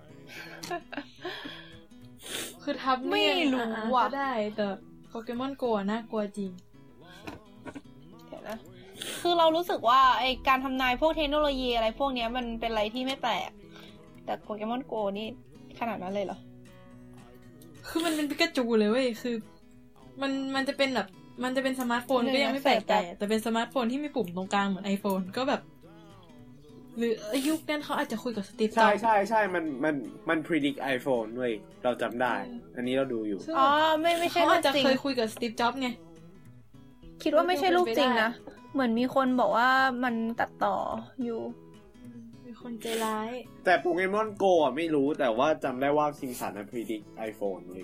Speaker 3: คือทับ
Speaker 1: ไม่รู้ว่ะ
Speaker 3: ได้แต่โปเกมอนโกน่ากลัวจริง
Speaker 1: เดี๋ยวนะคือเรารู้สึกว่าไอการทำนายพวกเทคโนโลยีอะไรพวกนี้มันเป็นอะไรที่ไม่แปลกแต่โปเกมอนโกนี่ขนาดนั้นเลยเหรอ
Speaker 3: คือมันเป็นปิกาจูเลยเว้ยคือมันจะเป็นแบบมันจะเป็นสมาร์ทโฟนก็ยังไม่แปลกใจแต่เป็นสมาร์ทโฟนที่มีปุ่มตรงกลางเหมือน iPhone ก็แบบหรือยุคนั้นเขาอาจจะคุยกับสตีฟจ็อบส์
Speaker 2: ใช่มัน predict iPhone ด้วยเราจำได้อันนี้เราดูอยู่
Speaker 1: ไม่ใช่
Speaker 3: เขาอาจจะเคยคุยกับสตีฟจ็อบส์ไง
Speaker 1: คิดว่าไม่ใช่รูปจริงนะเหมือนมีคนบอกว่ามันตัดต่ออยู่
Speaker 3: มีคนใจร้าย
Speaker 2: แต่โปเกมอนโกอ่ะไม่รู้แต่ว่าจำได้ว่าซิงสันน่ะ predict iPhone เลย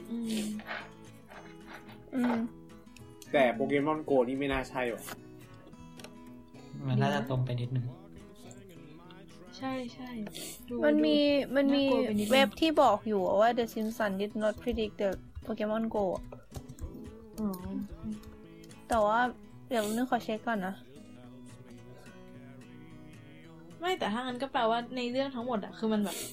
Speaker 2: แต่โปเกมอนโกนี่ไม่น่าใช่หรอก
Speaker 5: มันน่าจะตรงไปนิดนึง
Speaker 3: ใช่
Speaker 1: มันมีเว็บที่บอกอยู่ว่า The Simpsons did not predict the Pokemon Go แต่ว่าเดี๋ยวนึกขอเช็คก่อนนะ
Speaker 3: ไม่แต่ถ้างั้นก็แปลว่าในเรื่องทั้งหมดอะคือมันแบบ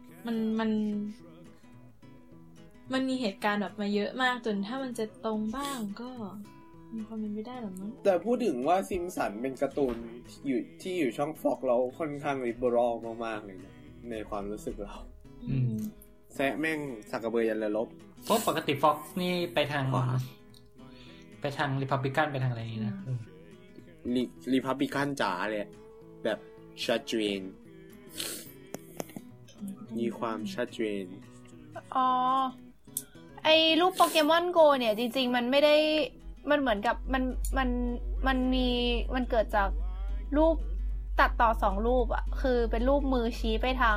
Speaker 3: มันมีเหตุการณ์แบบมาเยอะมากจนถ้ามันจะตรงบ้างก็มีความเป็นไปได้หรอมั้ง
Speaker 2: แต่พูดถึงว่าซิมสันเป็นการ์ตูนที่อยู่ช่องฟ็อกเราค่อนข้างลิเบอรัลมากๆเลยนะในความรู้สึกเราแซะแม่งสักกระเบือยันเลยลบ
Speaker 5: เพราะปกติฟ็อกนี่ไปทางริพับลิกันไปทางอะไรนี่นะ
Speaker 2: ริพับลิกันจ๋าเลยแบบชัดเจนมีความชัดเจน
Speaker 1: ไอ้รูปโปเกมอนโกเนี่ยจริงๆมันไม่ได้มันเหมือนกับมันเกิดจากรูปตัดต่อ2รูปอ่ะคือเป็นรูปมือชี้ไปทาง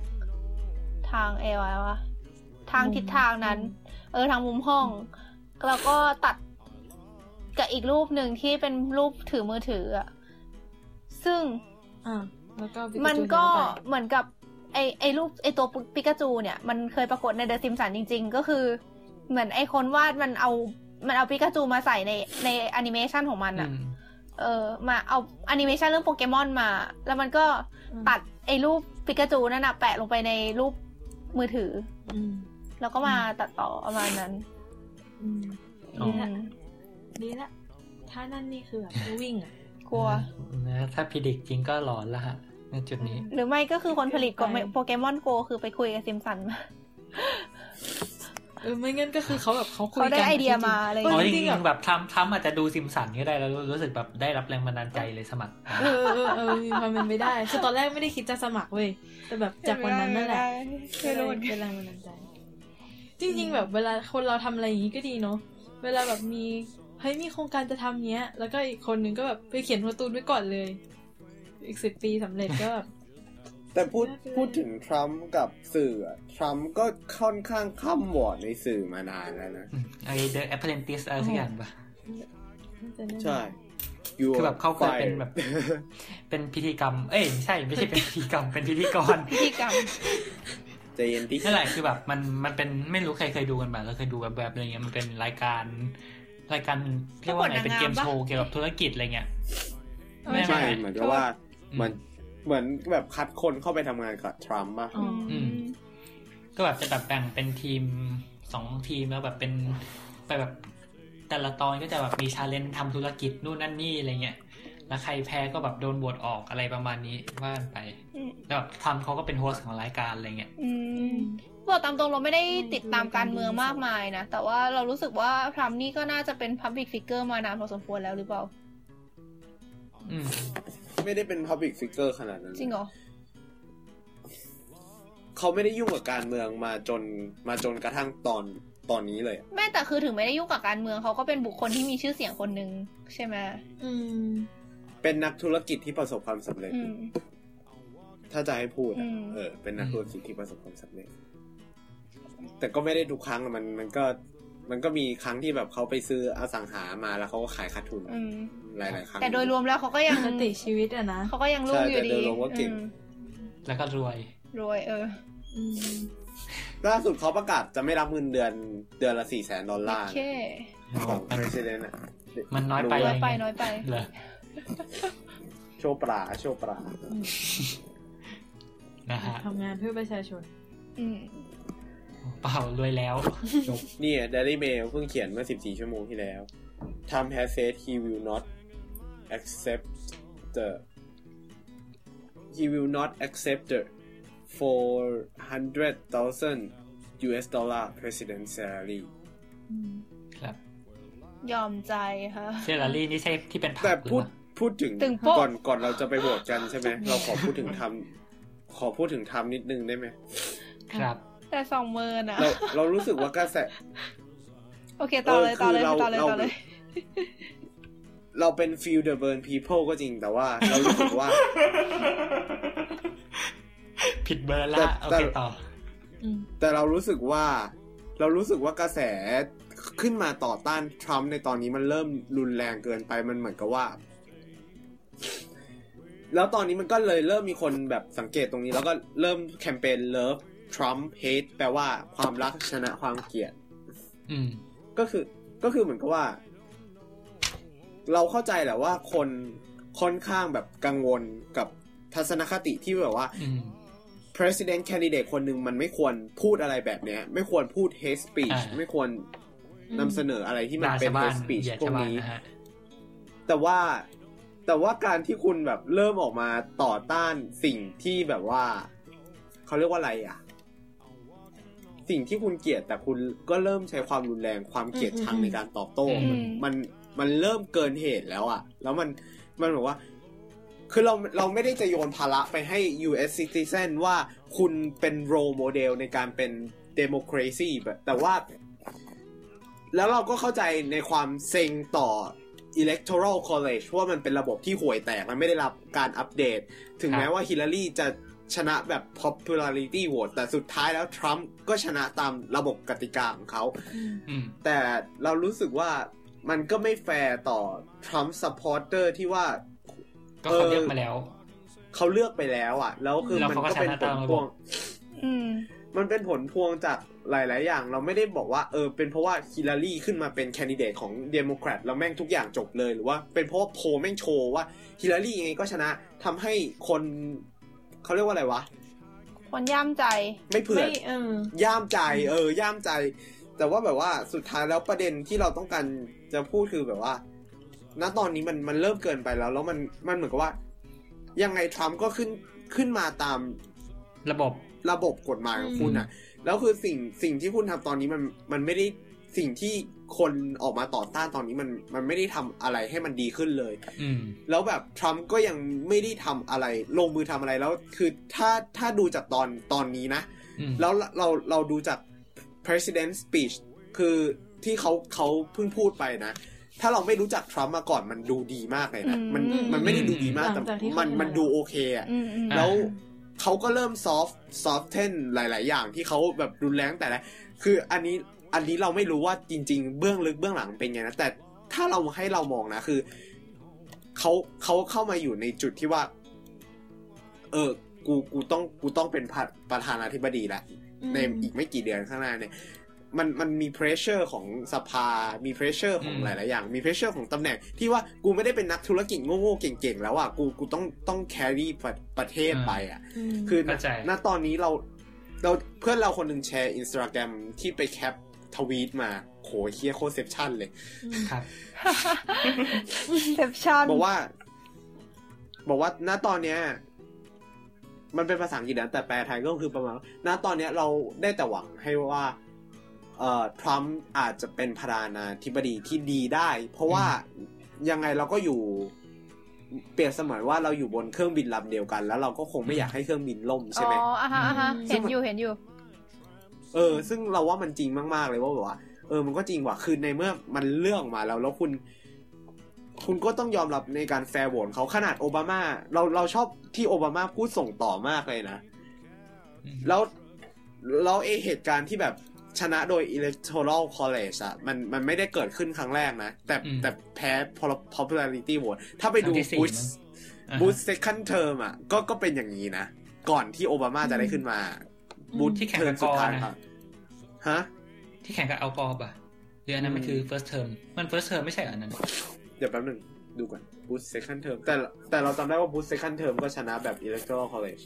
Speaker 1: อะไรวะทางทิศทางนั้นทางมุมห้องแล้วก็ตัดกับอีกรูปหนึ่งที่เป็นรูปถือมือถืออ่ะซึ่งมันก็เหมือนกับไอ้รูปไอ้ตัวปิกาจูเนี่ยมันเคยปรากฏในเดอะซิมสันจริงๆก็คือเหมือนไอ้คนวาดมันเอาปิกาจูมาใส่ในแอนิเมชันของมันอ่ะมาเอาแอนิเมชันเรื่องโปเกมอนมาแล้วมันก็ตัดไอ้รูปปิกาจูนั่นน่ะแปะลงไปในรูปมือถือแล้วก็มาตัดต่อประมาณนั้น
Speaker 3: ดีละถ้านั่นนี่คือแบบวิ่งอ่ะ
Speaker 1: กลัว
Speaker 5: นะถ้าพิดิกจริงก็หลอนละฮะในจุดนี้
Speaker 1: หรือไม่ก็คือคนผลิตโปเกมอนโกคือไปคุยกับซิมสันมา
Speaker 3: ไม่งั้นก็คือเขาแบบเขาคุยกัน
Speaker 1: เขาได้ไอเดียมาอะไร
Speaker 5: จริงๆแบบทำอาจจะดูซิมสันก็ได้แล้วรู้สึกแบบได้รับแรงบันดาลใจเลยสมัคร
Speaker 3: มีความเป็นไปได้คือตอนแรกไม่ได้คิดจะสมัครเว้ยแต่แบบจากวันนั้นนั่นแหละเป็นแรงบันดาลใจจริงๆแบบเวลาคนเราทำอะไรอย่างนี้ก็ดีเนาะเวลาแบบมีเฮ้ยมีโครงการจะทำเนี้ยแล้วก็อีกคนนึงก็แบบไปเขียนการ์ตูนไว้ก่อนเลยอีก10 ปีสำเร็จก็แบบ
Speaker 2: แต่พูดถึงทรัมป์กับสื่อทรัมป์ก็ค่อนข้างค่ำวอร์ดในสื่อมานานแล้วนะ
Speaker 5: ไอ้ The Apprentice อะไรสักอย่างป่ะ
Speaker 2: ใช่
Speaker 5: คือแบบเขาเคยเป็นแบบเป็นพิธีกรรมไม่ใช่เป็นพิธีกรรมเป็นพิธีกร
Speaker 2: ใจเย็นดิ
Speaker 5: นั่นแหละคือแบบมันเป็นไม่รู้ใครเคยดูกันแบบเราเคยดูแบบอะไรเงี้ยมันเป็นรายการเรียกว่าไงเป็นเกมโชว์เกี่ยวกับธุรกิจอะไรเงี้ย
Speaker 2: ไม่ใช่เหมือนกับว่าเหมือนแบบคัดคนเข้าไปทำงานกับทรัมป์ป่ะ
Speaker 5: ก็แบบจะแบบแบ่งเป็นทีม2ทีมแล้วแบบเป็นไปแบบแต่ละตอนก็จะแบบมีชาเลนจ์ทำธุรกิจนู่นนั่นนี่อะไรเงี้ยแล้วใครแพ้ก็แบบโดนโหวตออกอะไรประมาณนี้ว่ากันไปแล้วแบบทำเขาก็เป็นโฮสต์ของรายการอะไรเงี้ย
Speaker 1: บอกตามตรงเราไม่ได้ติดตามการเมืองมากมายนะแต่ว่าเรารู้สึกว่าทรัมป์นี่ก็น่าจะเป็น Public Figure มานานพอสมควรแล้วหรือเปล่า
Speaker 2: ไม่ได้เป็น Public Figure ขนาดนั้น
Speaker 1: จริงเหรอ
Speaker 2: เขาไม่ได้ยุ่งกับการเมืองมาจนกระทั่งตอนนี้เลย
Speaker 1: แม่แต่คือถึงไม่ได้ยุ่งกับการเมืองเขาก็เป็นบุคคลที่มีชื่อเสียงคนนึงใช่ไหม
Speaker 2: เป็นนักธุรกิจที่ประสบความสำเร็จถ้าจะให้พูดเป็นนักธุรกิจที่ประสบความสำเร็จแต่ก็ไม่ได้ทุกครั้งมันก็มีครั้งที่แบบเขาไปซื้ออสังหามาแล้วเขาก็ขายขาดทุนหลายๆครั้ง
Speaker 1: แต่โดยรวมแล้วเขาก็ยัง
Speaker 3: ติดชีวิตอะนะ
Speaker 1: เขาก็ยังรุ่งอยู่ดี
Speaker 2: โดยรวมก็เก่ง
Speaker 5: แล้วก็รวย
Speaker 2: ล่าสุดเขาประกาศจะไม่รับเงินเดือนละ$400,000ของ President อ่ะ
Speaker 5: มันน้อยไป
Speaker 2: เหรอโชว์ปลา
Speaker 5: นะฮะ
Speaker 3: ทำงานเพื่อประชาชน
Speaker 5: เปล่ารวยแล้ว
Speaker 2: นี่ Daily Mail เพิ่งเขียนเมื่อ14 ชั่วโมงที่แล้ว Trump has said he will not accept the $400,000 president salary
Speaker 5: ครับ
Speaker 2: ย
Speaker 1: อมใจค่ะ
Speaker 5: salary นี่ใช่ที่เป็น
Speaker 2: แต่พูดถึงก่อนเราจะไปโหวตกันใช่ไหมเราขอพูดถึงทำนิดนึงได้ไหม
Speaker 5: ครับ
Speaker 1: แต่20,000อ่ะ
Speaker 2: เรารู้สึกว่ากระแส
Speaker 1: โอเคต่อเลย
Speaker 2: เราเป็น feel the burn people ก็จริงแต่ว่าเรารู้สึกว่า
Speaker 5: ผิดเบอร์ละโอเคต่อ
Speaker 2: แต่เรารู้สึกว่ากระแสขึ้นมาต่อต้านทรัมป์ในตอนนี้มันเริ่มรุนแรงเกินไปมันเหมือนกับว่าแล้วตอนนี้มันก็เลยเริ่มมีคนแบบสังเกตตรงนี้แล้วก็เริ่มแคมเปญ Love Trump Hate แปลว่าความรักชนะความเกลียดก็คือเหมือนกับว่าเราเข้าใจแหละว่าคนค่อนข้างแบบกังวลกับทัศนคติที่แบบว่าpresident candidate คนหนึ่งมันไม่ควรพูดอะไรแบบเนี้ยไม่ควรพูด hate speech ไม่ควรนำเสนออะไรที่มันเป็น hate speech พวกนี้แต่ว่าการที่คุณแบบเริ่มออกมาต่อต้านสิ่งที่แบบว่าเขาเรียกว่าอะไรอ่ะสิ่งที่คุณเกลียดแต่คุณก็เริ่มใช้ความรุนแรงความเกลียดชังในการตอบโต้มันเริ่มเกินเหตุแล้วอ่ะแล้วมันบอกว่าคือเราไม่ได้จะโยนภาระไปให้ US citizen ว่าคุณเป็น role model ในการเป็น democracy แต่ว่าแล้วเราก็เข้าใจในความเซ็งต่อ electoral college ว่ามันเป็นระบบที่ห่วยแตกมันไม่ได้รับการอัปเดตถึงแม้ว่าฮิลลารีจะชนะแบบ popularity vote แต่สุดท้ายแล้วทรัมป์ก็ชนะตามระบบกติกาของเขาแต่เรารู้สึกว่ามันก็ไม่แฟร์ต่อ Trump supporter ที่ว่า
Speaker 5: ก็เขาเลือกมาแล้ว
Speaker 2: เขาเลือกไปแล้วอ่ะแล้วคือมันก็เป็นผลพวงมันเป็นผลพวงจากหลายๆอย่างเราไม่ได้บอกว่าเป็นเพราะว่าฮิลลารีขึ้นมาเป็นแคนดิเดตของเดโมแครตแล้วแม่งทุกอย่างจบเลยหรือว่าเป็นเพราะว่าโพลแม่งโชว์ว่าฮิลลารียังไงก็ชนะทำให้คนเขาเรียกว่าอะไรวะ
Speaker 1: คนย่ามใจ
Speaker 2: ไม่เผื่อย่ามใจย่ามใจแต่ว่าแบบว่าสุดท้ายแล้วประเด็นที่เราต้องการจะพูดคือแบบว่าณตอนนี้มันเริ่มเกินไปแล้วมันเหมือนกับว่ายังไงทรัมป์ก็ขึ้นมาตาม
Speaker 5: ระบบ
Speaker 2: กฎหมายของคุณน่ะแล้วคือสิ่งที่คุณทำตอนนี้มันไม่ได้สิ่งที่คนออกมาต่อต้านตอนนี้มันไม่ได้ทำอะไรให้มันดีขึ้นเลยแล้วแบบทรัมป์ก็ยังไม่ได้ทำอะไรลงมือทำอะไรแล้วคือถ้าดูจากตอนนี้นะแล้วเราดูจาก president speech คือที่เขาเพิ่งพูดไปนะถ้าเราไม่รู้จักทรัมป์มาก่อนมันดูดีมากเลยนะมันไม่ได้ดูดีมากแต่มันดูโอเคอ่ะแล้วเขาก็เริ่มซอฟเทนหลายๆอย่างที่เขาแบบรุนแรงแต่ละคืออันนี้เราไม่รู้ว่าจริงๆเบื้องลึกเบื้องหลังเป็นไงนะแต่ถ้าเราให้เรามองนะคือเขาเข้ามาอยู่ในจุดที่ว่ากูต้องเป็นประธานาธิบดีแล้วในอีกไม่กี่เดือนข้างหน้าเนี่ยมันมี pressure ของสภามี pressure ของหลายๆอย่างมี pressure ของตำแหน่งที่ว่ากูไม่ได้เป็นนักธุรกิจโง่ๆเก่งๆแล้วอ่ะกูต้อง carry ประเทศไปอ่ะคือณตอนนี้เราเพื่อนเราคนนึงแชร์ Instagram ที่ไปแคปทวีตมาโหเหี้ยโคตรเซปชั่นเลย
Speaker 4: ครับ
Speaker 1: เซปชั่น
Speaker 2: บอกว่าณตอนเนี้ยมันเป็นภาษาอังกฤษนะแต่แปลไทยก็คือประมาณณตอนนี้เราได้แต่หวังให้ว่าทรัมป์อาจจะเป็นประธานาธิบดีที่ดีได้เพราะว่ายังไงเราก็อยู่เปรียบเสมือนว่าเราอยู่บนเครื่องบินลำเดียวกันแล้วเราก็คงไม่อยากให้เครื่องบินล่มใช่ไหม
Speaker 1: อ๋อฮะเห็นอยู่
Speaker 2: ซึ่งเราว่ามันจริงมากๆเลยว่าแบบว่ามันก็จริงว่ะคือในเมื่อมันเรื่องมาแล้วคุณก็ต้องยอมรับในการแฟร์โหวตเขาขนาดโอบามาเราชอบที่โอบามาพูดส่งต่อมากเลยนะแล้วเหตุการณ์ที่แบบชนะโดย electoral college อ่ะมันไม่ได้เกิดขึ้นครั้งแรกนะแต่แพ้ popularity vote ถ้าไปดู Bush second term อ่ะก็เป็นอย่างนี้นะก่อนที่โอบามาจะได้ขึ้นมา
Speaker 4: Bush ที่แข่งกับกอร์นะ
Speaker 2: ฮะ
Speaker 4: ที่แข่งกับอัลกอร์ป่ะหรืออันนั้นมันคือ first term มัน first term ไม่ใช่อันนั้น
Speaker 2: เดี๋ยวแป๊บนึงดูก่อน Bush second term แต่เราจำได้ว่า Bush second term ก็ชนะแบบ electoral college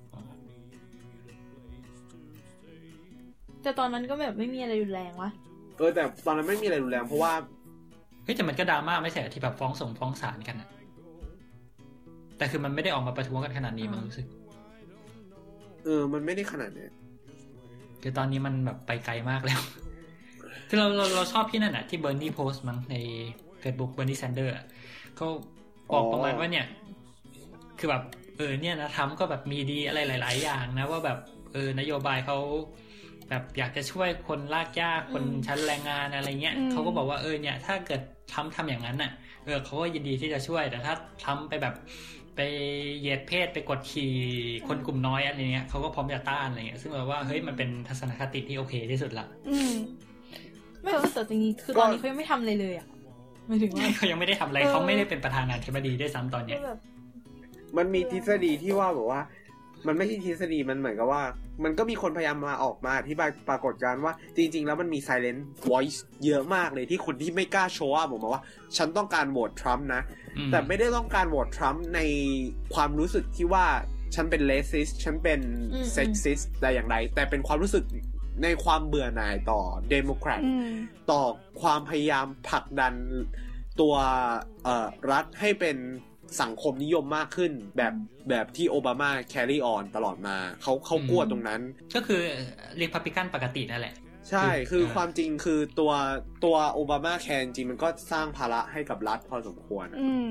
Speaker 3: แต่ตอนนั้นก็แบบไม่มีอะไรรุนแรงวะ
Speaker 2: แต่ตอนนั้นไม่มีอะไรรุนแรงเพราะว่า
Speaker 4: แต่มันก็ดราม่าไม่ใช่ที่แบบฟ้องศาลกันนะแต่คือมันไม่ได้ออกมาประท้วงกันขนาดนี้มั้งรู้สึก
Speaker 2: มันไม่ได้ขนาดนี้
Speaker 4: คือตอนนี้มันแบบไปไกลมากแล้วคือเราชอบที่นั่นน่ะที่เบอร์นี่โพสต์มั้งใน Facebook เบอร์นี่แซนเดอร์เขาบอกประมาณว่าเนี่ยคือแบบเนี่ยนะทรัมป์ก็แบบมีดีอะไรหลายๆอย่างนะว่าแบบนโยบายเขาแบบอยากจะช่วยคนลากยากคนชั้นแรงงานอะไรเงี้ยเขาก็บอกว่าเนี่ยถ้าเกิดทำอย่างนั้นน่ะเขาก็ยินดีที่จะช่วยแต่ถ้าทำไปแบบไปเหยียดเพศไปกดขี่คนกลุ่มน้อยอะไรเงี้ยเขาก็พร้อมจะต้านอะไรเงี้ยซึ่งแบบว่าเฮ้ยมันเป็นทัศนคติที่โอเคที่สุดละ
Speaker 3: ไม่แต่จริงๆคือตอนนี้เขายังไม่ทำเลยอ่ะหมายถึงว่า
Speaker 4: เขายังไม่ได้ทำอะไรเขาไม่ได้เป็นประธานาธิบดีด้วยซ้ำตอนเนี้ย
Speaker 2: มันมีทฤษฎีที่ว่าแบบว่ามันไม่ใช่ทฤษฎีมันเหมือนกับว่ามันก็มีคนพยายามมาออกมาอธิบายปรากฏการณ์ว่าจริงๆแล้วมันมี silent voice เยอะมากเลยที่คนที่ไม่กล้าโชว์บอกมาว่าฉันต้องการโหวตทรัมป์นะแต่ไม่ได้ต้องการโหวตทรัมป์ในความรู้สึกที่ว่าฉันเป็น racist ฉันเป็น sexist แต่อย่างใดแต่เป็นความรู้สึกในความเบื่อหน่ายต่อ Democrat ต่อความพยายามผลักดันตัวรัฐให้เป็นสังคมนิยมมากขึ้นแบบที่โอบามา carry on ตลอดมาเขากลัวตรงนั้น
Speaker 4: ก็คือ Republican ปกตินั่นแหละ
Speaker 2: ใช่คือความจริงคือตัวโอบามาแคร์จริงมันก็สร้างภาระให้กับรัฐพอสมควร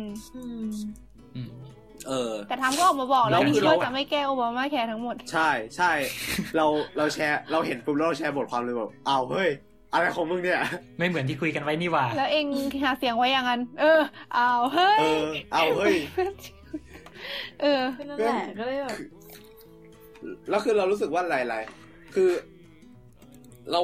Speaker 1: แต่ทำก็ออกมาบอกแล้วนี่ว่าจะไม่แก้โอบามาแคร์ทั้งหมด
Speaker 2: ใช่ใช่เราแชร์เราเห็นปุ๊บเราแชร์บทความเลยแบบอ้าวเฮ้ยอะไรของมึงเนี่ย
Speaker 4: ไม่เหมือนที่คุยกันไว้นี่หว่า
Speaker 1: แล้วเองหาเสียงไว้อย่างนั้นเอาเฮ้ย
Speaker 2: เอาเฮ้ย
Speaker 3: นั่นแหละก็เลยแบบ
Speaker 2: แล้วคือเรารู้สึกว่าหลายๆคือเรา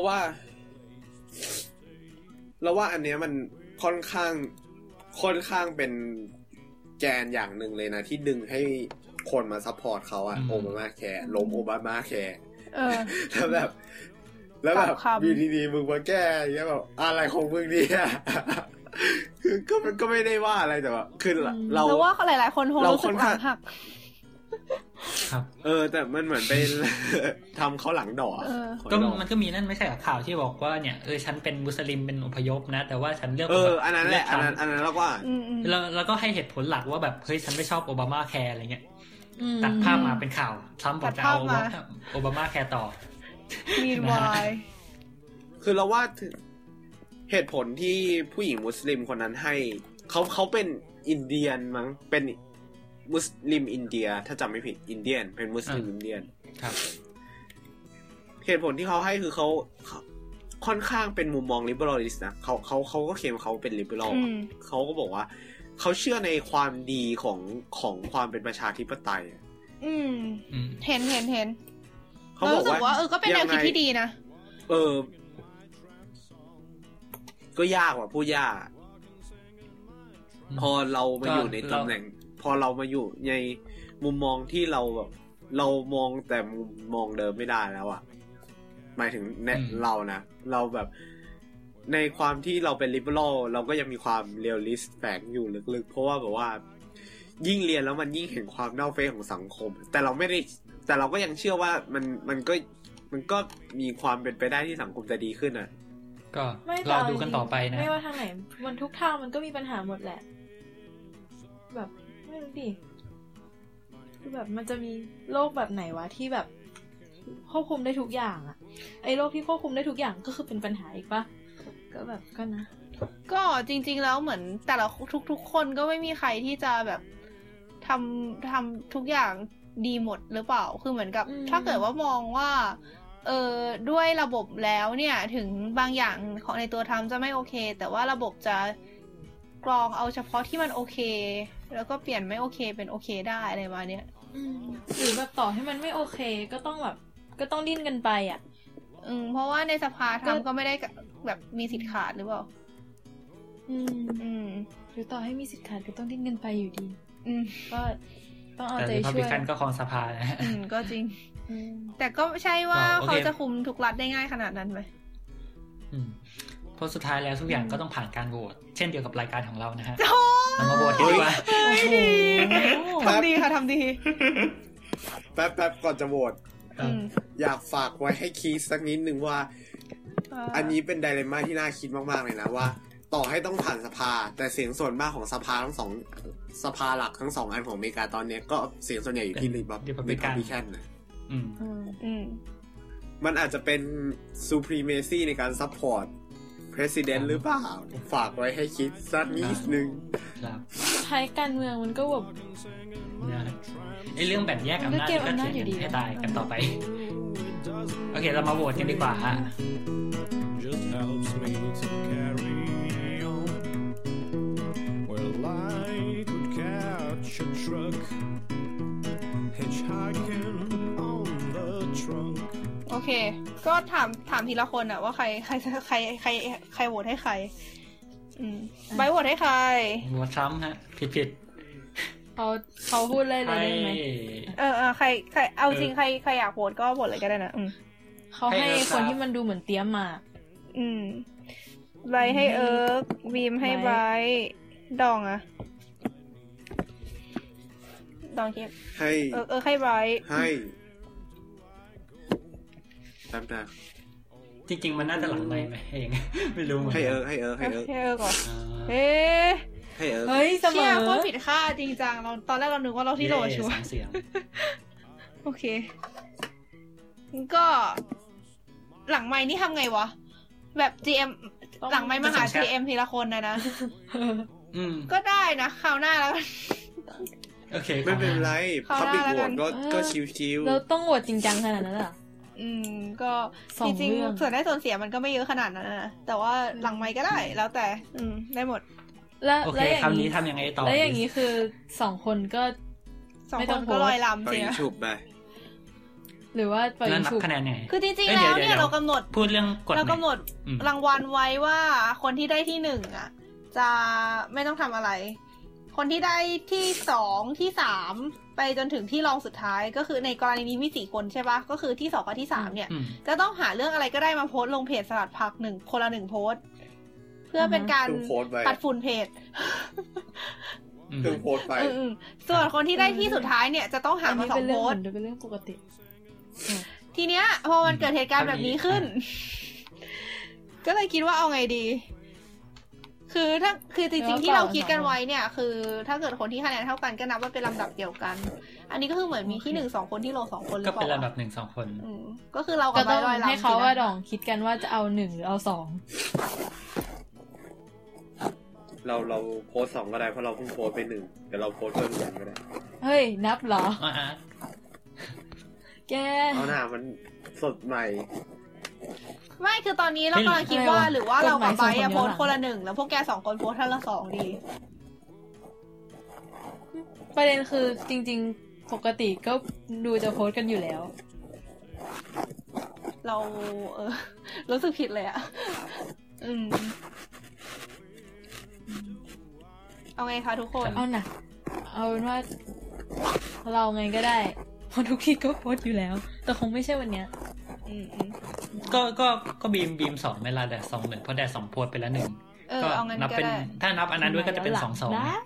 Speaker 2: ว่าอันเนี้ยมันค่อนข้างเป็นแกนอย่างหนึ่งเลยนะที่ดึงให้คนมาซัพพอร์ตเขาอะโอบามาแคร์ล้มโอบามาแคร์แล้วแบบอยู่ดีๆมึงมาแก้อย่างเงี้ยแบบอะไรของมึงเนี่ยคือก็ไม่ได้ว่าอะไรแต่ว่าคือเรา
Speaker 1: ว่าหลายๆคนคงรู้สึกหลังหัก
Speaker 4: ครับ
Speaker 2: แต่มันเหมือนไปทำเขาหลังดอก
Speaker 4: ก็มันก็มีนั่นไม่ใช่ข่าวที่บอกว่าเนี่ยฉันเป็นมุสลิมเป็นอพยพนะแต่ว่าฉันเลือก
Speaker 2: อันนั้นแหละอันนั้นเราก็
Speaker 4: แล้วก็ให้เหตุผลหลักว่าแบบเฮ้ยฉันไม่ชอบโอบามาแคร์อะไรเงี้ยตัดภาพมาเป็นข่าวทรัมป์บอกจะเอาโอบามาแคร์ต่อ
Speaker 1: มีวาย
Speaker 2: คือเราว่าเหตุผลที่ผู้หญิงมุสลิมคนนั้นให้เขาเป็นอินเดียนมั้งเป็นมุสลิมอินเดียถ้าจำไม่ผิดอินเดียนเป็นมุสลิมอินเดียน
Speaker 4: ครับ
Speaker 2: เหตุผลที่เขาให้คือค่อนข้างเป็นมุมมอง liberalist นะเขาก็เคลมเขาเป็น liberal เขาก็บอกว่าเขาเชื่อในความดีของความเป็นประชาธิปไตย
Speaker 1: เห็นเขาบอกว่าก็เป็นแนวคิดที่ดีนะ
Speaker 2: ก็ยากว่ะพูดยากพอเรามาอยู่ในตำแหน่งพอเรามาอยู่ในมุมมองที่เราแบบเรามองแต่มุมมองเดิมไม่ได้แล้วอ่ะหมายถึงเรานะเราแบบในความที่เราเป็น liberal เราก็ยังมีความ realist แฝงอยู่ลึกๆเพราะว่าแบบว่ายิ่งเรียนแล้วมันยิ่งเห็นความเน่าเฟะของสังคมแต่เราก็ยังเชื่อว่ามันก็มีความเป็นไปได้ที่สังคมจะดีขึ้นอ่ะ
Speaker 4: ก็รอดูกันต่อไปนะ
Speaker 3: ไม่ว่าทางไหนมันทุกทางมันก็มีปัญหาหมดแหละแบบไม่รู้ดิคือแบบมันจะมีโลกแบบไหนวะที่แบบควบคุมได้ทุกอย่างอะไอ้โลกที่ควบคุมได้ทุกอย่างก็คือเป็นปัญหาอีกปะก็แบบก็นะ
Speaker 1: ก็จริงๆแล้วเหมือนแต่ละทุกคนก็ไม่มีใครที่จะแบบทำทุกอย่างดีหมดหรือเปล่าคือเหมือนกับถ้าเกิดว่ามองว่าด้วยระบบแล้วเนี่ยถึงบางอย่างของในตัวทำจะไม่โอเคแต่ว่าระบบจะกรองเอาเฉพาะที่มันโอเคแล้วก็เปลี่ยนไม่โอเคเป็นโอเคได้อะไรมาเนี้ย
Speaker 3: หรือแบบต่อให้มันไม่โอเคก็ต้องแบบก็ต้องดิ้นกันไปอ่ะ
Speaker 1: เพราะว่าในสภาทำก็ไม่ได้แบบมีสิทธิ์ขาดหรือเปล่า
Speaker 3: หรือต่อให้มีสิทธิ์ขาดก็ต้องดิ้นกันไปอยู่ดีก็ต้องเอาใจช่วย
Speaker 4: แต่ Republican ก็ครองสภานะ
Speaker 1: ก็จริงแต่ก็ไม่ใช่ว่าเขาจะคุมทุกรัฐได้ง่ายขนาดนั้นไหม
Speaker 4: เพราะสุดท้ายแล้วทุกอย่างก็ต้องผ่านการโหวตเช่นเดียวกับรายการของเรานะฮะเรามาโหวตกันดีกว่า
Speaker 1: ทำดีค่ะทำดี
Speaker 2: แป๊บก่อนจะโหวตอยากฝากไว้ให้คิดสักนิดนึงว่าอันนี้เป็นไดเลม่าที่น่าคิดมากๆเลยนะว่าต่อให้ต้องผ่านสภาแต่เสียงส่วนมากของสภาทั้งสองสภาหลักทั้งสองอันของอเมริกาตอนนี้ก็เสียงส่วนใหญ่อยู่ที่Republican นะมันอาจจะเป็น supremacy ในการ support president หรือเปล่าฝากไว้ให้คิดสักนิดนึง
Speaker 3: ไทยการเมืองมันก็แบบ
Speaker 4: ไอ้เรื่องแบ่งแยกอำนาจก็เถียงให้ตายกันต่อไปโอเคเรามาโหวตกันดีกว่าฮะ
Speaker 1: โอเคก็ถามทีละคนอะว่าใครโหวตให้ใครใบโหวตให้ใคร
Speaker 4: โหวตทรัมป์ฮะผิด
Speaker 3: เขาพูดเลยได้ไหม
Speaker 1: ใครเอาจริงใครอยากโหวตก็โหวตเลยก็ได้นะ
Speaker 3: เขาให้คนที่มันดูเหมือนเตรียมมา
Speaker 1: ไบให้วีมให้ไบดองอะดองคิด
Speaker 2: ให้
Speaker 1: ให้ไบ
Speaker 2: ให้ตาม
Speaker 4: จริงๆมันน่าจะหลังไหมเองไม่รู้เหมือน
Speaker 2: ให้
Speaker 1: ให้ก่อน
Speaker 2: เฮ้ย
Speaker 1: เสมอโคตรผิดคาดจริงจังเราตอนแรกเรานึกว่าเราที่โหลชัวร์โอเคก็หลังไมค์นี่ทำไงวะแบบ GM หลังไมค์มาหา GM ทีละคนนะก็ได้นะคราวหน้าแล้ว
Speaker 4: โอเค
Speaker 2: ไม่เป็นไรพับบิกโหวตก็ชิว
Speaker 3: ๆเราต้องโหวตจริงจังขนาดนั้นเหรอ
Speaker 1: ก็จริงๆส่วนได้ส่วนเสียมันก็ไม่เยอะขนาดนั้นนะแต่ว่าหลังไมค์ก็ได้แล้วแต่ได้หมด
Speaker 3: แล้ว
Speaker 4: โอเคคำนี้ทำยังไงต่อ
Speaker 3: แล้วอย่างนี้คือ2คนก็
Speaker 1: ไม่ต้องก็ลอยลำ
Speaker 2: เสียฉุบไป
Speaker 3: หรือว่าปล่อยฉุบ
Speaker 4: คะแนนไง
Speaker 1: คือจริงๆแล้วเนี่ยเรากำหนด
Speaker 4: พูดเรื่องกฎ
Speaker 1: เรากำหนดรางวัลไว้ว่าคนที่ได้ที่1อ่ะจะไม่ต้องทำอะไรคนที่ได้ที่2ที่3ไปจนถึงที่รองสุดท้ายก็คือในกรณีนี้มี4คนใช่ปะก็คือที่2กับที่3เนี่ยจะต้องหาเรื่องอะไรก็ได้มาโพสต์ลงเพจสลัดผักคนละ1โพสต์เพื่อเป็นการปัดฝุ่นเพจ
Speaker 2: โพสต์ไป
Speaker 1: ส่วนคนที่ได้ที่สุดท้ายเนี่ยจะต้องหามา2โพสต์
Speaker 3: เป็นเรื่องปกติ
Speaker 1: ทีเนี้ยพอมันเกิดเหตุการณ์แบบนี้ขึ้นก็เลยคิดว่าเอาไงดีคือจริงๆที่เราคิดกันไว้เนี่ยคือถ้าเกิดคนที่คะแนนเท่ากันก็นับว่าเป็นลำดับเดียวกันอันนี้ก็คือเหมือนมีที่1 2คนที่โล2คนหรือเปล่า
Speaker 4: ก็เป็นลำดับ1 2คน
Speaker 1: ก็คือเรากับ
Speaker 3: ลอยลำให้เขาว่าดองคิดกันว่าจะเอา1หรือเอา2
Speaker 2: เราโพส2ก็ได้เพราะเราเพิ่งโพสไป1แต่เราโพสเพิ่ม1ก็ได้
Speaker 3: เฮ้ยนับเหรอแก
Speaker 2: เอาหน้ามันสดใหม่
Speaker 1: ไม่คือตอนนี้เรากำลังคิดว่าหรือว่าเรากับไบโพสคนละ1แล้วพวกแก2คนโพสท่านละ2ดี
Speaker 3: ประเด็นคือจริงๆปกติก็ดูจะโพสกันอยู่แล้ว
Speaker 1: เรารู้สึกผิดเลยอ่ะเอาไงคะทุกคน
Speaker 3: เอาหนักเอาเป็นว่าเราไงก็ได้เพราะทุกทีก็โพสอยู่แล้วแต่คงไม่ใช่วันเนี้ย
Speaker 4: ก็บีม2เวลาแดด2 1เพราะแดด2โพสไปแล้ว1ก็นับเป็นถ้านับอันนั้นด้วยก็จะเป็น2
Speaker 3: ได้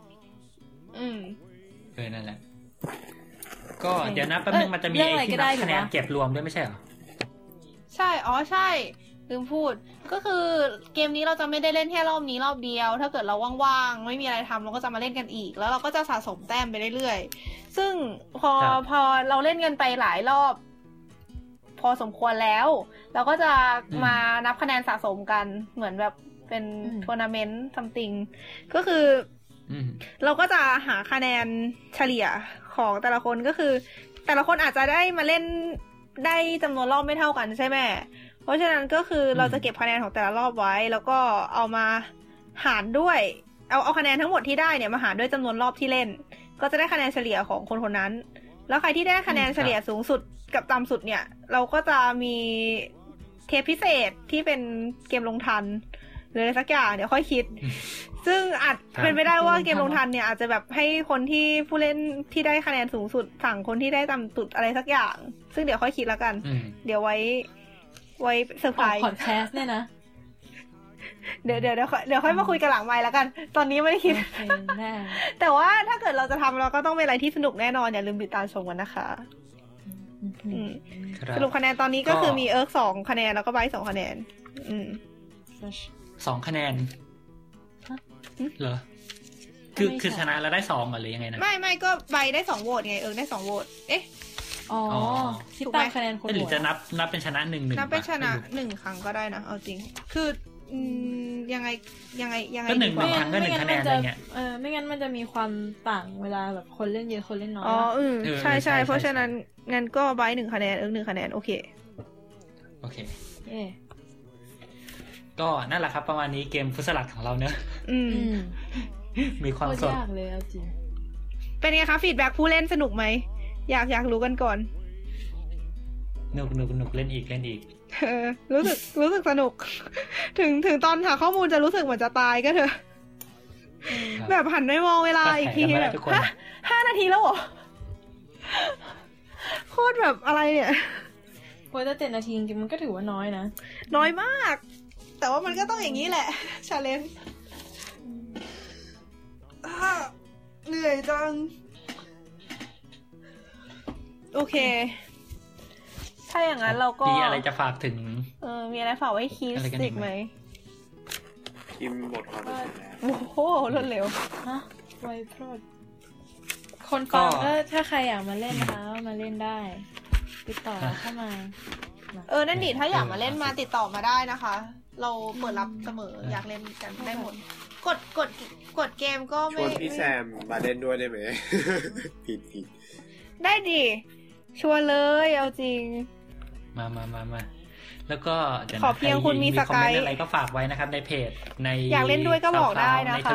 Speaker 4: นั่นแหละก็เดี๋ยวนะแป๊บนึงมันจะมีไอ้ที่นับคะแนนเก็บรวมด้วยไม่ใช่เหรอ
Speaker 1: ใช่ใช่ลืมพูดก็คือเกมนี้เราจะไม่ได้เล่นแค่รอบนี้รอบเดียวถ้าเกิดเราว่างๆไม่มีอะไรทำเราก็จะมาเล่นกันอีกแล้วเราก็จะสะสมแต้มไปเรื่อยๆซึ่งพอเราเล่นกันไปหลายรอบพอสมควรแล้วเราก็จะมานับคะแนนสะสมกันเหมือนแบบเป็นทัวร์นาเมนต์ซัมติงก็คือเราก็จะหาคะแนนเฉลี่ยของแต่ละคนก็คือแต่ละคนอาจจะได้มาเล่นได้จำนวนรอบไม่เท่ากันใช่ไหมเพราะฉะนั้นก็คือเราจะเก็บคะแนนของแต่ละรอบไว้แล้วก็เอามาหารด้วยเอาคะแนนทั้งหมดที่ได้เนี่ยมาหารด้วยจำนวนรอบที่เล่นก็จะได้คะแนนเฉลี่ยของคนคนนั้นแล้วใครที่ได้คะแนนเฉลี่ยสูงสุดกับต่ำสุดเนี่ยเราก็จะมีเทปพิเศษที่เป็นเกมลงทันหรืออะไรสักอย่างเดี๋ยวค่อยคิดซึ่งอาจเป็นไปได้ว่าเกมลงทันเนี่ยอาจจะแบบให้คนที่ผู้เล่นที่ได้คะแนนสูงสุดสั่งคนที่ได้ต่ำสุดอะไรสักอย่างซึ่งเดี๋ยวค่อยคิดแล้วกันเดี๋ยวไว้เซอร์ไพรส์
Speaker 3: พอดแคสต์เนี่ยนะ
Speaker 1: เดี๋ยวค่อยมาคุยกันหลังไมค์แล้วกันตอนนี้ไม่ได้คิด แต่ว่าถ้าเกิดเราจะทำเราก็ต้องเป็นอะไรที่สนุกแน่นอนอย่าลืมติดตามชมกันนะคะสรุปคะแนนตอนนี้ก็คือมี2คะแนนแล้วก็ไบท์2คะแนน
Speaker 4: 2คะแนนเหรอคือชนะแล้วได้2หรือยังไงนะ
Speaker 1: ไม่ก็ไบท์ได้2โหวตไงได้2โหวต
Speaker 3: คิดตามคะแนนคน
Speaker 4: หรือจะนับเป็นชนะ1
Speaker 1: นับเป็นชนะ1ครั้งก็ได้นะเอาจริงคือยังไง
Speaker 4: ก็1ครั้งก็1คะแนนอะไรเงี้ย
Speaker 3: ไม่งั้นมันจะมีความต่างเวลาแบบคนเล่นเยอะคนเล่นน้อย
Speaker 1: ใช่เพราะฉะนั้นงั้นก็ไบท์1คะแนน1คะแนนโอเค
Speaker 4: ก็นั่นแหละครับประมาณนี้เกมฟุตซอลของเราเนอะมีความสด
Speaker 3: ยากเลยจริง
Speaker 1: เป็นไงคะฟีดแบ็กผู้เล่นสนุกไหมอยากรู้กันก่อน
Speaker 4: หนุกเล่นอีก
Speaker 1: รู้สึกสนุกถึงตอนหาข้อมูลจะรู้สึกเหมือนจะตายก็เถอะแบบหันไปมองเวลาอีกทีแบบ5 นาทีแล้วเหรอโคตรแบบอะไรเนี่ย
Speaker 3: พอจะ7 นาทีจริงๆมันก็ถือว่าน้อยนะ
Speaker 1: น้อยมากแต่ว่ามันก็ต้องอย่างนี้แหละชาเลนจ์เหนื่อยจังโอเคถ้าอย่างนั้นเราก็
Speaker 4: มีอะไรจะฝากถึง
Speaker 1: มีอะไรฝากไว้คิดสิกไหม
Speaker 2: คิมหมดความรู้สึกแล้ว
Speaker 1: โอ้โหรวดเร็ว
Speaker 3: ฮะไวพรอดคนฟังถ้าใครอยากมาเล่นนะคะมาเล่นได้ติดต่อเข้ามา
Speaker 1: นั่นดิถ้าอยากมาเล่นมาติดต่อมาได้นะคะเราเปิดรับเสมออยากเล่นกันได้หมดกดเกมก็ไม่
Speaker 2: ชวนพี่แซมมาเล่นด้วยได้ไหมผิด
Speaker 1: ได้ดิชวนเลยเอาจริง
Speaker 4: มาแล้วก็
Speaker 1: ขอเพียงคุณมีสกาย
Speaker 4: อะไรก็ฝากไว้นะครับในเพจใน
Speaker 1: อยากเล่นด้วยก็บอกได้นะคะ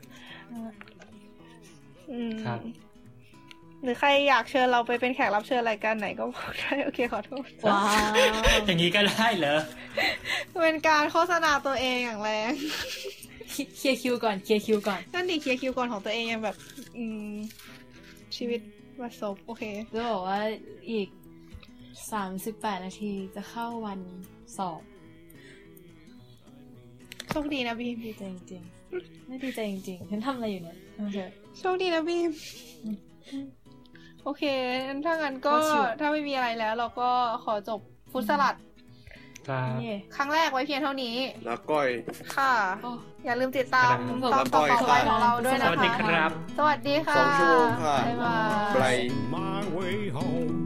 Speaker 4: ครับ
Speaker 1: หรือใครอยากเชิญเราไปเป็นแขกรับเชิญรายการไหนก็บอกได้โอเคขอโทษ
Speaker 3: ว้าว
Speaker 4: อย่างนี้ก็ได้เหรอ
Speaker 1: เป็นการโฆษณาตัวเองอย่างแรง
Speaker 3: เคลียร์คิวก่อน
Speaker 1: นั่นดิเคลียร์คิวก่อนของตัวเองยังแบบชีวิตวัดซบโอเค
Speaker 3: จะบอกว่าอีก38 นาทีจะเข้าวันสอบ
Speaker 1: โชคดีนะบีม
Speaker 3: ดีใจจริงๆไม่ดีใจจริงๆฉันทำอะไรอยู่เนี่ย
Speaker 1: โชคดีนะบีมโอเคถ้างั้นก็ถ้าไม่มีอะไรแล้วเราก็ขอจบฟุตสลัดครั้งแรกไว้เพียงเท่านี้
Speaker 2: แล้วก้อย
Speaker 1: ค่ะอย่าลืมติดตามตอนต่อไปของเราด้วยนะคะ
Speaker 4: สวัสดีครับ
Speaker 1: สวัสดีค่ะ
Speaker 2: 2 ชั่วโมงค่ะ
Speaker 1: บ๊ายบาย